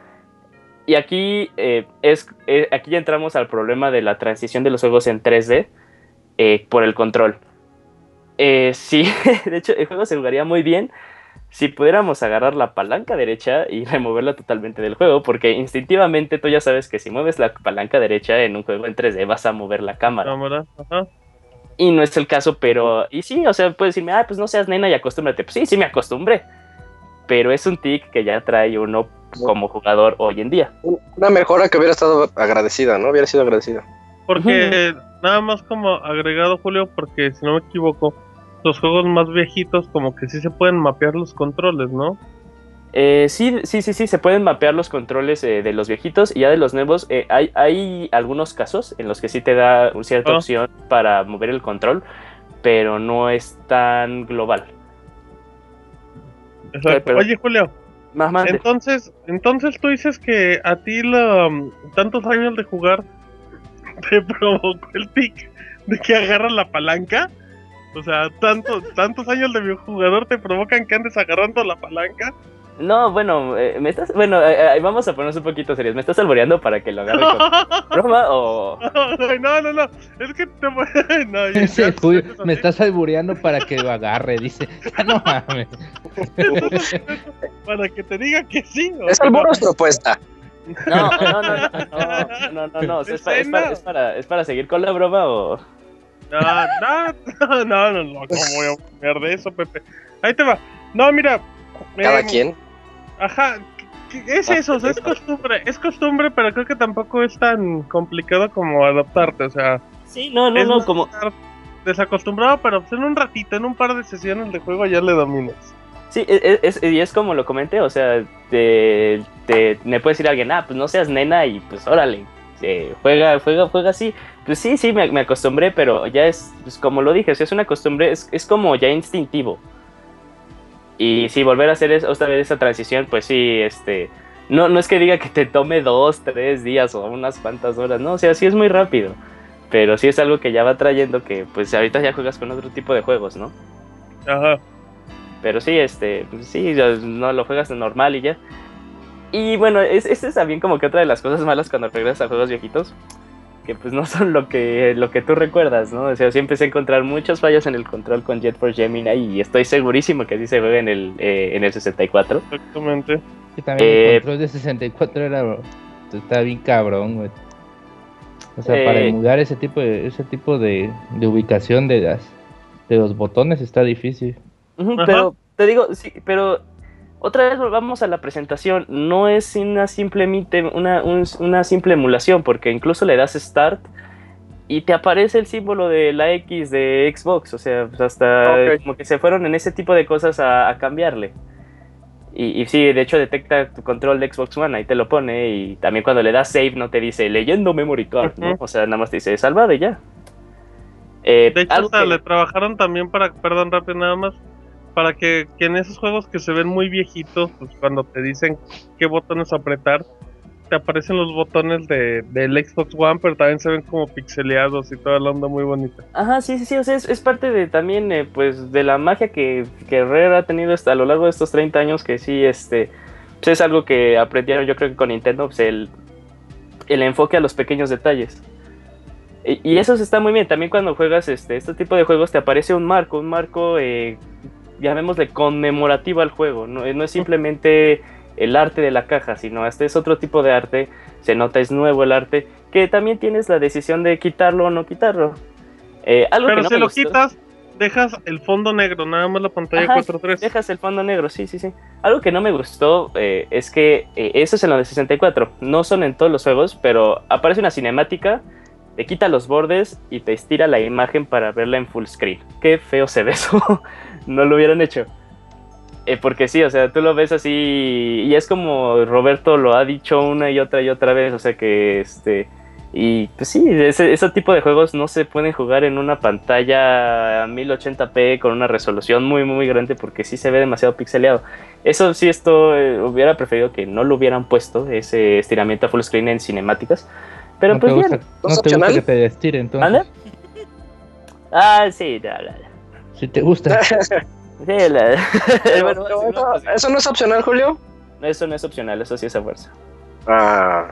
Y aquí, eh, es, eh, aquí ya entramos al problema de la transición de los juegos en tres D eh, por el control. Eh, sí, de hecho el juego se jugaría muy bien si pudiéramos agarrar la palanca derecha y removerla totalmente del juego, porque instintivamente tú ya sabes que si mueves la palanca derecha en un juego en tres D vas a mover la cámara. Ajá. Y no es el caso, pero... Y sí, o sea, puedes decirme, ah, pues no seas nena y acostúmbrate. Pues sí, sí me acostumbré. Pero es un tic que ya trae uno como jugador hoy en día. Una mejora que hubiera estado agradecida, ¿no? Hubiera sido agradecida. Porque, uh-huh. nada más como agregado, Julio, porque si no me equivoco, los juegos más viejitos como que sí se pueden mapear los controles, ¿no? Eh, sí, sí, sí, sí, se pueden mapear los controles eh, de los viejitos y ya de los nuevos. Eh, hay, hay algunos casos en los que sí te da una cierta oh. opción para mover el control, pero no es tan global. Exacto. Pero, Oye, Julio, más entonces, entonces tú dices que a ti la, tantos años de jugar te provocó el tic de que agarras la palanca. O sea, tanto, tantos años de videojugador te provocan que andes agarrando la palanca. No, bueno, eh, me estás, bueno, eh, eh, vamos a ponernos un poquito serios. ¿Me estás alboreando para que lo agarre con broma o...? No, no, no, es que te... No, ya, sí, Julio, me estás alboreando para que lo agarre, dice. No mames. Para que te diga que sí. Es Alboros propuesta. No, no, no, no, no, no, no, no, es, para, es, para, es, para, es para seguir con la broma o... No, no, no, no, no, ¿cómo voy a poner de eso, Pepe? Ahí te va. No, mira. Cada eh, quien. Ajá, es eso, o sea, es costumbre, es costumbre, pero creo que tampoco es tan complicado como adaptarte, o sea... Sí, no, no, es no, como... desacostumbrado, pero pues en un ratito, en un par de sesiones de juego ya le dominas. Sí, es, es, y es como lo comenté, o sea, te, te, me puede decir alguien, ah, pues no seas nena y pues órale, eh, juega, juega, juega así. Pues sí, sí, me, me acostumbré, pero ya es, pues como lo dije, o sea, es una costumbre, es, es como ya instintivo. Y sí, volver a hacer es, otra vez esa transición, pues sí, este, no, no es que diga que te tome dos, tres días o unas cuantas horas, no, o sea, sí es muy rápido. Pero sí es algo que ya va trayendo que, pues ahorita ya juegas con otro tipo de juegos, ¿no? Ajá. Pero sí, este, sí, no lo juegas normal y ya. Y bueno, es, es también como que otra de las cosas malas cuando regresas a juegos viejitos, que pues no son lo que, lo que tú recuerdas, ¿no? O sea, sí empecé a encontrar muchas fallas en el control con Jet Force Gemini y estoy segurísimo que así se juega en el, eh, en el sesenta y cuatro. Exactamente. Que también Eh, el control de sesenta y cuatro era, estaba bien cabrón, güey. O sea, eh, para emular ese tipo de ese tipo de, de ubicación de las de los botones está difícil. Uh-huh, pero te digo, sí, pero otra vez volvamos a la presentación. No es una simplemente una, un, una simple emulación, porque incluso le das Start y te aparece el símbolo de la X de Xbox. O sea, pues hasta okay. como que se fueron en ese tipo de cosas a, a cambiarle. Y, y sí, de hecho detecta tu control de Xbox One, ahí te lo pone. Y también cuando le das save no te dice leyendo memory card, ¿no? Uh-huh. O sea, nada más te dice salvado y ya. Eh, de hecho, hasta que... le trabajaron también para, perdón, rápido nada más, para que, que en esos juegos que se ven muy viejitos, pues cuando te dicen qué botones apretar, te aparecen los botones de del Xbox One, pero también se ven como pixeleados y toda la onda muy bonita. Ajá, sí, sí, sí, o sea, es, es parte de también, eh, pues, de la magia que, que Rare ha tenido hasta a lo largo de estos treinta años, que sí, este, pues es algo que aprendieron yo creo que con Nintendo, pues el, el enfoque a los pequeños detalles. Y, y eso está muy bien, también cuando juegas este, este tipo de juegos te aparece un marco, un marco, eh, llamémosle conmemorativo al juego, no, no es simplemente el arte de la caja, sino este es otro tipo de arte, se nota es nuevo el arte, que también tienes la decisión de quitarlo o no quitarlo. Eh, algo Pero que no si me lo gustó, quitas, dejas el fondo negro, nada más la pantalla cuatro tres. Dejas el fondo negro, sí, sí, sí. Algo que no me gustó eh, es que eh, eso es en lo de sesenta y cuatro, no son en todos los juegos, pero aparece una cinemática, te quita los bordes y te estira la imagen para verla en full screen. Qué feo se ve eso, no lo hubieran hecho. Eh, porque sí, o sea, tú lo ves así y es como Roberto lo ha dicho una y otra y otra vez, o sea que este... Y pues sí, ese, ese tipo de juegos no se pueden jugar en una pantalla a mil ochenta p con una resolución muy muy grande porque sí se ve demasiado pixeleado. Eso sí, esto eh, hubiera preferido que no lo hubieran puesto, ese estiramiento a full screen en cinemáticas. Pero no pues te gusta, bien. ¿No te gusta que te estire entonces? ¿Anda? Ah, sí, la, la, la. Si te gusta. Sí, la... bueno, bueno, eso, pues, ¿eso no es opcional, Julio? No, eso no es opcional, eso sí es a fuerza. Ah.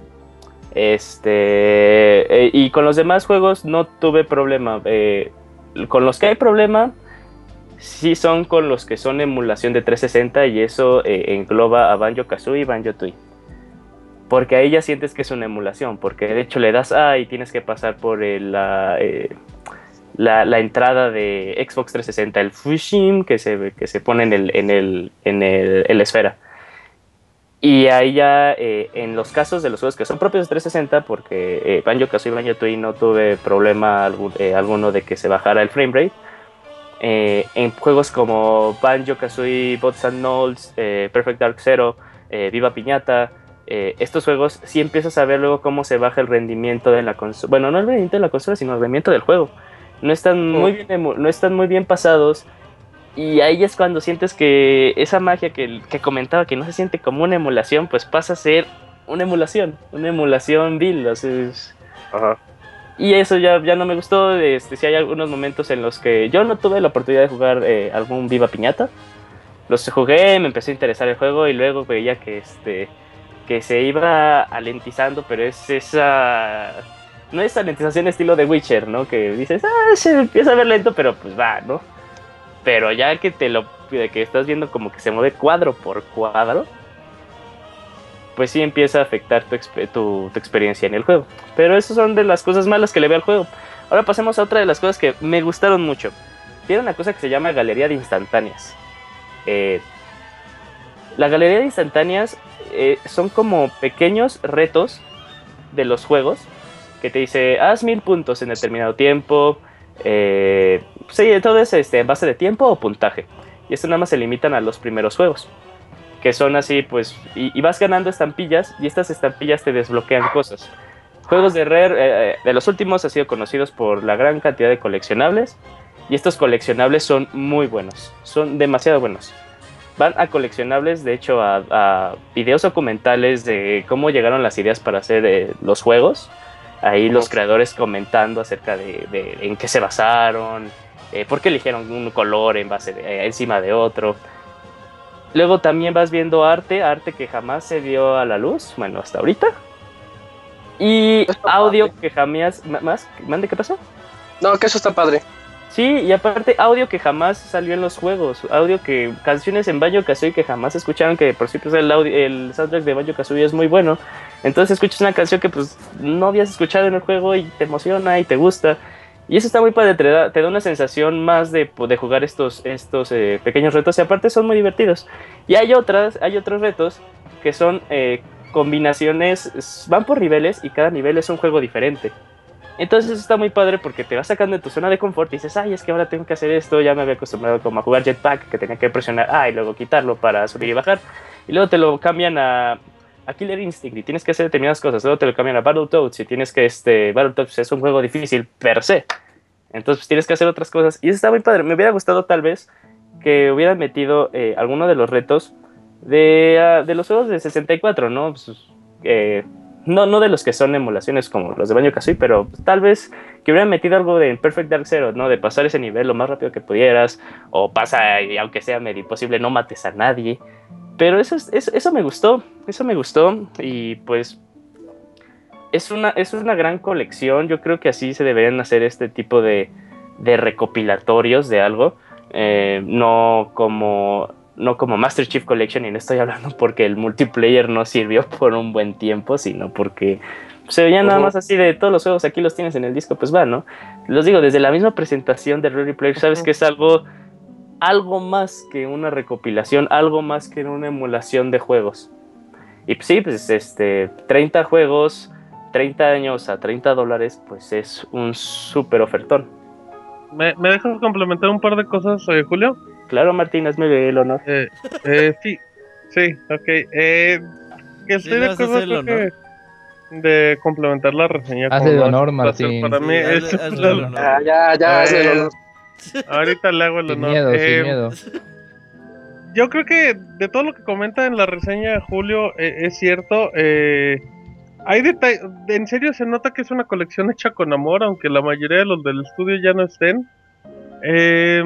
Este eh, y con los demás juegos no tuve problema. Eh, con los que hay problema sí son con los que son emulación de trescientos sesenta y eso eh, engloba a Banjo-Kazooie y Banjo-Tooie. Porque ahí ya sientes que es una emulación, porque de hecho le das A y tienes que pasar por el, la, eh, la, la entrada de Xbox trescientos sesenta, el Fushim que se, que se pone en, el, en, el, en, el, en la esfera. Y ahí ya, eh, en los casos de los juegos que son propios de trescientos sesenta, porque eh, Banjo-Kazooie y Banjo-Tooie no tuve problema algún, eh, alguno de que se bajara el framerate. Eh, en juegos como Banjo-Kazooie, Bots and Knolls, eh, Perfect Dark Zero, eh, Viva Piñata, eh, estos juegos sí empiezas a ver luego cómo se baja el rendimiento de la consola. Bueno, no el rendimiento de la consola, sino el rendimiento del juego. No están, oh. muy, bien, no están muy bien pasados. Y ahí es cuando sientes que esa magia que, que comentaba, que no se siente como una emulación, pues pasa a ser una emulación, una emulación vil. O sea, es... Ajá. Y eso ya, ya no me gustó. Este, sí hay algunos momentos en los que yo no tuve la oportunidad de jugar eh, algún Viva Piñata. Los jugué, me empezó a interesar el juego y luego veía que, este, que se iba alentizando, pero es esa... No es alentización estilo de Witcher, ¿no? Que dices, ah, se empieza a ver lento, pero pues va, ¿no? Pero ya que te lo que estás viendo como que se mueve cuadro por cuadro, pues sí empieza a afectar tu, tu, tu experiencia en el juego. Pero esas son de las cosas malas que le veo al juego. Ahora pasemos a otra de las cosas que me gustaron mucho. Tiene una cosa que se llama galería de instantáneas. Eh, La galería de instantáneas eh, son como pequeños retos de los juegos que te dice, haz mil puntos en determinado tiempo. Eh, sí, todo es este, en base de tiempo o puntaje. Y esto nada más se limitan a los primeros juegos, que son así, pues, y, y vas ganando estampillas, y estas estampillas te desbloquean cosas. Juegos de Rare, eh, de los últimos, han sido conocidos por la gran cantidad de coleccionables, y estos coleccionables son muy buenos, son demasiado buenos. Van a coleccionables, de hecho, a, a videos documentales de cómo llegaron las ideas para hacer eh, los juegos. Ahí los creadores comentando acerca de, de en qué se basaron, eh, por qué eligieron un color en base de, eh, encima de otro. Luego también vas viendo arte, arte que jamás se dio a la luz, bueno, hasta ahorita. Y audio que jamás... ¿Más? ¿Mande qué pasó? No, que eso está padre. Sí, y aparte audio que jamás salió en los juegos, audio que... Canciones en Banjo-Kazooie que jamás escucharon, que por sí pues el, audio, el soundtrack de Banjo-Kazooie es muy bueno. Entonces escuchas una canción que pues no habías escuchado en el juego y te emociona y te gusta. Y eso está muy padre, te da, te da una sensación más de, de jugar estos, estos eh, pequeños retos, y aparte son muy divertidos. Y hay otras, hay otros retos que son eh, combinaciones, van por niveles y cada nivel es un juego diferente. Entonces eso está muy padre porque te vas sacando de tu zona de confort y dices, ay, es que ahora tengo que hacer esto, ya me había acostumbrado como a jugar Jetpack, que tenía que presionar A y luego quitarlo para subir y bajar. Y luego te lo cambian a... a Killer Instinct y tienes que hacer determinadas cosas, luego te lo cambian a Battletoads y tienes que, este, Battletoads es un juego difícil per se, entonces pues, tienes que hacer otras cosas, y eso está muy padre. Me hubiera gustado tal vez que hubieran metido eh, alguno de los retos de, uh, de los juegos de sesenta y cuatro, ¿no? Pues, eh, no, no de los que son emulaciones como los de Banjo-Kazooie, pero pues, tal vez que hubieran metido algo de Perfect Dark Zero, ¿no? De pasar ese nivel lo más rápido que pudieras, o pasa y aunque sea medio imposible no mates a nadie. Pero eso, eso, eso me gustó, eso me gustó, y pues es una, es una gran colección. Yo creo que así se deberían hacer este tipo de, de recopilatorios de algo, eh, no como, no como Master Chief Collection, y no estoy hablando porque el multiplayer no sirvió por un buen tiempo, sino porque se veían nada más así de todos los juegos, aquí los tienes en el disco, pues va, ¿no? Los digo, desde la misma presentación de Ready Player, sabes que es algo... algo más que una recopilación, algo más que una emulación de juegos. Y pues sí, pues este, treinta juegos, treinta años a treinta dólares, pues es un súper ofertón. ¿Me, ¿Me dejas complementar un par de cosas, eh, Julio? Claro, Martín, hazme el honor. Eh, eh, sí, sí, ok. Eh, que estoy sí, de acuerdo creo que de complementar la reseña. Haz el honor, Martín. Para mí sí, es hazle, hazle el honor. Ah, ya, ya, haz el honor. Ahorita le hago el Sin honor. miedo, eh, sin miedo. Yo creo que de todo lo que comenta en la reseña Julio eh, es cierto. Eh, hay detalles, en serio se nota que es una colección hecha con amor, aunque la mayoría de los del estudio ya no estén. Eh,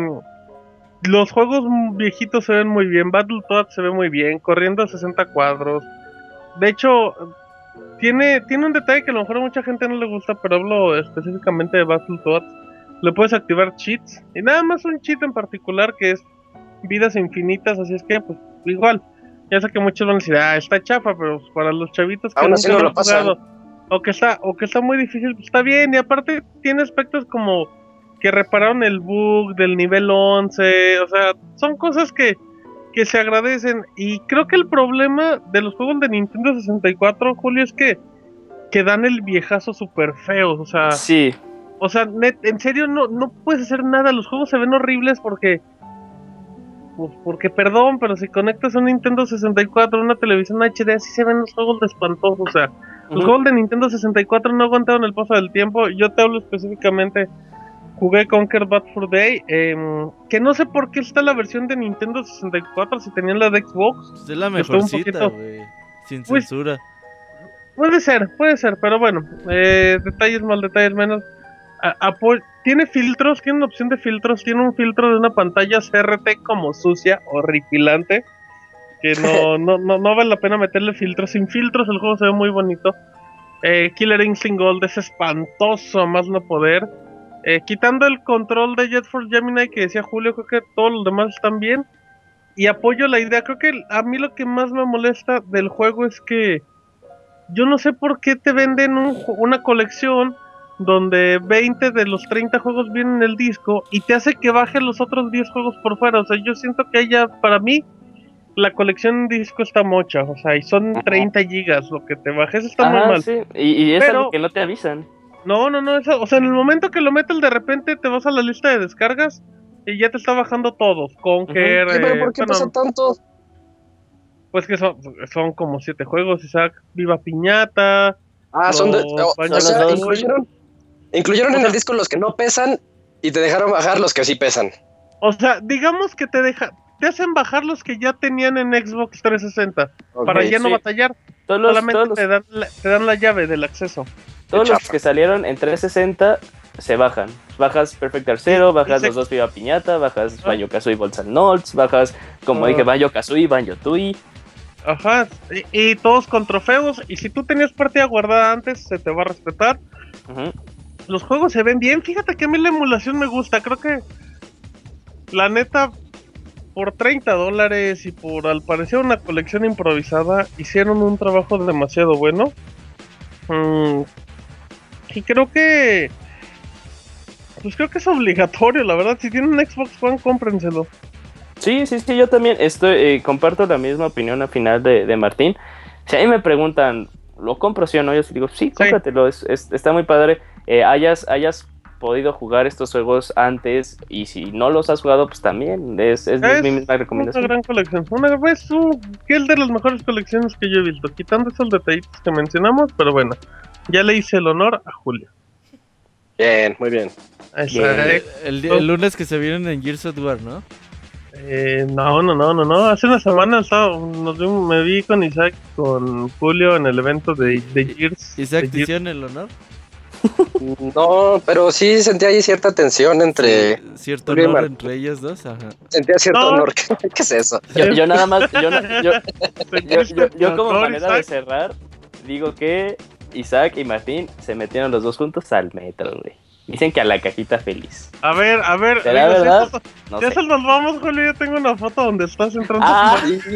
los juegos viejitos se ven muy bien, Battletoads se ve muy bien, corriendo a sesenta cuadros. De hecho, tiene, tiene un detalle que a lo mejor a mucha gente no le gusta, pero hablo específicamente de Battletoads. Le puedes activar cheats, y nada más un cheat en particular que es vidas infinitas, así es que pues igual, ya sé que muchos van a decir, ah, está chafa, pero pues, para los chavitos que aún nunca así no lo lo han pasan, jugado, o que está, o que está muy difícil, pues está bien, y aparte tiene aspectos como que repararon el bug del nivel once, o sea, son cosas que, que se agradecen, y creo que el problema de los juegos de Nintendo sesenta y cuatro, Julio, es que, que dan el viejazo súper feo, o sea... Sí. O sea, net, en serio no, no puedes hacer nada, los juegos se ven horribles porque... Pues porque perdón, pero si conectas un Nintendo sesenta y cuatro a una televisión H D, así se ven los juegos de espantosos, o sea... Uh-huh. Los juegos de Nintendo sesenta y cuatro no aguantaron el paso del tiempo, yo te hablo específicamente... Jugué Conquer Bad Fur Day, eh, que no sé por qué está la versión de Nintendo sesenta y cuatro si tenían la de Xbox. Es la mejorcita, güey, sin pues, censura. Puede ser, puede ser, pero bueno, eh, detalles más, detalles menos. A, a, tiene filtros, tiene una opción de filtros, tiene un filtro de una pantalla C R T como sucia, horripilante, que no, no, no, no vale la pena meterle filtros. Sin filtros el juego se ve muy bonito. eh, Killer Instinct Gold es espantoso a más no poder. eh, Quitando el control de Jet Force Gemini que decía Julio, creo que todos los demás están bien. Y apoyo la idea, creo que a mí lo que más me molesta del juego es que yo no sé por qué te venden un, una colección donde veinte de los treinta juegos vienen en el disco y te hace que baje los otros diez juegos por fuera. O sea, yo siento que ella, para mí, la colección disco está mocha, o sea, y son treinta gigas, lo que te bajes está Ajá, muy mal. sí. Y, y es Pero- algo que no te avisan. No, no, no, eso, o sea, en el momento que lo metes de repente te vas a la lista de descargas y ya te está bajando todos, Conker, Oye, pero eh, ¿por qué bueno, pasa tanto? pues que son, son como siete juegos, Isaac, Viva Piñata. Ah, son de. los O, o Banjo sea, dos. incluyeron, incluyeron O en sea- el disco los que no pesan y te dejaron bajar los que sí pesan. O sea, digamos que te deja, te hacen bajar los que ya tenían en Xbox trescientos sesenta Ok. para ya no sí. batallar, Todos los, solamente todos los, te, dan la, te dan la llave del acceso. todos Qué los chafa. que salieron en trescientos sesenta se bajan. Bajas Perfect Dark Zero, Y- y bajas se- los dos Viva Piñata, bajas Ah. Banjo-Kazooie Bolts and Notes, bajas, como Ah. dije, Banjo-Kazooie, Banjo-Tooie. Ajá, y, y todos con trofeos, y si tú tenías partida guardada antes, se te va a respetar. Ujú. Los juegos se ven bien, fíjate que a mí la emulación me gusta, creo que la neta, por treinta dólares y por al parecer una colección improvisada, hicieron un trabajo demasiado bueno. Mm, y creo que, pues creo que es obligatorio, la verdad, si tienen un Xbox One, cómprenselo. Sí, sí, sí, yo también estoy, eh, comparto la misma opinión al final de, de Martín. Si a mí me preguntan, ¿lo compro sí o no? Yo sí digo, sí, cómpratelo, es, es- está muy padre. Eh, hayas, hayas podido jugar estos juegos antes y si no los has jugado, pues también, es, es, Es mi misma una recomendación. gran colección, una es un, que es de las mejores colecciones que yo he visto, quitando esos detallitos que mencionamos, pero bueno, ya le hice el honor a Julio. Bien, muy bien. Exacto. El, el lunes que se vienen en Gears of War, ¿no? Eh, no, no, no, no, no. Hace una semana estaba, nos vi- me vi con Isaac, con Julio en el evento de, de Gears. Isaac, de ¿te Gears. hicieron el honor? No, pero sí sentía ahí cierta tensión entre. Sí, cierto Julio y honor Mar- entre ellas dos, ajá. Sentía cierto No. honor. ¿Qué, qué es eso? Yo, yo nada más, yo, na- yo, yo, yo, yo como Honor, manera de Isaac. cerrar, digo que Isaac y Martín se metieron los dos juntos al metro, güey. Dicen que a la cajita feliz. A ver, a ver. ¿Será digo, si verdad? eso- No si sé. eso nos vamos, Julio, yo tengo una foto donde estás entrando. Ah,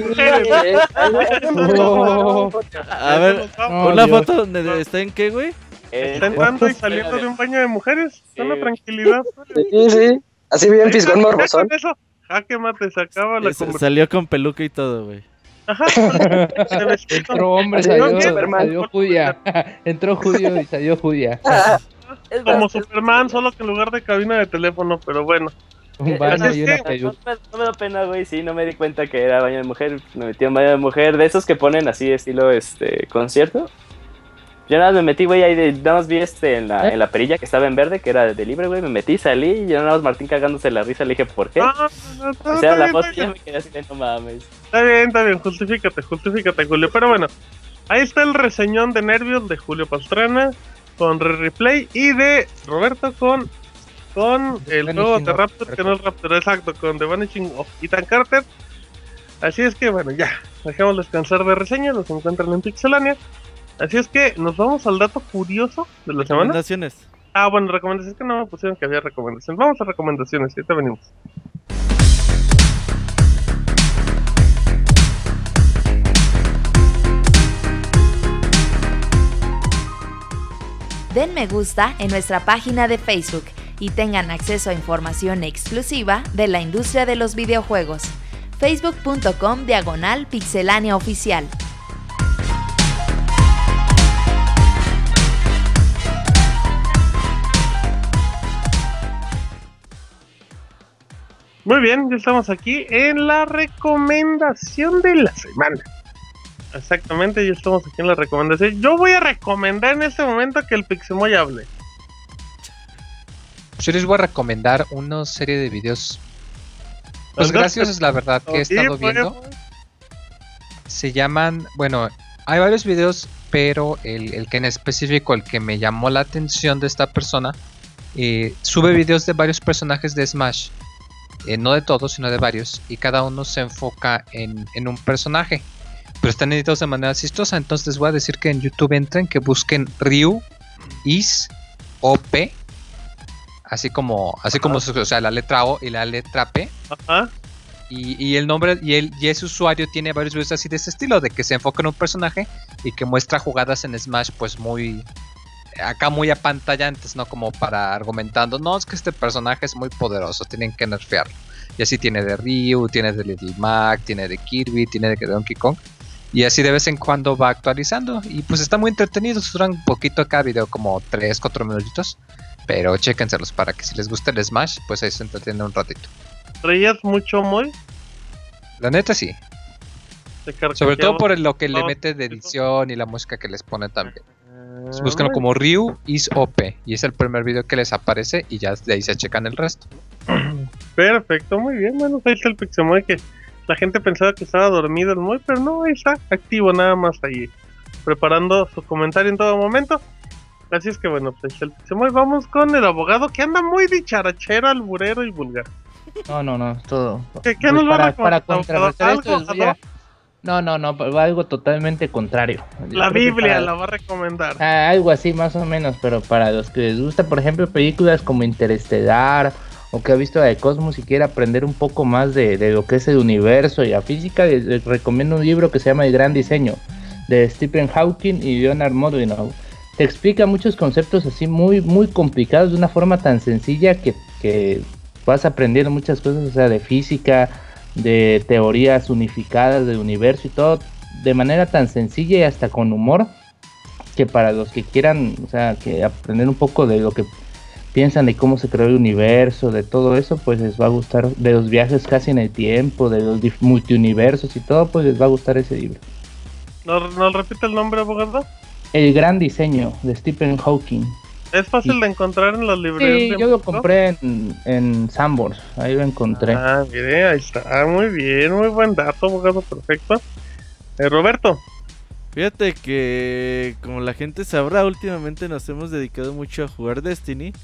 Oh. A ver, Oh, una Dios. foto donde está en qué, güey. eh, Está entrando y saliendo de un baño de mujeres. Sí, Una güey. tranquilidad. Sí, sí. Así bien fisgón Ya morbosón. con eso, jaque mate, se acaba la Es- conversación. salió con peluca y todo, güey. Ajá. de vestido. Entró hombre, Así salió, como Superman. salió judía. Entró judío y salió judía. es Como más, Superman, solo que en lugar de cabina de teléfono, pero bueno. Un Eh, baño así y es una que- No, peluca. me, no me da pena, güey, sí, no me di cuenta que era baño de mujer, me metí en baño de mujer, de esos que ponen así estilo este concierto. Yo nada más me metí, güey, ahí de, nada más vi este en la, ¿Eh? en la perilla que estaba en verde, que era de libre, güey, me metí, salí, y yo nada más Martín cagándose la risa, le dije, ¿por qué? Ah, no, no, no, O sea, está la bien, foto está ya bien. me quedé así de no mames. Está bien, está bien, justifícate, justifícate, Julio. Pero bueno, ahí está el reseñón de Nervios de Julio Pastrana con Re Replay y de Roberto con con el Vanishing juego de of Raptor, que no es Raptor, exacto, con The Vanishing of Ethan Carter. Así es que bueno, ya, dejemos descansar de reseña, los encuentran en Pixelania. Así es que nos vamos al dato curioso de la semana. Recomendaciones. Ah, bueno, recomendaciones que no me pusieron que había recomendaciones. Vamos a recomendaciones, ahorita venimos. Den me gusta en nuestra página de Facebook y tengan acceso a información exclusiva de la industria de los videojuegos. facebook.com diagonal pixelania oficial. Muy bien, ya estamos aquí en la recomendación de la semana. Exactamente, ya estamos aquí en la recomendación. Yo voy a recomendar en este momento que el Pixemoy hable. Yo les voy a recomendar una serie de videos. Pues Anda, graciosos, la verdad, que he Sí, estado pues, viendo. Se llaman, bueno, hay varios videos, pero el, el que en específico, el que me llamó la atención de esta persona, eh, sube videos de varios personajes de Smash. Eh, no de todos, sino de varios. Y cada uno se enfoca en, en un personaje. Pero están editados de manera chistosa. Entonces les voy a decir que en YouTube entren, que busquen Ryu is O P. Así como, así como, o sea, la letra O y la letra P. Ajá. Y, y el nombre y, el, y ese usuario tiene varios videos así de ese estilo, de que se enfoca en un personaje y que muestra jugadas en Smash pues muy acá muy apantallantes, ¿no? Como para argumentando, no, es que este personaje es muy poderoso, tienen que nerfearlo. Y así tiene de Ryu, tiene de Little Mac, tiene de Kirby, tiene de Donkey Kong. Y así de vez en cuando va actualizando. Y pues está muy entretenido. Duran un poquito cada video, como tres, cuatro minutitos. Pero chéquenselos para que si les gusta el Smash, pues ahí se entretienen un ratito. ¿Traías mucho Moy? La neta sí. Sobre todo por lo que le mete de edición y la música que les pone también. Pues búsquenlo como Ryu is O P. Y es el primer video que les aparece. Y ya de ahí se checan el resto. Perfecto, muy bien. Bueno, ahí está el Pixemoy que la gente pensaba que estaba dormido el Moy, pero no, ahí está activo nada más ahí, preparando su comentario en todo momento. Así es que bueno, pues ahí está el Pixemoy. Vamos con el abogado que anda muy dicharachero, alburero y vulgar. No, no, no, todo. ¿Qué, qué pues nos va para, a para recomendar? contrarrestar esto ¿Algo, les voy a... No, no, no, algo totalmente contrario. Yo La creo que Biblia para- la va a recomendar. Ah, algo así más o menos, pero para los que les gusta, por ejemplo, películas como Interestelar o que ha visto la de Cosmos y quiere aprender un poco más de, de lo que es el universo y la física, les, les recomiendo un libro que se llama El Gran Diseño, de Stephen Hawking y Leonard Mlodinow. Te explica muchos conceptos así muy, muy complicados de una forma tan sencilla que, que vas aprendiendo muchas cosas, o sea, de física, de teorías unificadas del universo y todo, de manera tan sencilla y hasta con humor, que para los que quieran, o sea, que aprender un poco de lo que piensan de cómo se creó el universo, de todo eso, pues les va a gustar, de los viajes casi en el tiempo, de los dif- multiuniversos y todo, pues les va a gustar ese libro. ¿No, no repite el nombre, abogado? El Gran Diseño, de Stephen Hawking. ¿Es fácil Sí. de encontrar en las librerías? Sí, de yo lo México? compré en, en Sanborns, ahí lo encontré. Ah, mire, ahí está, muy bien, muy buen dato, abogado, perfecto. Eh, Roberto. Fíjate que, como la gente sabrá, últimamente nos hemos dedicado mucho a jugar Destiny.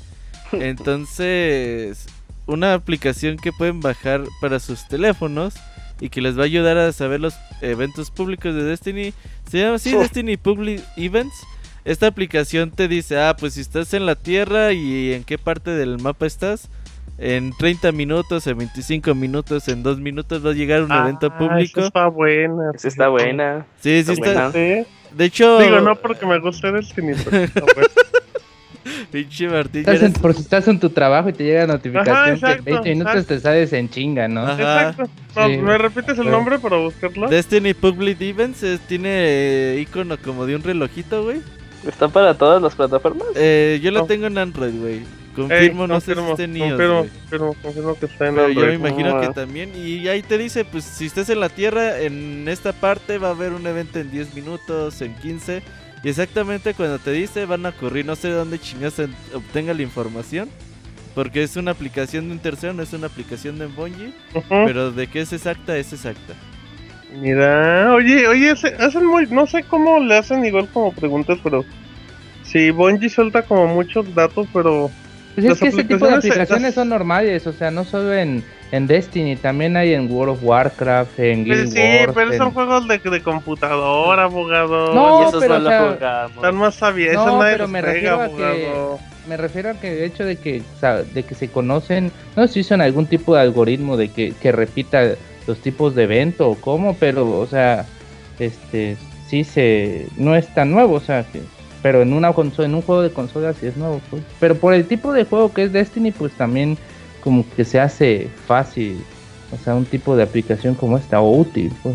Entonces, una aplicación que pueden bajar para sus teléfonos y que les va a ayudar a saber los eventos públicos de Destiny, se llama así, Oh. Destiny Public Events. Esta aplicación te dice, ah, pues si estás en la Tierra y en qué parte del mapa estás, en treinta minutos, en veinticinco minutos, en dos minutos va a llegar un Ah, evento público. esa está buena. Esa está buena. Sí, sí está está. buena. Sí. De hecho, Digo, no porque me guste Destiny, pero está bueno. pinche Martín, ya Estás en- eres- por si estás en tu trabajo y te llega notificación Ajá, que exacto, en veinte minutos exacto. te sales en chinga, ¿no? Ajá. Exacto. No, Sí. ¿me repites el Sí. nombre para buscarlo? Destiny Public Events eh, tiene eh, icono como de un relojito, güey. ¿Está para todas las plataformas? Eh, yo lo No. tengo en Android, güey. Ey, Confirmo, no sé si confirmo, está en iOS, confirmo, güey. confirmo, confirmo que está en Pero yo me Android. imagino Ah. que también. Y ahí te dice, pues si estás en la Tierra, en esta parte va a haber un evento en diez minutos, en quince. Y exactamente cuando te dice van a ocurrir, no sé de dónde chingas en- obtenga la información. Porque es una aplicación de un tercero, no es una aplicación de Bungie. Ujú. Pero de que es exacta, es exacta. Mira, oye, oye, se- hacen muy, no sé cómo le hacen igual como preguntas, pero sí, Bungie suelta como muchos datos, pero Pues es Las que ese tipo de aplicaciones se- aplicaciones las- son normales, o sea, no solo en, en Destiny, también hay en World of Warcraft, en Guild pues sí, Wars. pero en- son juegos de, de computadora, abogado. No, y esos pero, no o sea, lo jugamos. Están más sabios, No, eso nadie pero los me pega, refiero a que- abogado. Me refiero a que el hecho de que, o sea, de que se conocen, no sé si usan algún tipo de algoritmo de que, que repita los tipos de evento o cómo, pero, o sea, este, sí se, no es tan nuevo, o sea, que, pero en una consola, en un juego de consola sí es nuevo, pues. Pero por el tipo de juego que es Destiny, pues también como que se hace fácil, o sea, un tipo de aplicación como esta, o útil, pues.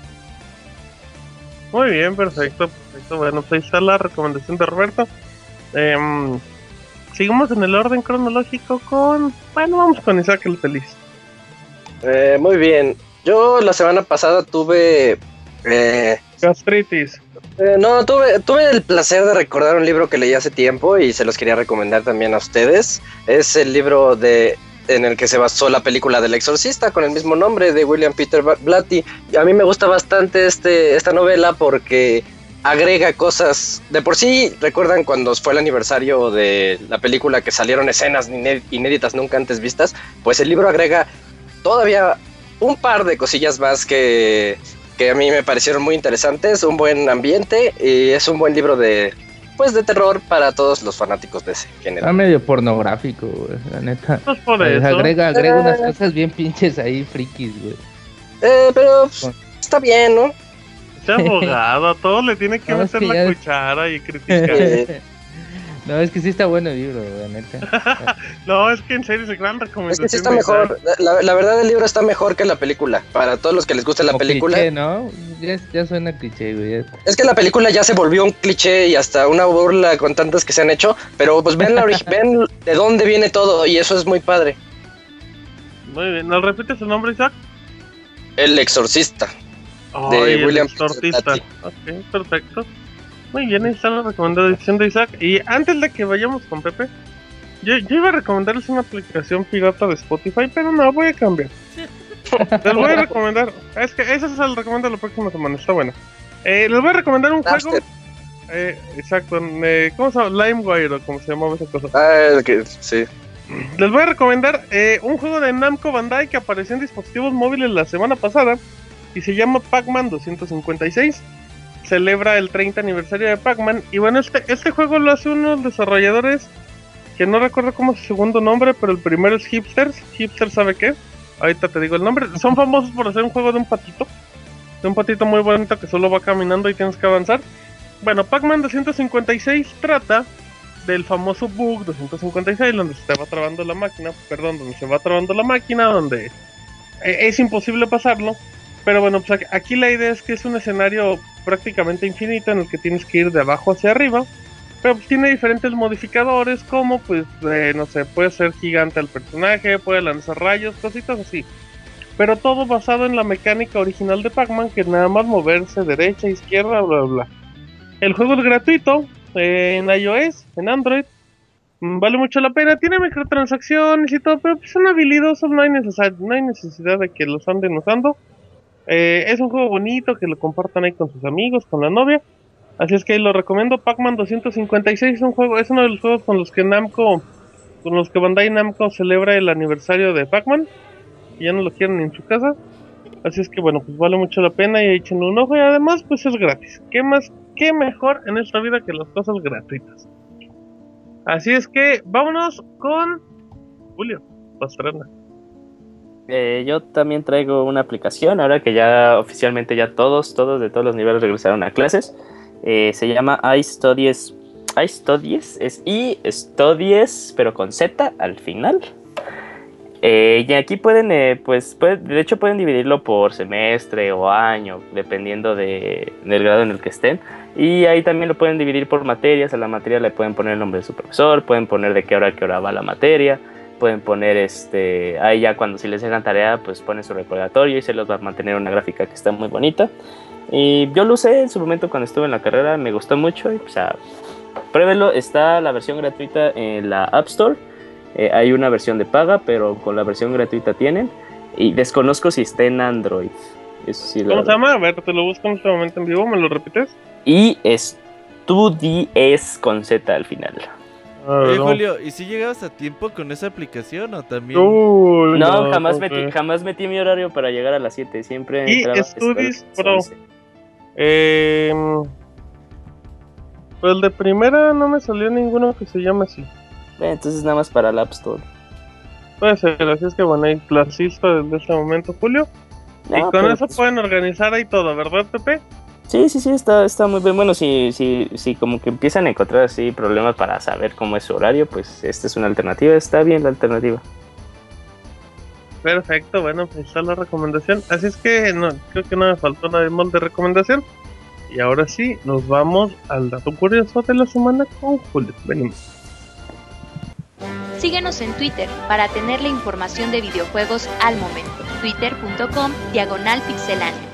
Muy bien, perfecto, perfecto. Bueno, pues ahí está la recomendación de Roberto. Em, seguimos en el orden cronológico con... Bueno, vamos con Isaac el Feliz. Eh, muy bien. Yo la semana pasada tuve... eh, Gastritis. eh, no, tuve, tuve el placer de recordar un libro que leí hace tiempo y se los quería recomendar también a ustedes. Es el libro de en el que se basó la película del Exorcista con el mismo nombre de William Peter Blatty. Y a mí me gusta bastante este, esta novela porque agrega cosas. De por sí, recuerdan cuando fue el aniversario de la película que salieron escenas iné- inéditas nunca antes vistas. Pues el libro agrega todavía un par de cosillas más que, que a mí me parecieron muy interesantes, un buen ambiente y es un buen libro de, pues, de terror para todos los fanáticos de ese género. Está medio pornográfico, güey, la neta. Pues por Pues eso. agrega, agrega Eh. unas cosas bien pinches ahí, frikis, güey. Eh, pero pues, está bien, ¿no? Ese abogado, a todos le tiene que No, es meter que la ya- cuchara y criticar. Eh, No, es que sí está bueno el libro, la neta. No, es que en serio es gran recomendación. Es que sí está mejor. La, la verdad, el libro está mejor que la película. Para todos los que les guste la Como película. cliché, ¿no? Ya, ya suena cliché, güey. ya. Es que la película ya se volvió un cliché y hasta una burla con tantas que se han hecho. Pero pues ven, la ori- ven de dónde viene todo y eso es muy padre. Muy bien, ¿nos repites el nombre, Isaac? El Exorcista. Oh, De el William exorcista. Peter Ok, perfecto. Muy bien, ahí está la recomendación de Isaac. Y antes de que vayamos con Pepe, yo, yo iba a recomendarles una aplicación pirata de Spotify, pero no, voy a cambiar. Les voy a recomendar. Es que esa se la recomiendo la próxima semana, está buena. Eh, les voy a recomendar un juego. Napster. Eh, exacto, eh, ¿cómo se llama? LimeWire o como se llamaba esa cosa. Ah, que, sí. Les voy a recomendar eh, un juego de Namco Bandai que apareció en dispositivos móviles la semana pasada y se llama Pac-Man doscientos cincuenta y seis. Celebra el treinta aniversario de Pac-Man y bueno, este, este juego lo hace unos desarrolladores que no recuerdo cómo es su segundo nombre, pero el primero es Hipsters. Hipsters, ¿sabe qué? Ahorita te digo el nombre. Son famosos por hacer un juego de un patito, de un patito muy bonito que solo va caminando y tienes que avanzar. Bueno, Pac-Man doscientos cincuenta y seis trata del famoso bug doscientos cincuenta y seis, donde se va trabando la máquina, perdón, donde se va trabando la máquina, donde es imposible pasarlo. Pero bueno, pues aquí la idea es que es un escenario prácticamente infinito en el que tienes que ir de abajo hacia arriba. Pero pues tiene diferentes modificadores, como pues, eh, no sé, puede ser gigante el personaje, puede lanzar rayos, cositas así. Pero todo basado en la mecánica original de Pac-Man, que nada más moverse derecha, izquierda, bla, bla, bla. El juego es gratuito, eh, en iOS, en Android. Vale mucho la pena, tiene microtransacciones y todo, pero pues son habilidosos, no hay, necesar- no hay necesidad de que los anden usando. Eh, es un juego bonito, que lo compartan ahí con sus amigos, con la novia. Así es que lo recomiendo. Pac-Man doscientos cincuenta y seis es un juego, es uno de los juegos con los que Namco, con los que Bandai Namco celebra el aniversario de Pac-Man. Y ya no lo quieren en su casa. Así es que bueno, pues vale mucho la pena y échenle un ojo. Y además pues es gratis. ¿Qué más, qué mejor en esta vida que las cosas gratuitas? Así es que vámonos con Julio Pastrana. Eh, yo también traigo una aplicación, ahora que ya oficialmente ya todos, todos de todos los niveles regresaron a clases. Eh, se llama iStudies, iStudies, es iStudies, pero con Z al final. Eh, y aquí pueden, eh, pues, puede, de hecho pueden dividirlo por semestre o año, dependiendo de, del grado en el que estén. Y ahí también lo pueden dividir por materias, a la materia le pueden poner el nombre de su profesor, pueden poner de qué hora a qué hora va la materia. Pueden poner, este, ahí ya cuando si les dejan tarea, pues ponen su recordatorio y se los va a mantener una gráfica que está muy bonita. Y yo lo usé en su momento cuando estuve en la carrera, me gustó mucho y pues, o sea, pruébenlo. Está la versión gratuita en la App Store, eh, hay una versión de paga, pero con la versión gratuita tienen. Y desconozco si está en Android. Eso sí, ¿Cómo se llama? A ver, te lo busco en este momento en vivo, ¿me lo repites? Y Studies con Z al final. Oye, Julio, ¿y si llegabas a tiempo con esa aplicación o también? Uy, No, no, jamás, no, metí, no. jamás metí mi horario para llegar a las siete. Siempre Y entraba Studies después de Pro. las once. Eh, pues el de primera no me salió ninguno que se llame así. Eh, Entonces nada más para la App Store. Puede ser, así es que bueno, ahí clasista desde este momento, Julio. No, y con pero, eso pues, pueden organizar ahí todo, ¿verdad, Pepe? Sí, sí, sí, está, está muy bien. Bueno, si, si, si como que empiezan a encontrar así problemas para saber cómo es su horario, pues esta es una alternativa. Está bien la alternativa. Perfecto, bueno, pues está la recomendación. Así es que no, creo que no me faltó nada más de recomendación. Y ahora sí, nos vamos al dato curioso de la semana con Julio. Venimos. Síguenos en Twitter para tener la información de videojuegos al momento. Twitter.com diagonal pixelánea.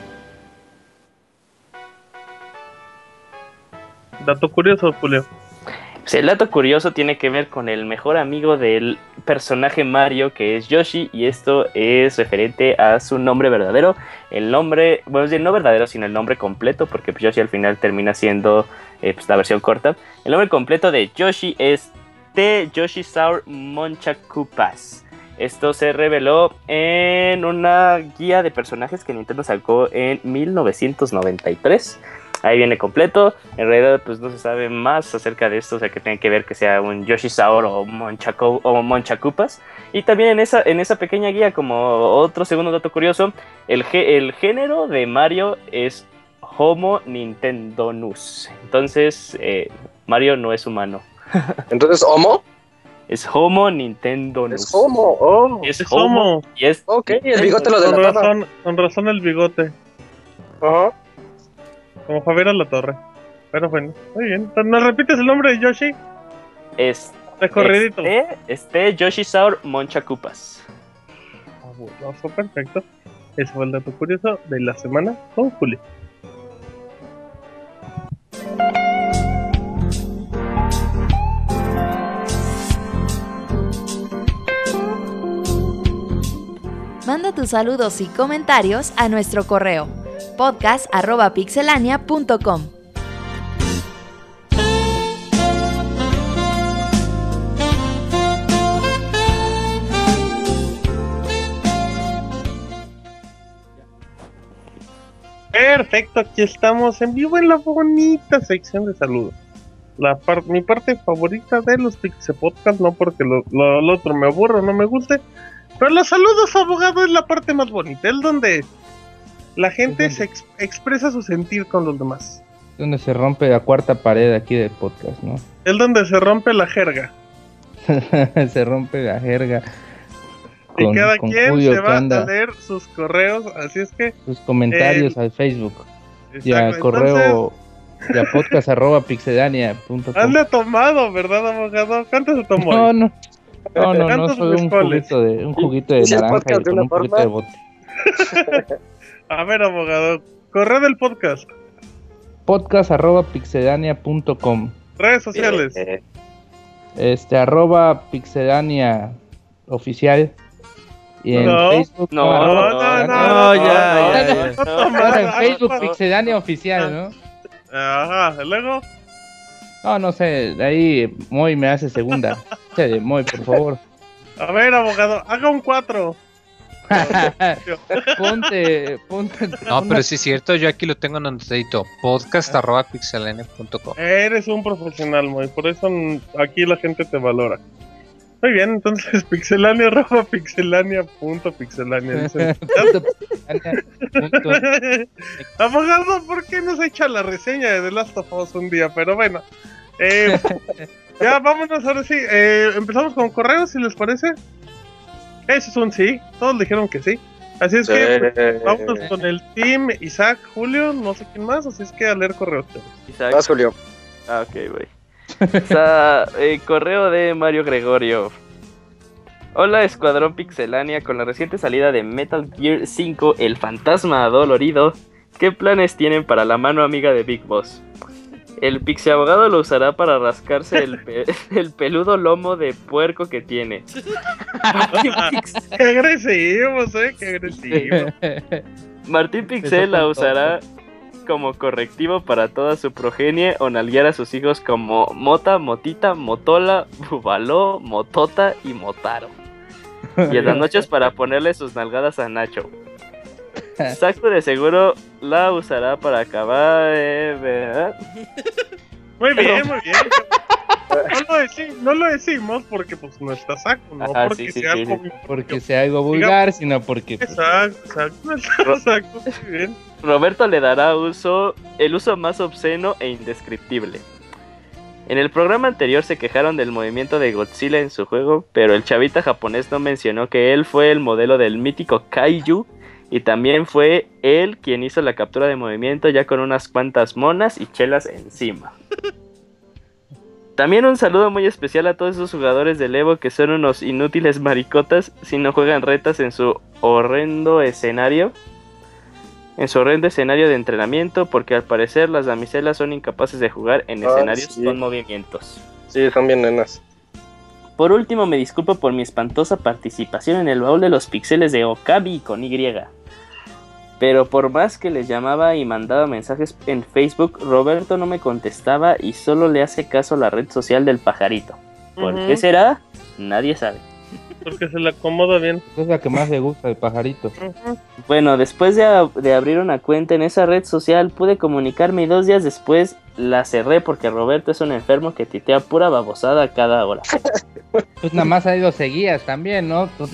Dato curioso, Julio. Pues el dato curioso tiene que ver con el mejor amigo del personaje Mario, que es Yoshi, y esto es referente a su nombre verdadero. El nombre, bueno, no verdadero, sino el nombre completo, porque pues Yoshi al final termina siendo eh, pues, la versión corta. El nombre completo de Yoshi es T. Yoshisaur Monchakupas. Esto se reveló en una guía de personajes que Nintendo sacó en mil novecientos noventa y tres. Ahí viene completo. En realidad pues no se sabe más acerca de esto, o sea que tiene que ver que sea un Yoshisaur o, Monchaco, o Monchakupas. Y también en esa, en esa pequeña guía, como otro segundo dato curioso, el, el género de Mario es Homo Nintendonus. Entonces eh, Mario no es humano. Entonces, ¿Homo? Es Homo Nintendo News. Es Homo, oh. Es Es Homo. Homo. Y es Ok, el bigote lo Con delataba. razón, con razón el bigote. Ajá. Como Javier Alatorre. Pero bueno, muy bien. ¿Nos repites el nombre de Yoshi? Es De corridito. Este, este Yoshisaur Monchacupas. Fabuloso, perfecto. Ese fue el dato curioso de la semana con Julio. Manda tus saludos y comentarios a nuestro correo podcast arroba pixelania punto com. Perfecto, aquí estamos en vivo en la bonita sección de saludos. La par- mi parte favorita de los Pixel Podcast, no porque lo, lo, lo otro me aburra o no me guste, pero los saludos, abogado, es la parte más bonita, es donde la gente se ex- expresa su sentir con los demás. Donde se rompe la cuarta pared aquí del podcast, ¿no? Es donde se rompe la jerga. Se rompe la jerga. Y con- cada con quien Julio, se que va anda, a leer sus correos, así es que... sus comentarios eh, al Facebook y al exacto, correo y a podcast arroba pixelania punto com. Hazle tomado, ¿verdad, abogado? ¿Cuánto se tomó? No, hoy? no, no, no, no, ¿Cuántos solo un mezcoles? juguito de, un juguito de ¿Dice el naranja podcast y de con una un poquito forma? de bote. A ver, abogado, correo del podcast, Podcast arroba pixelania punto com. redes sociales. Eh, Este, arroba pixelania oficial. Y en No. Facebook. No, arroba no, pixelania. no, No, ya, ya, ya. no, no, no, Ahora en no, Facebook no, no. pixelania oficial, ¿no? Ajá, y luego, No, no sé, de ahí Moy me hace segunda. Che, de Moy, por favor. a ver, abogado, haga un cuatro. ponte, ponte. No, una- pero sí es cierto, yo aquí lo tengo anotadito. Podcast arroba pixelania punto com. Eres un profesional, muy, por eso mm, aquí la gente te valora. Muy bien, entonces pixelania, arroba pixelania, punto pixelania. dicen. punto pixelania punto- Abogado, ¿por qué no se echa la reseña de The Last of Us un día? Pero bueno, eh, ya vámonos ahora sí. Eh, empezamos con correos, si les parece. Eso es un sí, todos dijeron que sí. Así es que eh, vámonos con el team Isaac, Julio, no sé quién más, así es que a leer correos. Isaac. Vas, Julio. Ah, ok, voy. O sea, eh, correo de Mario Gregorio. Hola, Escuadrón Pixelania. Con la reciente salida de Metal Gear cinco, el fantasma adolorido, ¿qué planes tienen para la mano amiga de Big Boss? El Pixeabogado lo usará para rascarse el, pe- el peludo lomo de puerco que tiene. Martín, Pix- Qué agresivos, eh, qué agresivos. Martín Pixel la usará como correctivo para toda su progenie o nalguear a sus hijos como Mota, Motita, Motola, Bubaló, Motota y Motaro. Y en las noches para ponerle sus nalgadas a Nacho. Saco de seguro la usará para acabar... eh, ¿verdad? Muy bien, muy bien. No lo, deci- no lo decimos porque pues no está saco, no Ajá, porque sí, sí, sea sí, algo... sí. Porque sea algo vulgar, sino porque. pues, Exacto, exacto, no está saco, muy bien. Roberto le dará uso el uso más obsceno e indescriptible. En el programa anterior se quejaron del movimiento de Godzilla en su juego, pero el chavita japonés no mencionó que él fue el modelo del mítico Kaiju y también fue él quien hizo la captura de movimiento ya con unas cuantas monas y chelas encima. También un saludo muy especial a todos esos jugadores del Evo que son unos inútiles maricotas si no juegan retas en su horrendo escenario. En su horrendo escenario de entrenamiento, porque al parecer las damiselas son incapaces de jugar en Ah, escenarios sí. con movimientos. Sí, son bien nenas. Por último, me disculpo por mi espantosa participación en el baúl de los pixeles de Okabi con Y. Pero por más que les llamaba y mandaba mensajes en Facebook, Roberto no me contestaba y solo le hace caso a la red social del pajarito. ¿Por Ujú. qué será? Nadie sabe. Porque se le acomoda bien. Es la que más le gusta, el pajarito. Ujú. Bueno, después de, ab- de abrir una cuenta en esa red social, pude comunicarme y dos días después la cerré porque Roberto es un enfermo que titea pura babosada a cada hora. Pues nada más ahí lo seguías también, ¿no? Tú-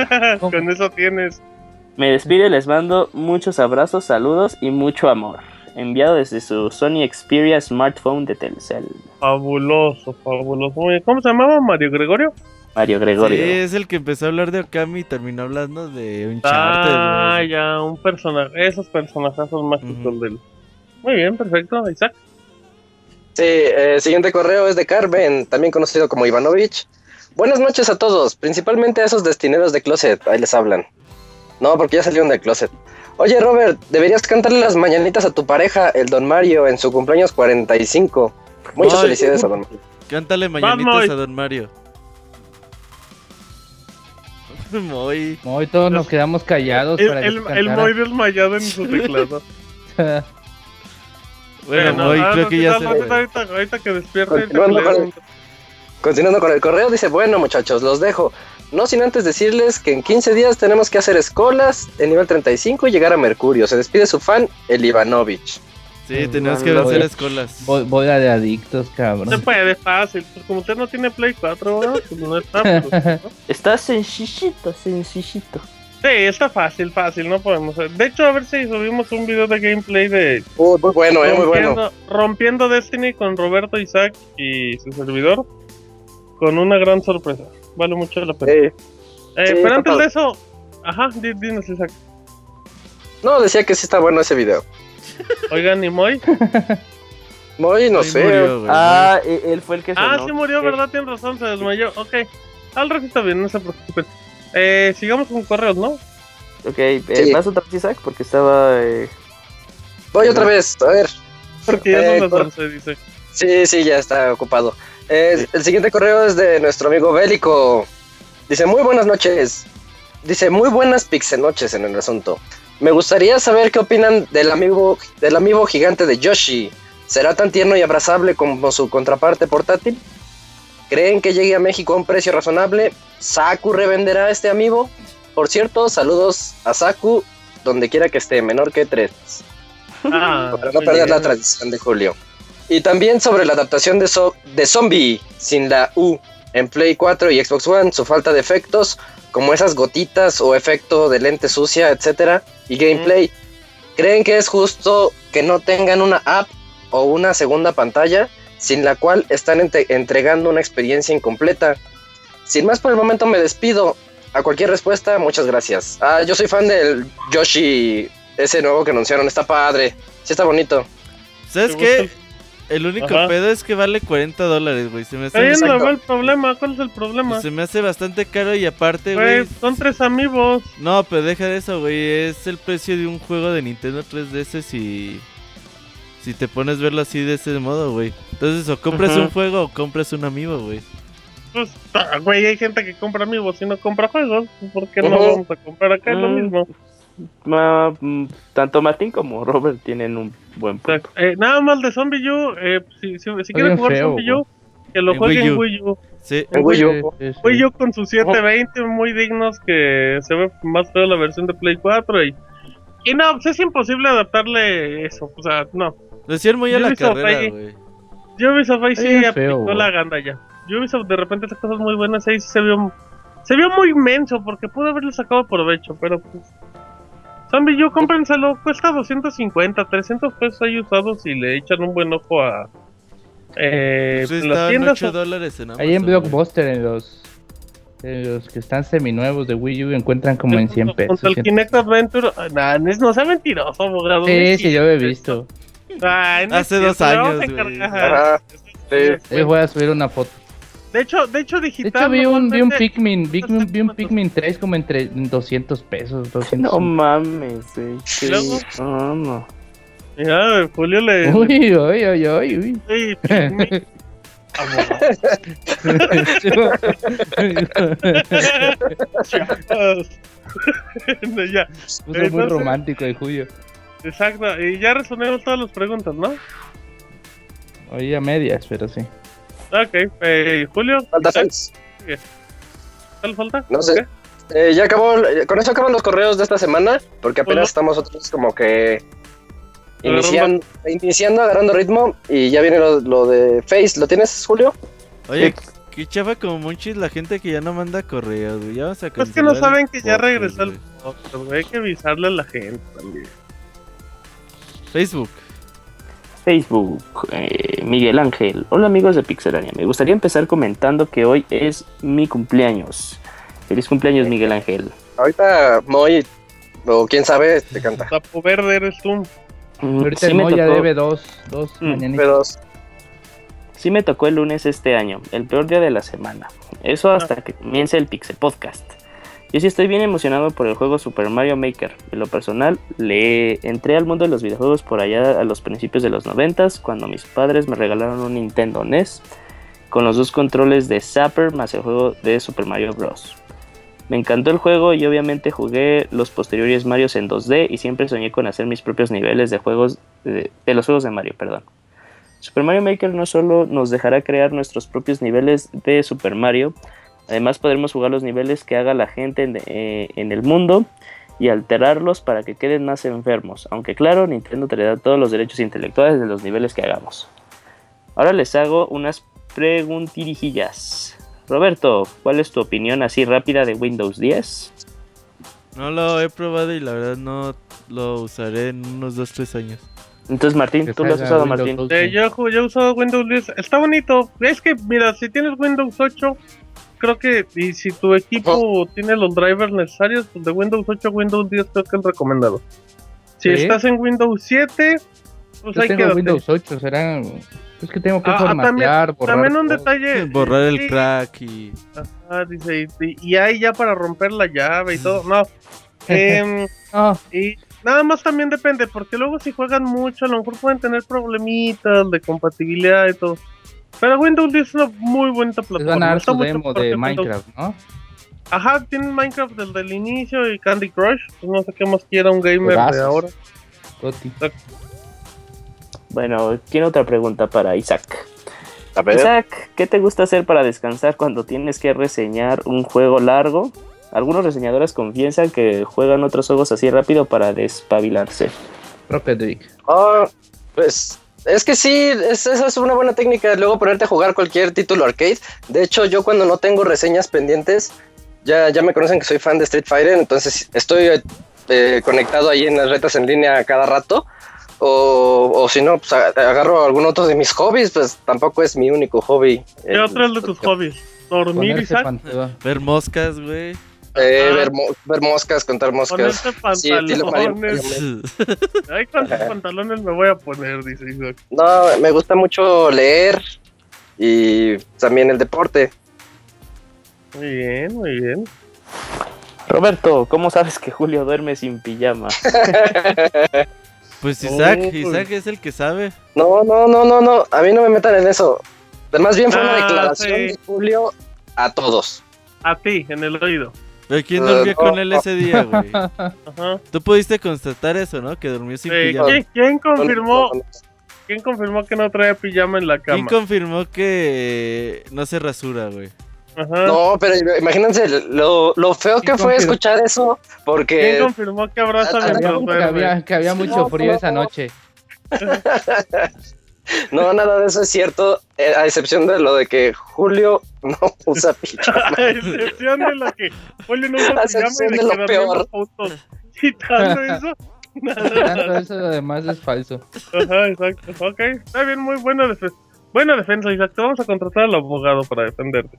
Con eso tienes. Me despido y les mando muchos abrazos, saludos y mucho amor. enviado desde su Sony Xperia smartphone de Telcel. Fabuloso, fabuloso. Muy bien. ¿Cómo se llamaba? ¿Mario Gregorio? Mario Gregorio. Sí, es el que empezó a hablar de Okami y terminó hablando de Uncharted. Ah, güey. ya, un personaje, esos personajazos mágicos Ujú. del... Muy bien, perfecto, Isaac. Sí, el siguiente correo es de Carmen, también conocido como Ivanovich. Buenas noches a todos, principalmente a esos destineros de closet, ahí les hablan. No, porque ya salieron del closet. Oye, Robert, deberías cantarle las mañanitas a tu pareja, el Don Mario, en su cumpleaños cuarenta y cinco. Muchas Ay. felicidades a Don Mario. Cántale mañanitas Moy. a Don Mario. Moy. Hoy todos nos quedamos callados El, para que el, se el cantara. Moy desmayado en su teclado. Bueno, Bueno, Moy, ah, creo no, que sí, ya no, se... no, ahorita, ahorita que despierte. ahorita que Continuando le con den- el- Continuando con el correo, dice, bueno muchachos, los dejo. No sin antes decirles que en quince días tenemos que hacer escolas en nivel treinta y cinco y llegar a Mercurio. Se despide su fan, el Ivanovich. Sí, tenemos que No, no, vencer no. escolas. Bo- Bola de adictos, Se cabrón. puede, fácil. Pues como usted no tiene Play cuatro, ¿no? Pues no está. Pues, ¿no? Está sencillito, sencillito. Sí, está fácil, fácil, no podemos. De hecho, a ver si subimos un video de gameplay de Uh, muy bueno, eh, muy bueno. rompiendo, rompiendo Destiny con Roberto, Isaac y su servidor. Con una gran sorpresa. Vale mucho la pena. Sí. Eh, sí, pero antes total. de eso, ajá, di- dinos, Isaac. No, decía que sí está bueno ese video. Oigan, ¿y Moy? Muy, no Moy sé. murió, güey. Ah, e- él fue el que Ah, sonó. sí murió, ¿Qué? ¿verdad? Tienes razón, se desmayó. Ok, al ratito bien, no se preocupen. Eh, sigamos con correos, ¿no? Ok, eh, Sí. ¿vas otra vez, Isaac? Porque estaba... Eh... Voy otra vez, a ver. Porque ya Eh, son las cor- once, dice. Sí, sí, ya está ocupado. Eh, el siguiente correo es de nuestro amigo Bélico. Dice, muy buenas noches. Dice, muy buenas pixenoches en el asunto. Me gustaría saber qué opinan del amigo, del amiibo gigante de Yoshi. ¿Será tan tierno y abrazable como su contraparte portátil? ¿Creen que llegue a México a un precio razonable? ¿Saku revenderá este amiibo? Por cierto, saludos a Saku, donde quiera que esté, menor que tres. Ah, Para no muy perder la bien. tradición de Julio. Y también sobre la adaptación de, so- de Zombie sin la U en Play cuatro y Xbox One, su falta de efectos, como esas gotitas o efecto de lente sucia, etcétera, y gameplay. ¿Creen que es justo que no tengan una app o una segunda pantalla sin la cual están ente- entregando una experiencia incompleta? Sin más por el momento me despido. A cualquier respuesta, muchas gracias. Ah, yo soy fan del Yoshi, ese nuevo que anunciaron, está padre, sí está bonito. ¿Sabes ¿Te qué? gusta El único Ajá. pedo es que vale cuarenta dólares, güey. Se me hace, Ahí no Exacto. va el problema, ¿cuál es el problema? se me hace bastante caro y aparte, Güey, güey... son tres amigos. No, pero deja de eso, güey. Es el precio de un juego de Nintendo tres D S si... Si te pones a verlo así de ese modo, güey. Entonces, o compras Ujú. un juego o compras un amiibo, güey. Pues, ah, güey, hay gente que compra amigos y no compra juegos. ¿Por qué no Ujú. vamos a comprar acá? Es lo Mm. mismo. Ma- mm, tanto Martín como Robert tienen un buen O sea, punto. eh, nada más de Zombie U, eh, si, si, si quieren Oye, jugar feo, Zombie U, que lo En jueguen Wii en U. Wii U. Sí. En Wii U. Sí, sí. Wii U con sus setecientos veinte muy dignos, que se ve más feo la versión de Play cuatro y... Y no, pues es imposible adaptarle eso, o sea, no. Lo hicieron muy a la Ubisoft carrera, ahí. güey. Ubisoft ahí sí Oye, feo, aplicó güey. la ganda ya. Ubisoft de repente hace cosas muy buenas, ahí sí se vio... Se vio muy menso, porque pudo haberle sacado provecho, pero pues... Zombie U, cómprenselo, cuesta doscientos cincuenta, trescientos pesos ahí usados y le echan un buen ojo a... Eh, Pues en las estaban tiendas... ocho dólares en Amazon. Ahí en güey. Blockbuster, en los, en los que están seminuevos de Wii U, encuentran como en cien pesos. Contra el Kinect Adventure... Ah, nah, no, es- no sea mentiroso, abogado. no Sí, es sí, yo lo he cierto. visto. Ay, no es Hace dos cierto, le vamos años, a güey. encargar. Ajá. Sí. Les voy a subir una foto. De hecho, de hecho De digital... hecho, vi un, vi un normalmente- Pikmin, vi un, vi un Pikmin tres como entre doscientos pesos. doscientos. No mames, güey. ¿Y luego? No, no. Mira, Julio le... Uy, uy, uy, uy, uy. Uy, Pikmin. Abogado. Chavos. No, ya, Puso muy Entonces- romántico de Julio. exacto. Y ya respondimos todas las preguntas, ¿no? Oí a medias, pero sí. Ok, eh, Julio, Falta ¿qué Fels. tal falta? No sé. Ok. Eh, ya acabó, eh, con eso acaban los correos de esta semana, porque apenas Hola. estamos otros como que Agarrando- iniciando, iniciando, agarrando ritmo, y ya viene lo, lo de Face. ¿Lo tienes, Julio? Oye, qué chafa como Monchis la gente que ya no manda correos, güey. Ya vamos a Pues que no cancelar saben el que ya podcast, regresó el güey. podcast, güey. Hay que avisarle a la gente también. Facebook. Facebook, eh, Miguel Ángel. Hola amigos de Pixelania, me gustaría empezar comentando que hoy es mi cumpleaños. Feliz cumpleaños, Miguel Ángel. Ahorita Moy, o quién sabe, te canta. Sapo verde eres tú. Mm, Ahorita sí el me Moy ya tocó- debe dos, dos Mm, mañanitas. Dos. Sí me tocó el lunes este año, el peor día de la semana. Eso hasta que comience el Pixel Podcast. Yo sí estoy bien emocionado por el juego Super Mario Maker. En lo personal, le entré al mundo de los videojuegos por allá a los principios de los noventas, cuando mis padres me regalaron un Nintendo N E S con los dos controles de Zapper más el juego de Super Mario Bros. Me encantó el juego y obviamente jugué los posteriores Marios en dos D y siempre soñé con hacer mis propios niveles de juegos de, de los juegos de Mario, perdón. Super Mario Maker no solo nos dejará crear nuestros propios niveles de Super Mario, además podremos jugar los niveles que haga la gente en, eh, en el mundo y alterarlos para que queden más enfermos, aunque claro, Nintendo te le da todos los derechos intelectuales de los niveles que hagamos. Ahora les hago unas preguntirijillas. Roberto, ¿cuál es tu opinión así rápida de Windows diez? No lo he probado y la verdad no lo usaré en unos dos tres años. Entonces Martín, Que ¿tú lo has salga usado, Windows Martín? doce. Eh, yo, ju- yo he usado Windows diez, está bonito. Es que, mira, si tienes Windows ocho, creo que, y si tu equipo tiene los drivers necesarios, pues de Windows ocho a Windows diez creo que es recomendado. Si ¿Sí? estás en Windows siete, pues Yo ahí tengo quédate. Windows ocho, será... Es que tengo que Ah, ah, formatear, borrar También un todo. detalle. Borrar el sí, crack y... ajá, dice, y, y ahí ya para romper la llave y todo. No. Em, Ah, y nada más también depende, porque luego si juegan mucho, a lo mejor pueden tener problemitas de compatibilidad y todo. Pero Windows diez es una muy buena les plataforma. van a dar está su mucho demo mejor de que Windows. Minecraft, ¿no? Ajá, tienen Minecraft desde el inicio y Candy Crush. Pues no sé qué más quiera un gamer de Juegazos. ahora. Toti. Bueno, tiene otra pregunta para Isaac. A ver. Isaac, ¿qué te gusta hacer para descansar cuando tienes que reseñar un juego largo? Algunos reseñadores confiesan que juegan otros juegos así rápido para despabilarse. Rocket League. Ah, pues es que sí, es, esa es una buena técnica. Luego ponerte a jugar cualquier título arcade. De hecho, yo cuando no tengo reseñas pendientes, ya, ya me conocen que soy fan de Street Fighter, entonces estoy eh, conectado ahí en las retas en línea cada rato. O, o si no, pues a- agarro algún otro de mis hobbies, pues tampoco es mi único hobby. ¿Qué Eh, otro es de tus hobbies? ¿Dormir, Ponerse Isaac? pantalón. Ver moscas, güey. eh, Ah. ver, mo- ver moscas, contar moscas. Ponerte Sí, estilo Mario- pantalones. Ay, ¿cuántos pantalones me voy a poner? Dice Isaac. No, me gusta mucho leer y también el deporte. Muy bien, muy bien. Roberto, ¿cómo sabes que Julio duerme sin pijama? Pues Isaac, Oh, Isaac es el que sabe. No, no, no, no, no, a mí no me metan en eso. Más bien fue una Ah, declaración sí. de Julio a todos. A ti, en el oído. Pero ¿quién Eh, durmió no, con él no. ese día, güey? Ajá. Tú pudiste constatar eso, ¿no? Que durmió sin Eh, pijama. ¿quién, quién confirmó? No, no, ¿Quién confirmó que no trae pijama en la ¿Quién cama? confirmó que no se rasura, güey? Ajá. no, pero imagínense lo, lo feo que ¿Quién fue confirmó? escuchar eso, ¿Quién porque confirmó que abraza Ah, mientras Había, que, duerme? había, que había mucho No, frío no, esa no. noche. no, nada de eso es cierto, eh, a excepción de lo de que Julio no usa pijama. A excepción de lo que Julio no usa A pijama y excepción de de que lo dormimos peor. juntos. Quitando eso, nada Tanto más. eso además es falso. Ajá, exacto. Ok, está bien, muy buena defensa. Buena defensa, Isaac. Te vamos a contratar al abogado para defenderte.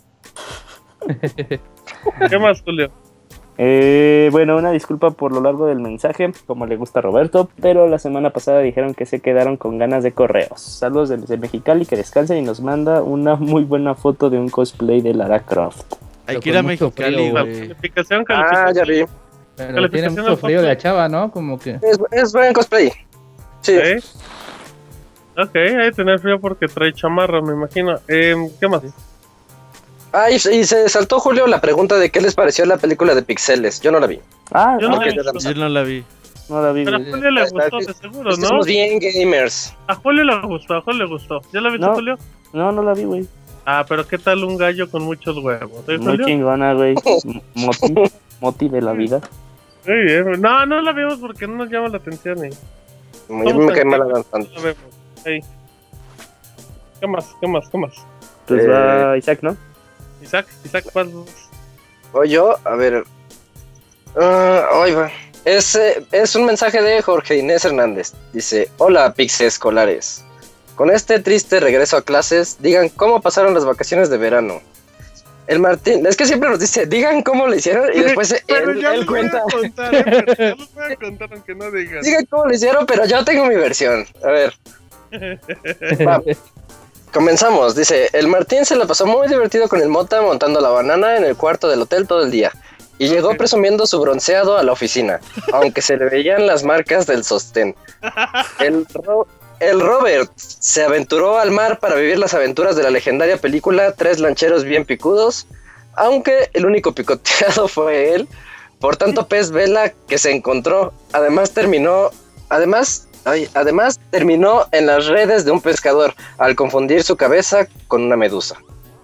¿Qué más, Julio? Eh, bueno, una disculpa por lo largo del mensaje, como le gusta a Roberto, pero la semana pasada dijeron que se quedaron con ganas de correos. Saludos desde Mexicali, que descansen y nos manda una muy buena foto de un cosplay de Lara Croft. Hay Pero que ir a con mucho Mexicali, frío, La güey. calificación, Ah, ya calificación. vi. Pero Calificación tiene al mucho frío cosplay. la chava, ¿no? Como que... Es, es buen cosplay. Sí. ¿Eh? Ok, hay que tener frío porque trae chamarra, me imagino. Eh, ¿Qué más? Ah, y, y se saltó Julio la pregunta de qué les pareció la película de Pixeles. Yo no la vi. Ah, Yo no, no la he Ok, ya visto. Yo no la vi. no la vi. Pero a güey. Julio le Está- gustó, de seguro, ¿no? Estamos bien gamers. A Julio le gustó, a Julio le gustó. ¿Ya la viste, No. Julio? No, no la vi, güey. Ah, pero ¿qué tal un gallo con muchos huevos? ¿Eh, Muy Julio? chingona, güey. M- Moti, moti de la vida. Muy bien. No, no la vimos porque no nos llama la atención y Muy Somos me cae mal antiguos. avanzando. no la vemos. Ey. ¿Qué más? ¿Qué más? ¿Qué más? Pues Eh. va Isaac, ¿no? Isaac, Isaac, ¿cuál? O yo, a ver. Ah, ahí va. Es, eh, es un mensaje de Jorge Inés Hernández. Dice: Hola, Pixie Escolares. Con este triste regreso a clases, digan cómo pasaron las vacaciones de verano. El Martín, es que siempre nos dice, digan cómo lo hicieron y después pero él, ya él les voy cuenta. a contar, eh, pero ya les voy a contar aunque no digan. Digan cómo lo hicieron, pero yo tengo mi versión. A ver. Va. Comenzamos, dice, el Martín se la pasó muy divertido con el Mota montando la banana en el cuarto del hotel todo el día. Y llegó Ok. presumiendo su bronceado a la oficina, aunque se le veían las marcas del sostén. El, Ro- el Robert se aventuró al mar para vivir las aventuras de la legendaria película Tres lancheros bien picudos, aunque el único picoteado fue él, por tanto pez vela que se encontró. Además terminó, además, ay, además terminó en las redes de un pescador al confundir su cabeza con una medusa.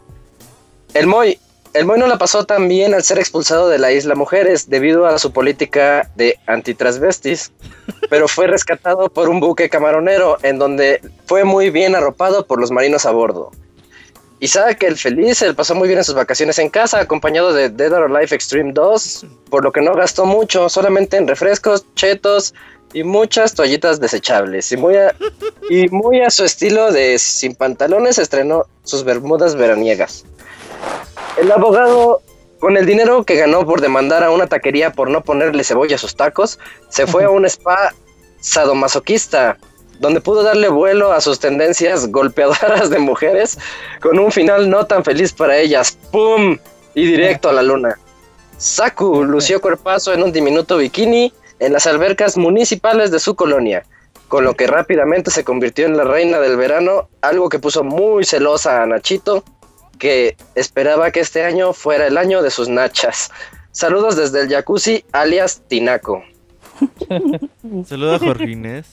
El Moy, el Moy no la pasó tan bien al ser expulsado de la Isla Mujeres debido a su política de antitransvestis, pero fue rescatado por un buque camaronero en donde fue muy bien arropado por los marinos a bordo. Isaac el Feliz se pasó muy bien en sus vacaciones en casa, acompañado de Dead or Alive Extreme dos, por lo que no gastó mucho, solamente en refrescos, chetos y muchas toallitas desechables. Y muy a, y muy a su estilo de sin pantalones estrenó sus bermudas veraniegas. El abogado, con el dinero que ganó por demandar a una taquería por no ponerle cebolla a sus tacos, se fue a un spa sadomasoquista, donde pudo darle vuelo a sus tendencias golpeadoras de mujeres, con un final no tan feliz para ellas. ¡Pum! Y directo a la luna. Saku lució cuerpazo en un diminuto bikini en las albercas municipales de su colonia, con lo que rápidamente se convirtió en la reina del verano, algo que puso muy celosa a Nachito, que esperaba que este año fuera el año de sus nachas. Saludos desde el jacuzzi, alias Tinaco. Saluda a Jorge Inés.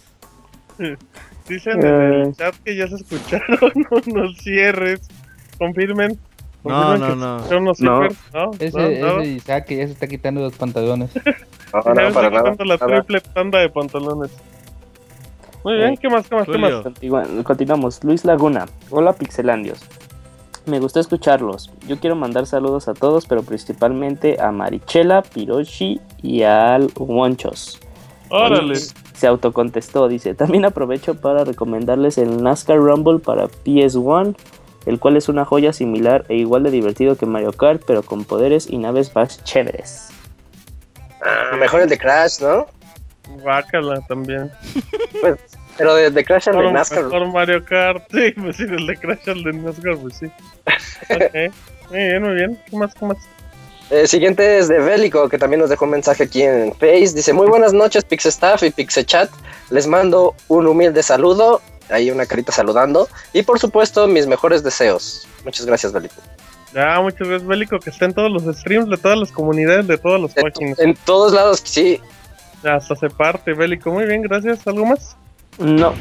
Dicen en el chat que ya se escucharon unos cierres. Confirmen. No, confirmen no, que no. se escucharon unos No. zippers. No, Ese, no, no. ese Isaac que ya se está quitando los pantalones. No, Ya no, está para nada. quitando la nada. triple tanda de pantalones. Muy bien, ¿qué más? ¿Qué más? ¿Qué Julio. más? Continua- Continuamos. Luis Laguna. Hola Pixelandios. Me gustó escucharlos. Yo quiero mandar saludos a todos, pero principalmente a Marichela, Piroshi y al Wonchos. Órale. Se autocontestó, dice. También aprovecho para recomendarles el NASCAR Rumble para P S uno, el cual es una joya similar e igual de divertido que Mario Kart, pero con poderes y naves más chéveres. Ah, mejor el de Crash, ¿no? Guácala también. Pues, pero de, de Crash al de Mejor, NASCAR. mejor Mario Kart. Sí, pues sí, el de Crash al de NASCAR, pues sí. Ok. Muy bien, muy bien. ¿Qué más? ¿Qué más? El siguiente es de Bélico, que también nos dejó un mensaje aquí en Face. Dice, muy buenas noches, Pixestaff y Pixechat. Les mando un humilde saludo. Ahí una carita saludando. Y por supuesto, mis mejores deseos. Muchas gracias, Bélico. Ya, muchas gracias, Bélico, que está en todos los streams de todas las comunidades, de todas las En, páginas. en todos lados, sí. Hasta se parte, Bélico. Muy bien, gracias. ¿Algo más? No.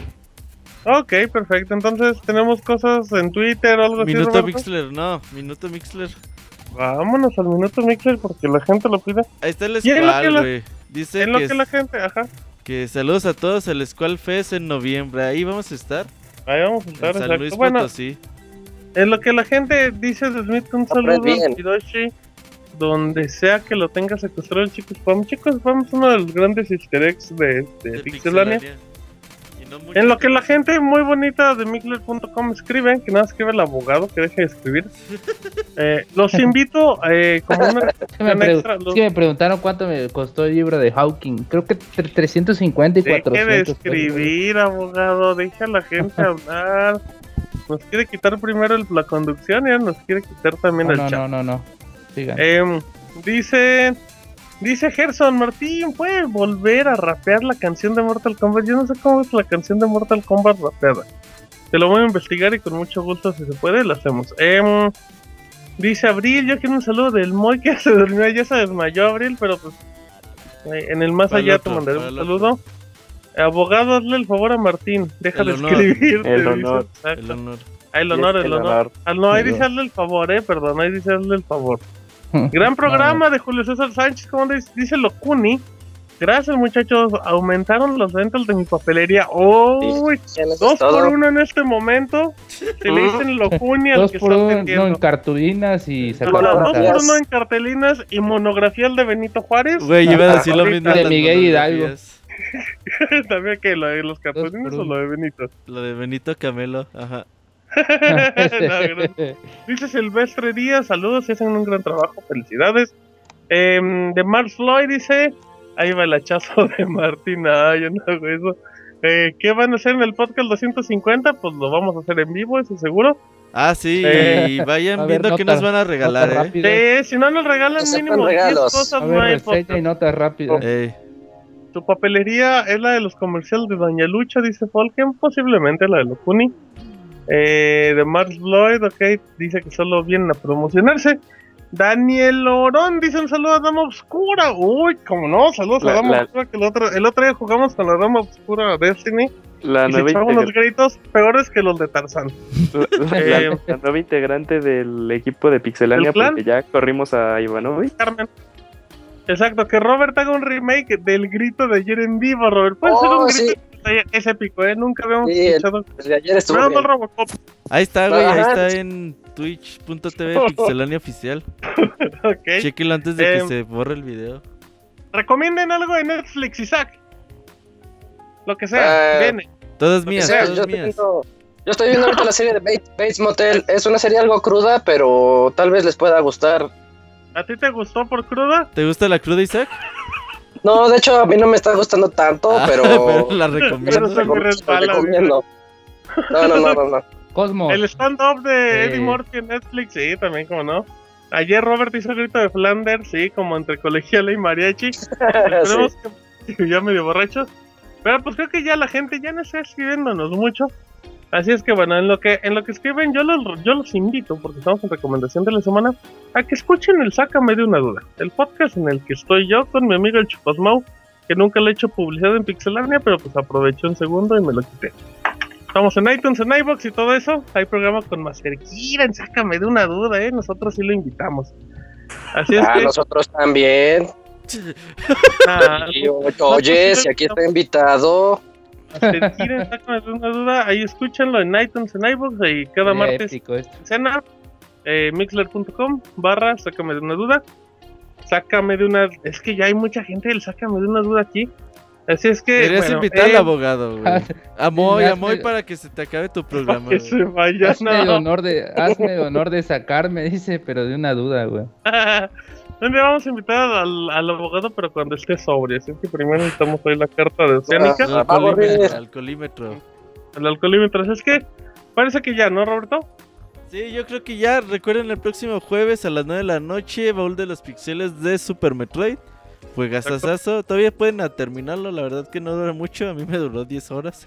Ok, perfecto. Entonces, tenemos cosas en Twitter o algo así, Minuto Roberto? Mixler, no, Minuto Mixler. Vámonos al Minuto Mixer porque la gente lo pide. Ahí está el Y en lo que Squall, la- güey. Dice En lo que, que la gente, ajá. que saludos a todos, el Squall Fest en noviembre. Ahí vamos a estar. Ahí vamos a En estar, San exacto. Luis Bueno, Potosí. en lo que la gente dice, Smith, un Hombre, saludo bien. a Hiroshi, donde sea que lo tenga secuestrado el Chico Spam. Chico Spam es uno de los grandes easter eggs de, de, de Pixelania. Pixelania. Y no mucho En lo que la más. gente muy bonita de Mixler punto com escribe, que nada escribe el abogado, que deje de escribir. Eh, los invito, eh, como una Es que, me sección pregu- extra, es los- que me preguntaron cuánto me costó el libro de Hawking. Creo que tre- trescientos cincuenta y deje de cuatrocientos. escribir, abogado, deja a la gente hablar. Nos quiere quitar primero el- la conducción y ahora nos quiere quitar también No, el no, chat. no, no, no. Sigan. Em, dice, dice Gerson, Martín, ¿puede volver a rapear la canción de Mortal Kombat? Yo no sé cómo es la canción de Mortal Kombat rapeada. Te lo voy a investigar y con mucho gusto, si se puede, lo hacemos. Em, dice Abril, yo quiero un saludo del Moy que se durmió, ya se desmayó Abril, pero pues eh, en el más Para el allá otro, te mandaré para un el saludo. Abogado, hazle el favor a Martín, deja El de honor. escribir. te El dice, honor. exacto. El honor. Ah, el honor, el, El honor. honor. Ah, no, ahí El dice honor. hazle el favor, eh, perdón, ahí dice hazle el favor. Gran programa de Julio César Sánchez, como dice, dice Locuni. Gracias, muchachos, aumentaron los ventas de mi papelería. ¡Uy! Ya eso es Dos todo. por uno en este momento. Se le dicen Locuni al Dos que por está uno en atendiendo. cartulinas y Ajá, dos monografías. por uno en cartelinas y monografías de Benito Juárez. Güey, iba a decir lo Ahorita. mismo. De las Miguel monografías. También que lo de los capulines o lo de Benito. Lo de Benito Camelo, ajá. No, dice Silvestre Díaz, saludos, hacen un gran trabajo, felicidades. Eh, de Mars Floyd dice, ahí va el hachazo de Martín. Ah, yo no hago eso. Eh, ¿Qué van a hacer en el podcast doscientos cincuenta? Pues lo vamos a hacer en vivo, eso seguro. Ah, sí, Eh, y vayan a ver, viendo nota- qué nos van a regalar, nota eh. rápida. Sí, si no nos regalan No sepan mínimo diez regalos. cosas, A no ver, hay reseña podcast. y notas rápidas. Ey. Tu papelería es la de los comerciales de Doña Lucha, dice Falken, posiblemente la de Locuni. Eh, de Mars Lloyd, ok, dice que solo vienen a promocionarse. Daniel Orón dice un saludo a Dama Oscura. Uy, como no, saludos La- a Dama la- Oscura, que el otro, el otro día jugamos con la Dama Oscura Destiny La y se nueva, echaban integra- unos gritos peores que los de Tarzán. la- Eh, la nueva integrante del equipo de Pixelania, ¿Del clan? porque ya corrimos a Ivanovic. Carmen. Exacto, que Robert haga un remake del grito de ayer en vivo, Robert. Puede ser Oh, un grito sí. que es épico, ¿eh? Nunca habíamos Sí, el- escuchado. El de ayer estuvo Ronald bien. Robocop. Ahí está, güey, ahí Ajá. está en twitch punto t v Pixelania Oficial. Ok. Chequenlo antes de que Em, se borre el video. Recomienden algo de Netflix, Isaac. Lo que sea, Eh, viene. Todas O mías, sea, yo, todas estoy mías. viendo, yo estoy viendo ahorita la serie de Bates, Bates Motel. Es una serie algo cruda, pero tal vez les pueda gustar. ¿A ti te gustó por cruda? ¿Te gusta la cruda, Isaac? No, de hecho a mí no me está gustando tanto, Ah, pero... pero la Pero recomiendo. se Lo me resbala, recomiendo. No, no, no, no, no. Cosmos. El stand-up de Eh. Eddie Murphy en Netflix, sí, también, como no. Ayer Robert hizo el grito de Flanders, sí, como entre colegiala y mariachi. Esperemos que ya medio borrachos. Pero pues creo que ya la gente ya no está escribiéndonos mucho. Así es que bueno, en lo que en lo que escriben yo los, yo los invito, porque estamos en recomendación de la semana, a que escuchen el Sácame de una duda. El podcast en el que estoy yo con mi amigo el Chuposmau, que nunca le he hecho publicidad en Pixelania, pero pues aproveché un segundo y me lo quité. Estamos en iTunes, en iVoox y todo eso. Hay programa con Master Kira, Sácame de una duda, eh. Nosotros sí lo invitamos. Así es Ah, que... nosotros también. ah, Y, o- oye, si aquí está invitado. Master Kira, Sácame de una duda. Ahí escúchenlo en iTunes, en iVoox y cada Sería martes épico esto. cena. Eh, mixler punto com barra Sácame de una duda. Sácame de una... Es que ya hay mucha gente del Sácame de una duda aquí. Así es que... Deberías bueno, invitar al eh, abogado, güey. A Moy, a hazme- Moy para que se te acabe tu programa, que güey. se vaya, Hazme el no. honor de, hazme el honor de sacarme, dice, pero de una duda, güey. ¿Dónde vamos a invitar al, al abogado, pero cuando esté sobrio? Así que primero necesitamos hoy la carta de Oceánica, El Ah, vamos, alcoholímetro, Riz. alcoholímetro. el alcoholímetro. Así es que parece que ya, ¿no, Roberto? Sí, yo creo que ya. Recuerden el próximo jueves a las nueve de la noche, Baúl de los Pixeles de Super Metroid. Fue gastazazo. Todavía pueden a terminarlo, la verdad que no dura mucho. A mí me duró diez horas.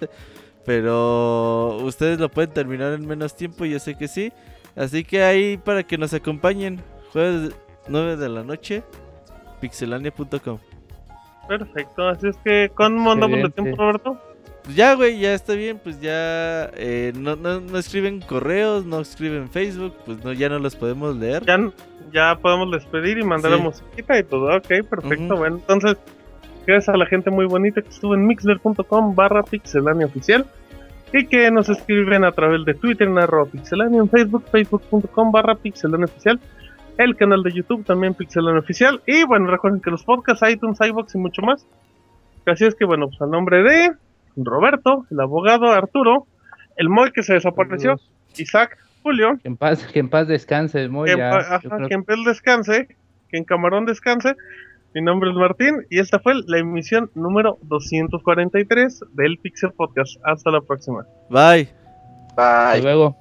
Pero ustedes lo pueden terminar en menos tiempo, yo sé que sí. Así que ahí para que nos acompañen, jueves nueve de la noche, pixelania punto com. Perfecto, así es que ¿cuándo mandamos de Excelente. tiempo, Roberto? Pues ya, güey, ya está bien, pues ya eh, no, no, no escriben correos, no escriben Facebook, pues no, ya no los podemos leer. Ya, ya podemos despedir y mandar la Sí. musiquita y todo. Ok, perfecto. Ujú. Bueno, entonces, gracias a la gente muy bonita que estuvo en mixler punto com barra pixelania oficial y que nos escriben a través de Twitter en arroba pixelania, en Facebook, facebook punto com barra pixelania oficial, el canal de YouTube también pixelania oficial. Y bueno, recuerden que los podcasts, iTunes, iVoox y mucho más. Así es que bueno, pues a nombre de Roberto, el abogado Arturo, el Moy que se desapareció, Isaac, Julio, Que en paz, que en paz descanse, muy que en, ya. pa- yo ajá, creo que en Pel descanse, que en Camarón descanse. Mi nombre es Martín y esta fue la emisión número doscientos cuarenta y tres del Pixel Podcast. Hasta la próxima. Bye. Hasta Bye. luego.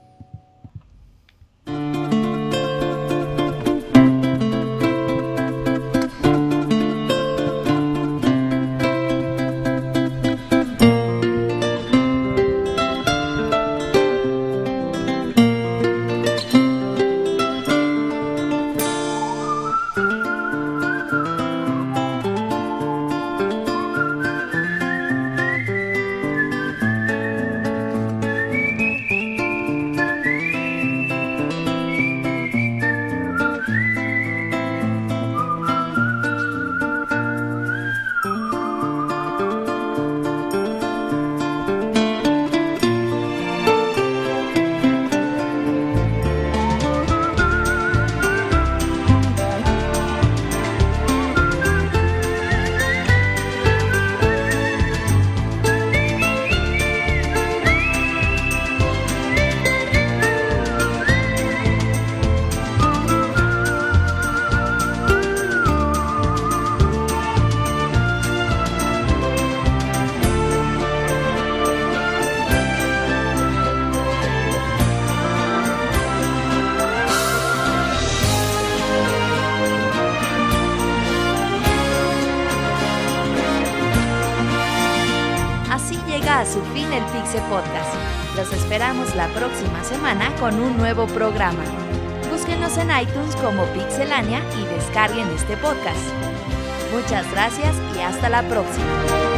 llega a su fin el Pixel Podcast. Los esperamos la próxima semana con un nuevo programa. Búsquenos en iTunes como Pixelania y descarguen este podcast. Muchas gracias y hasta la próxima.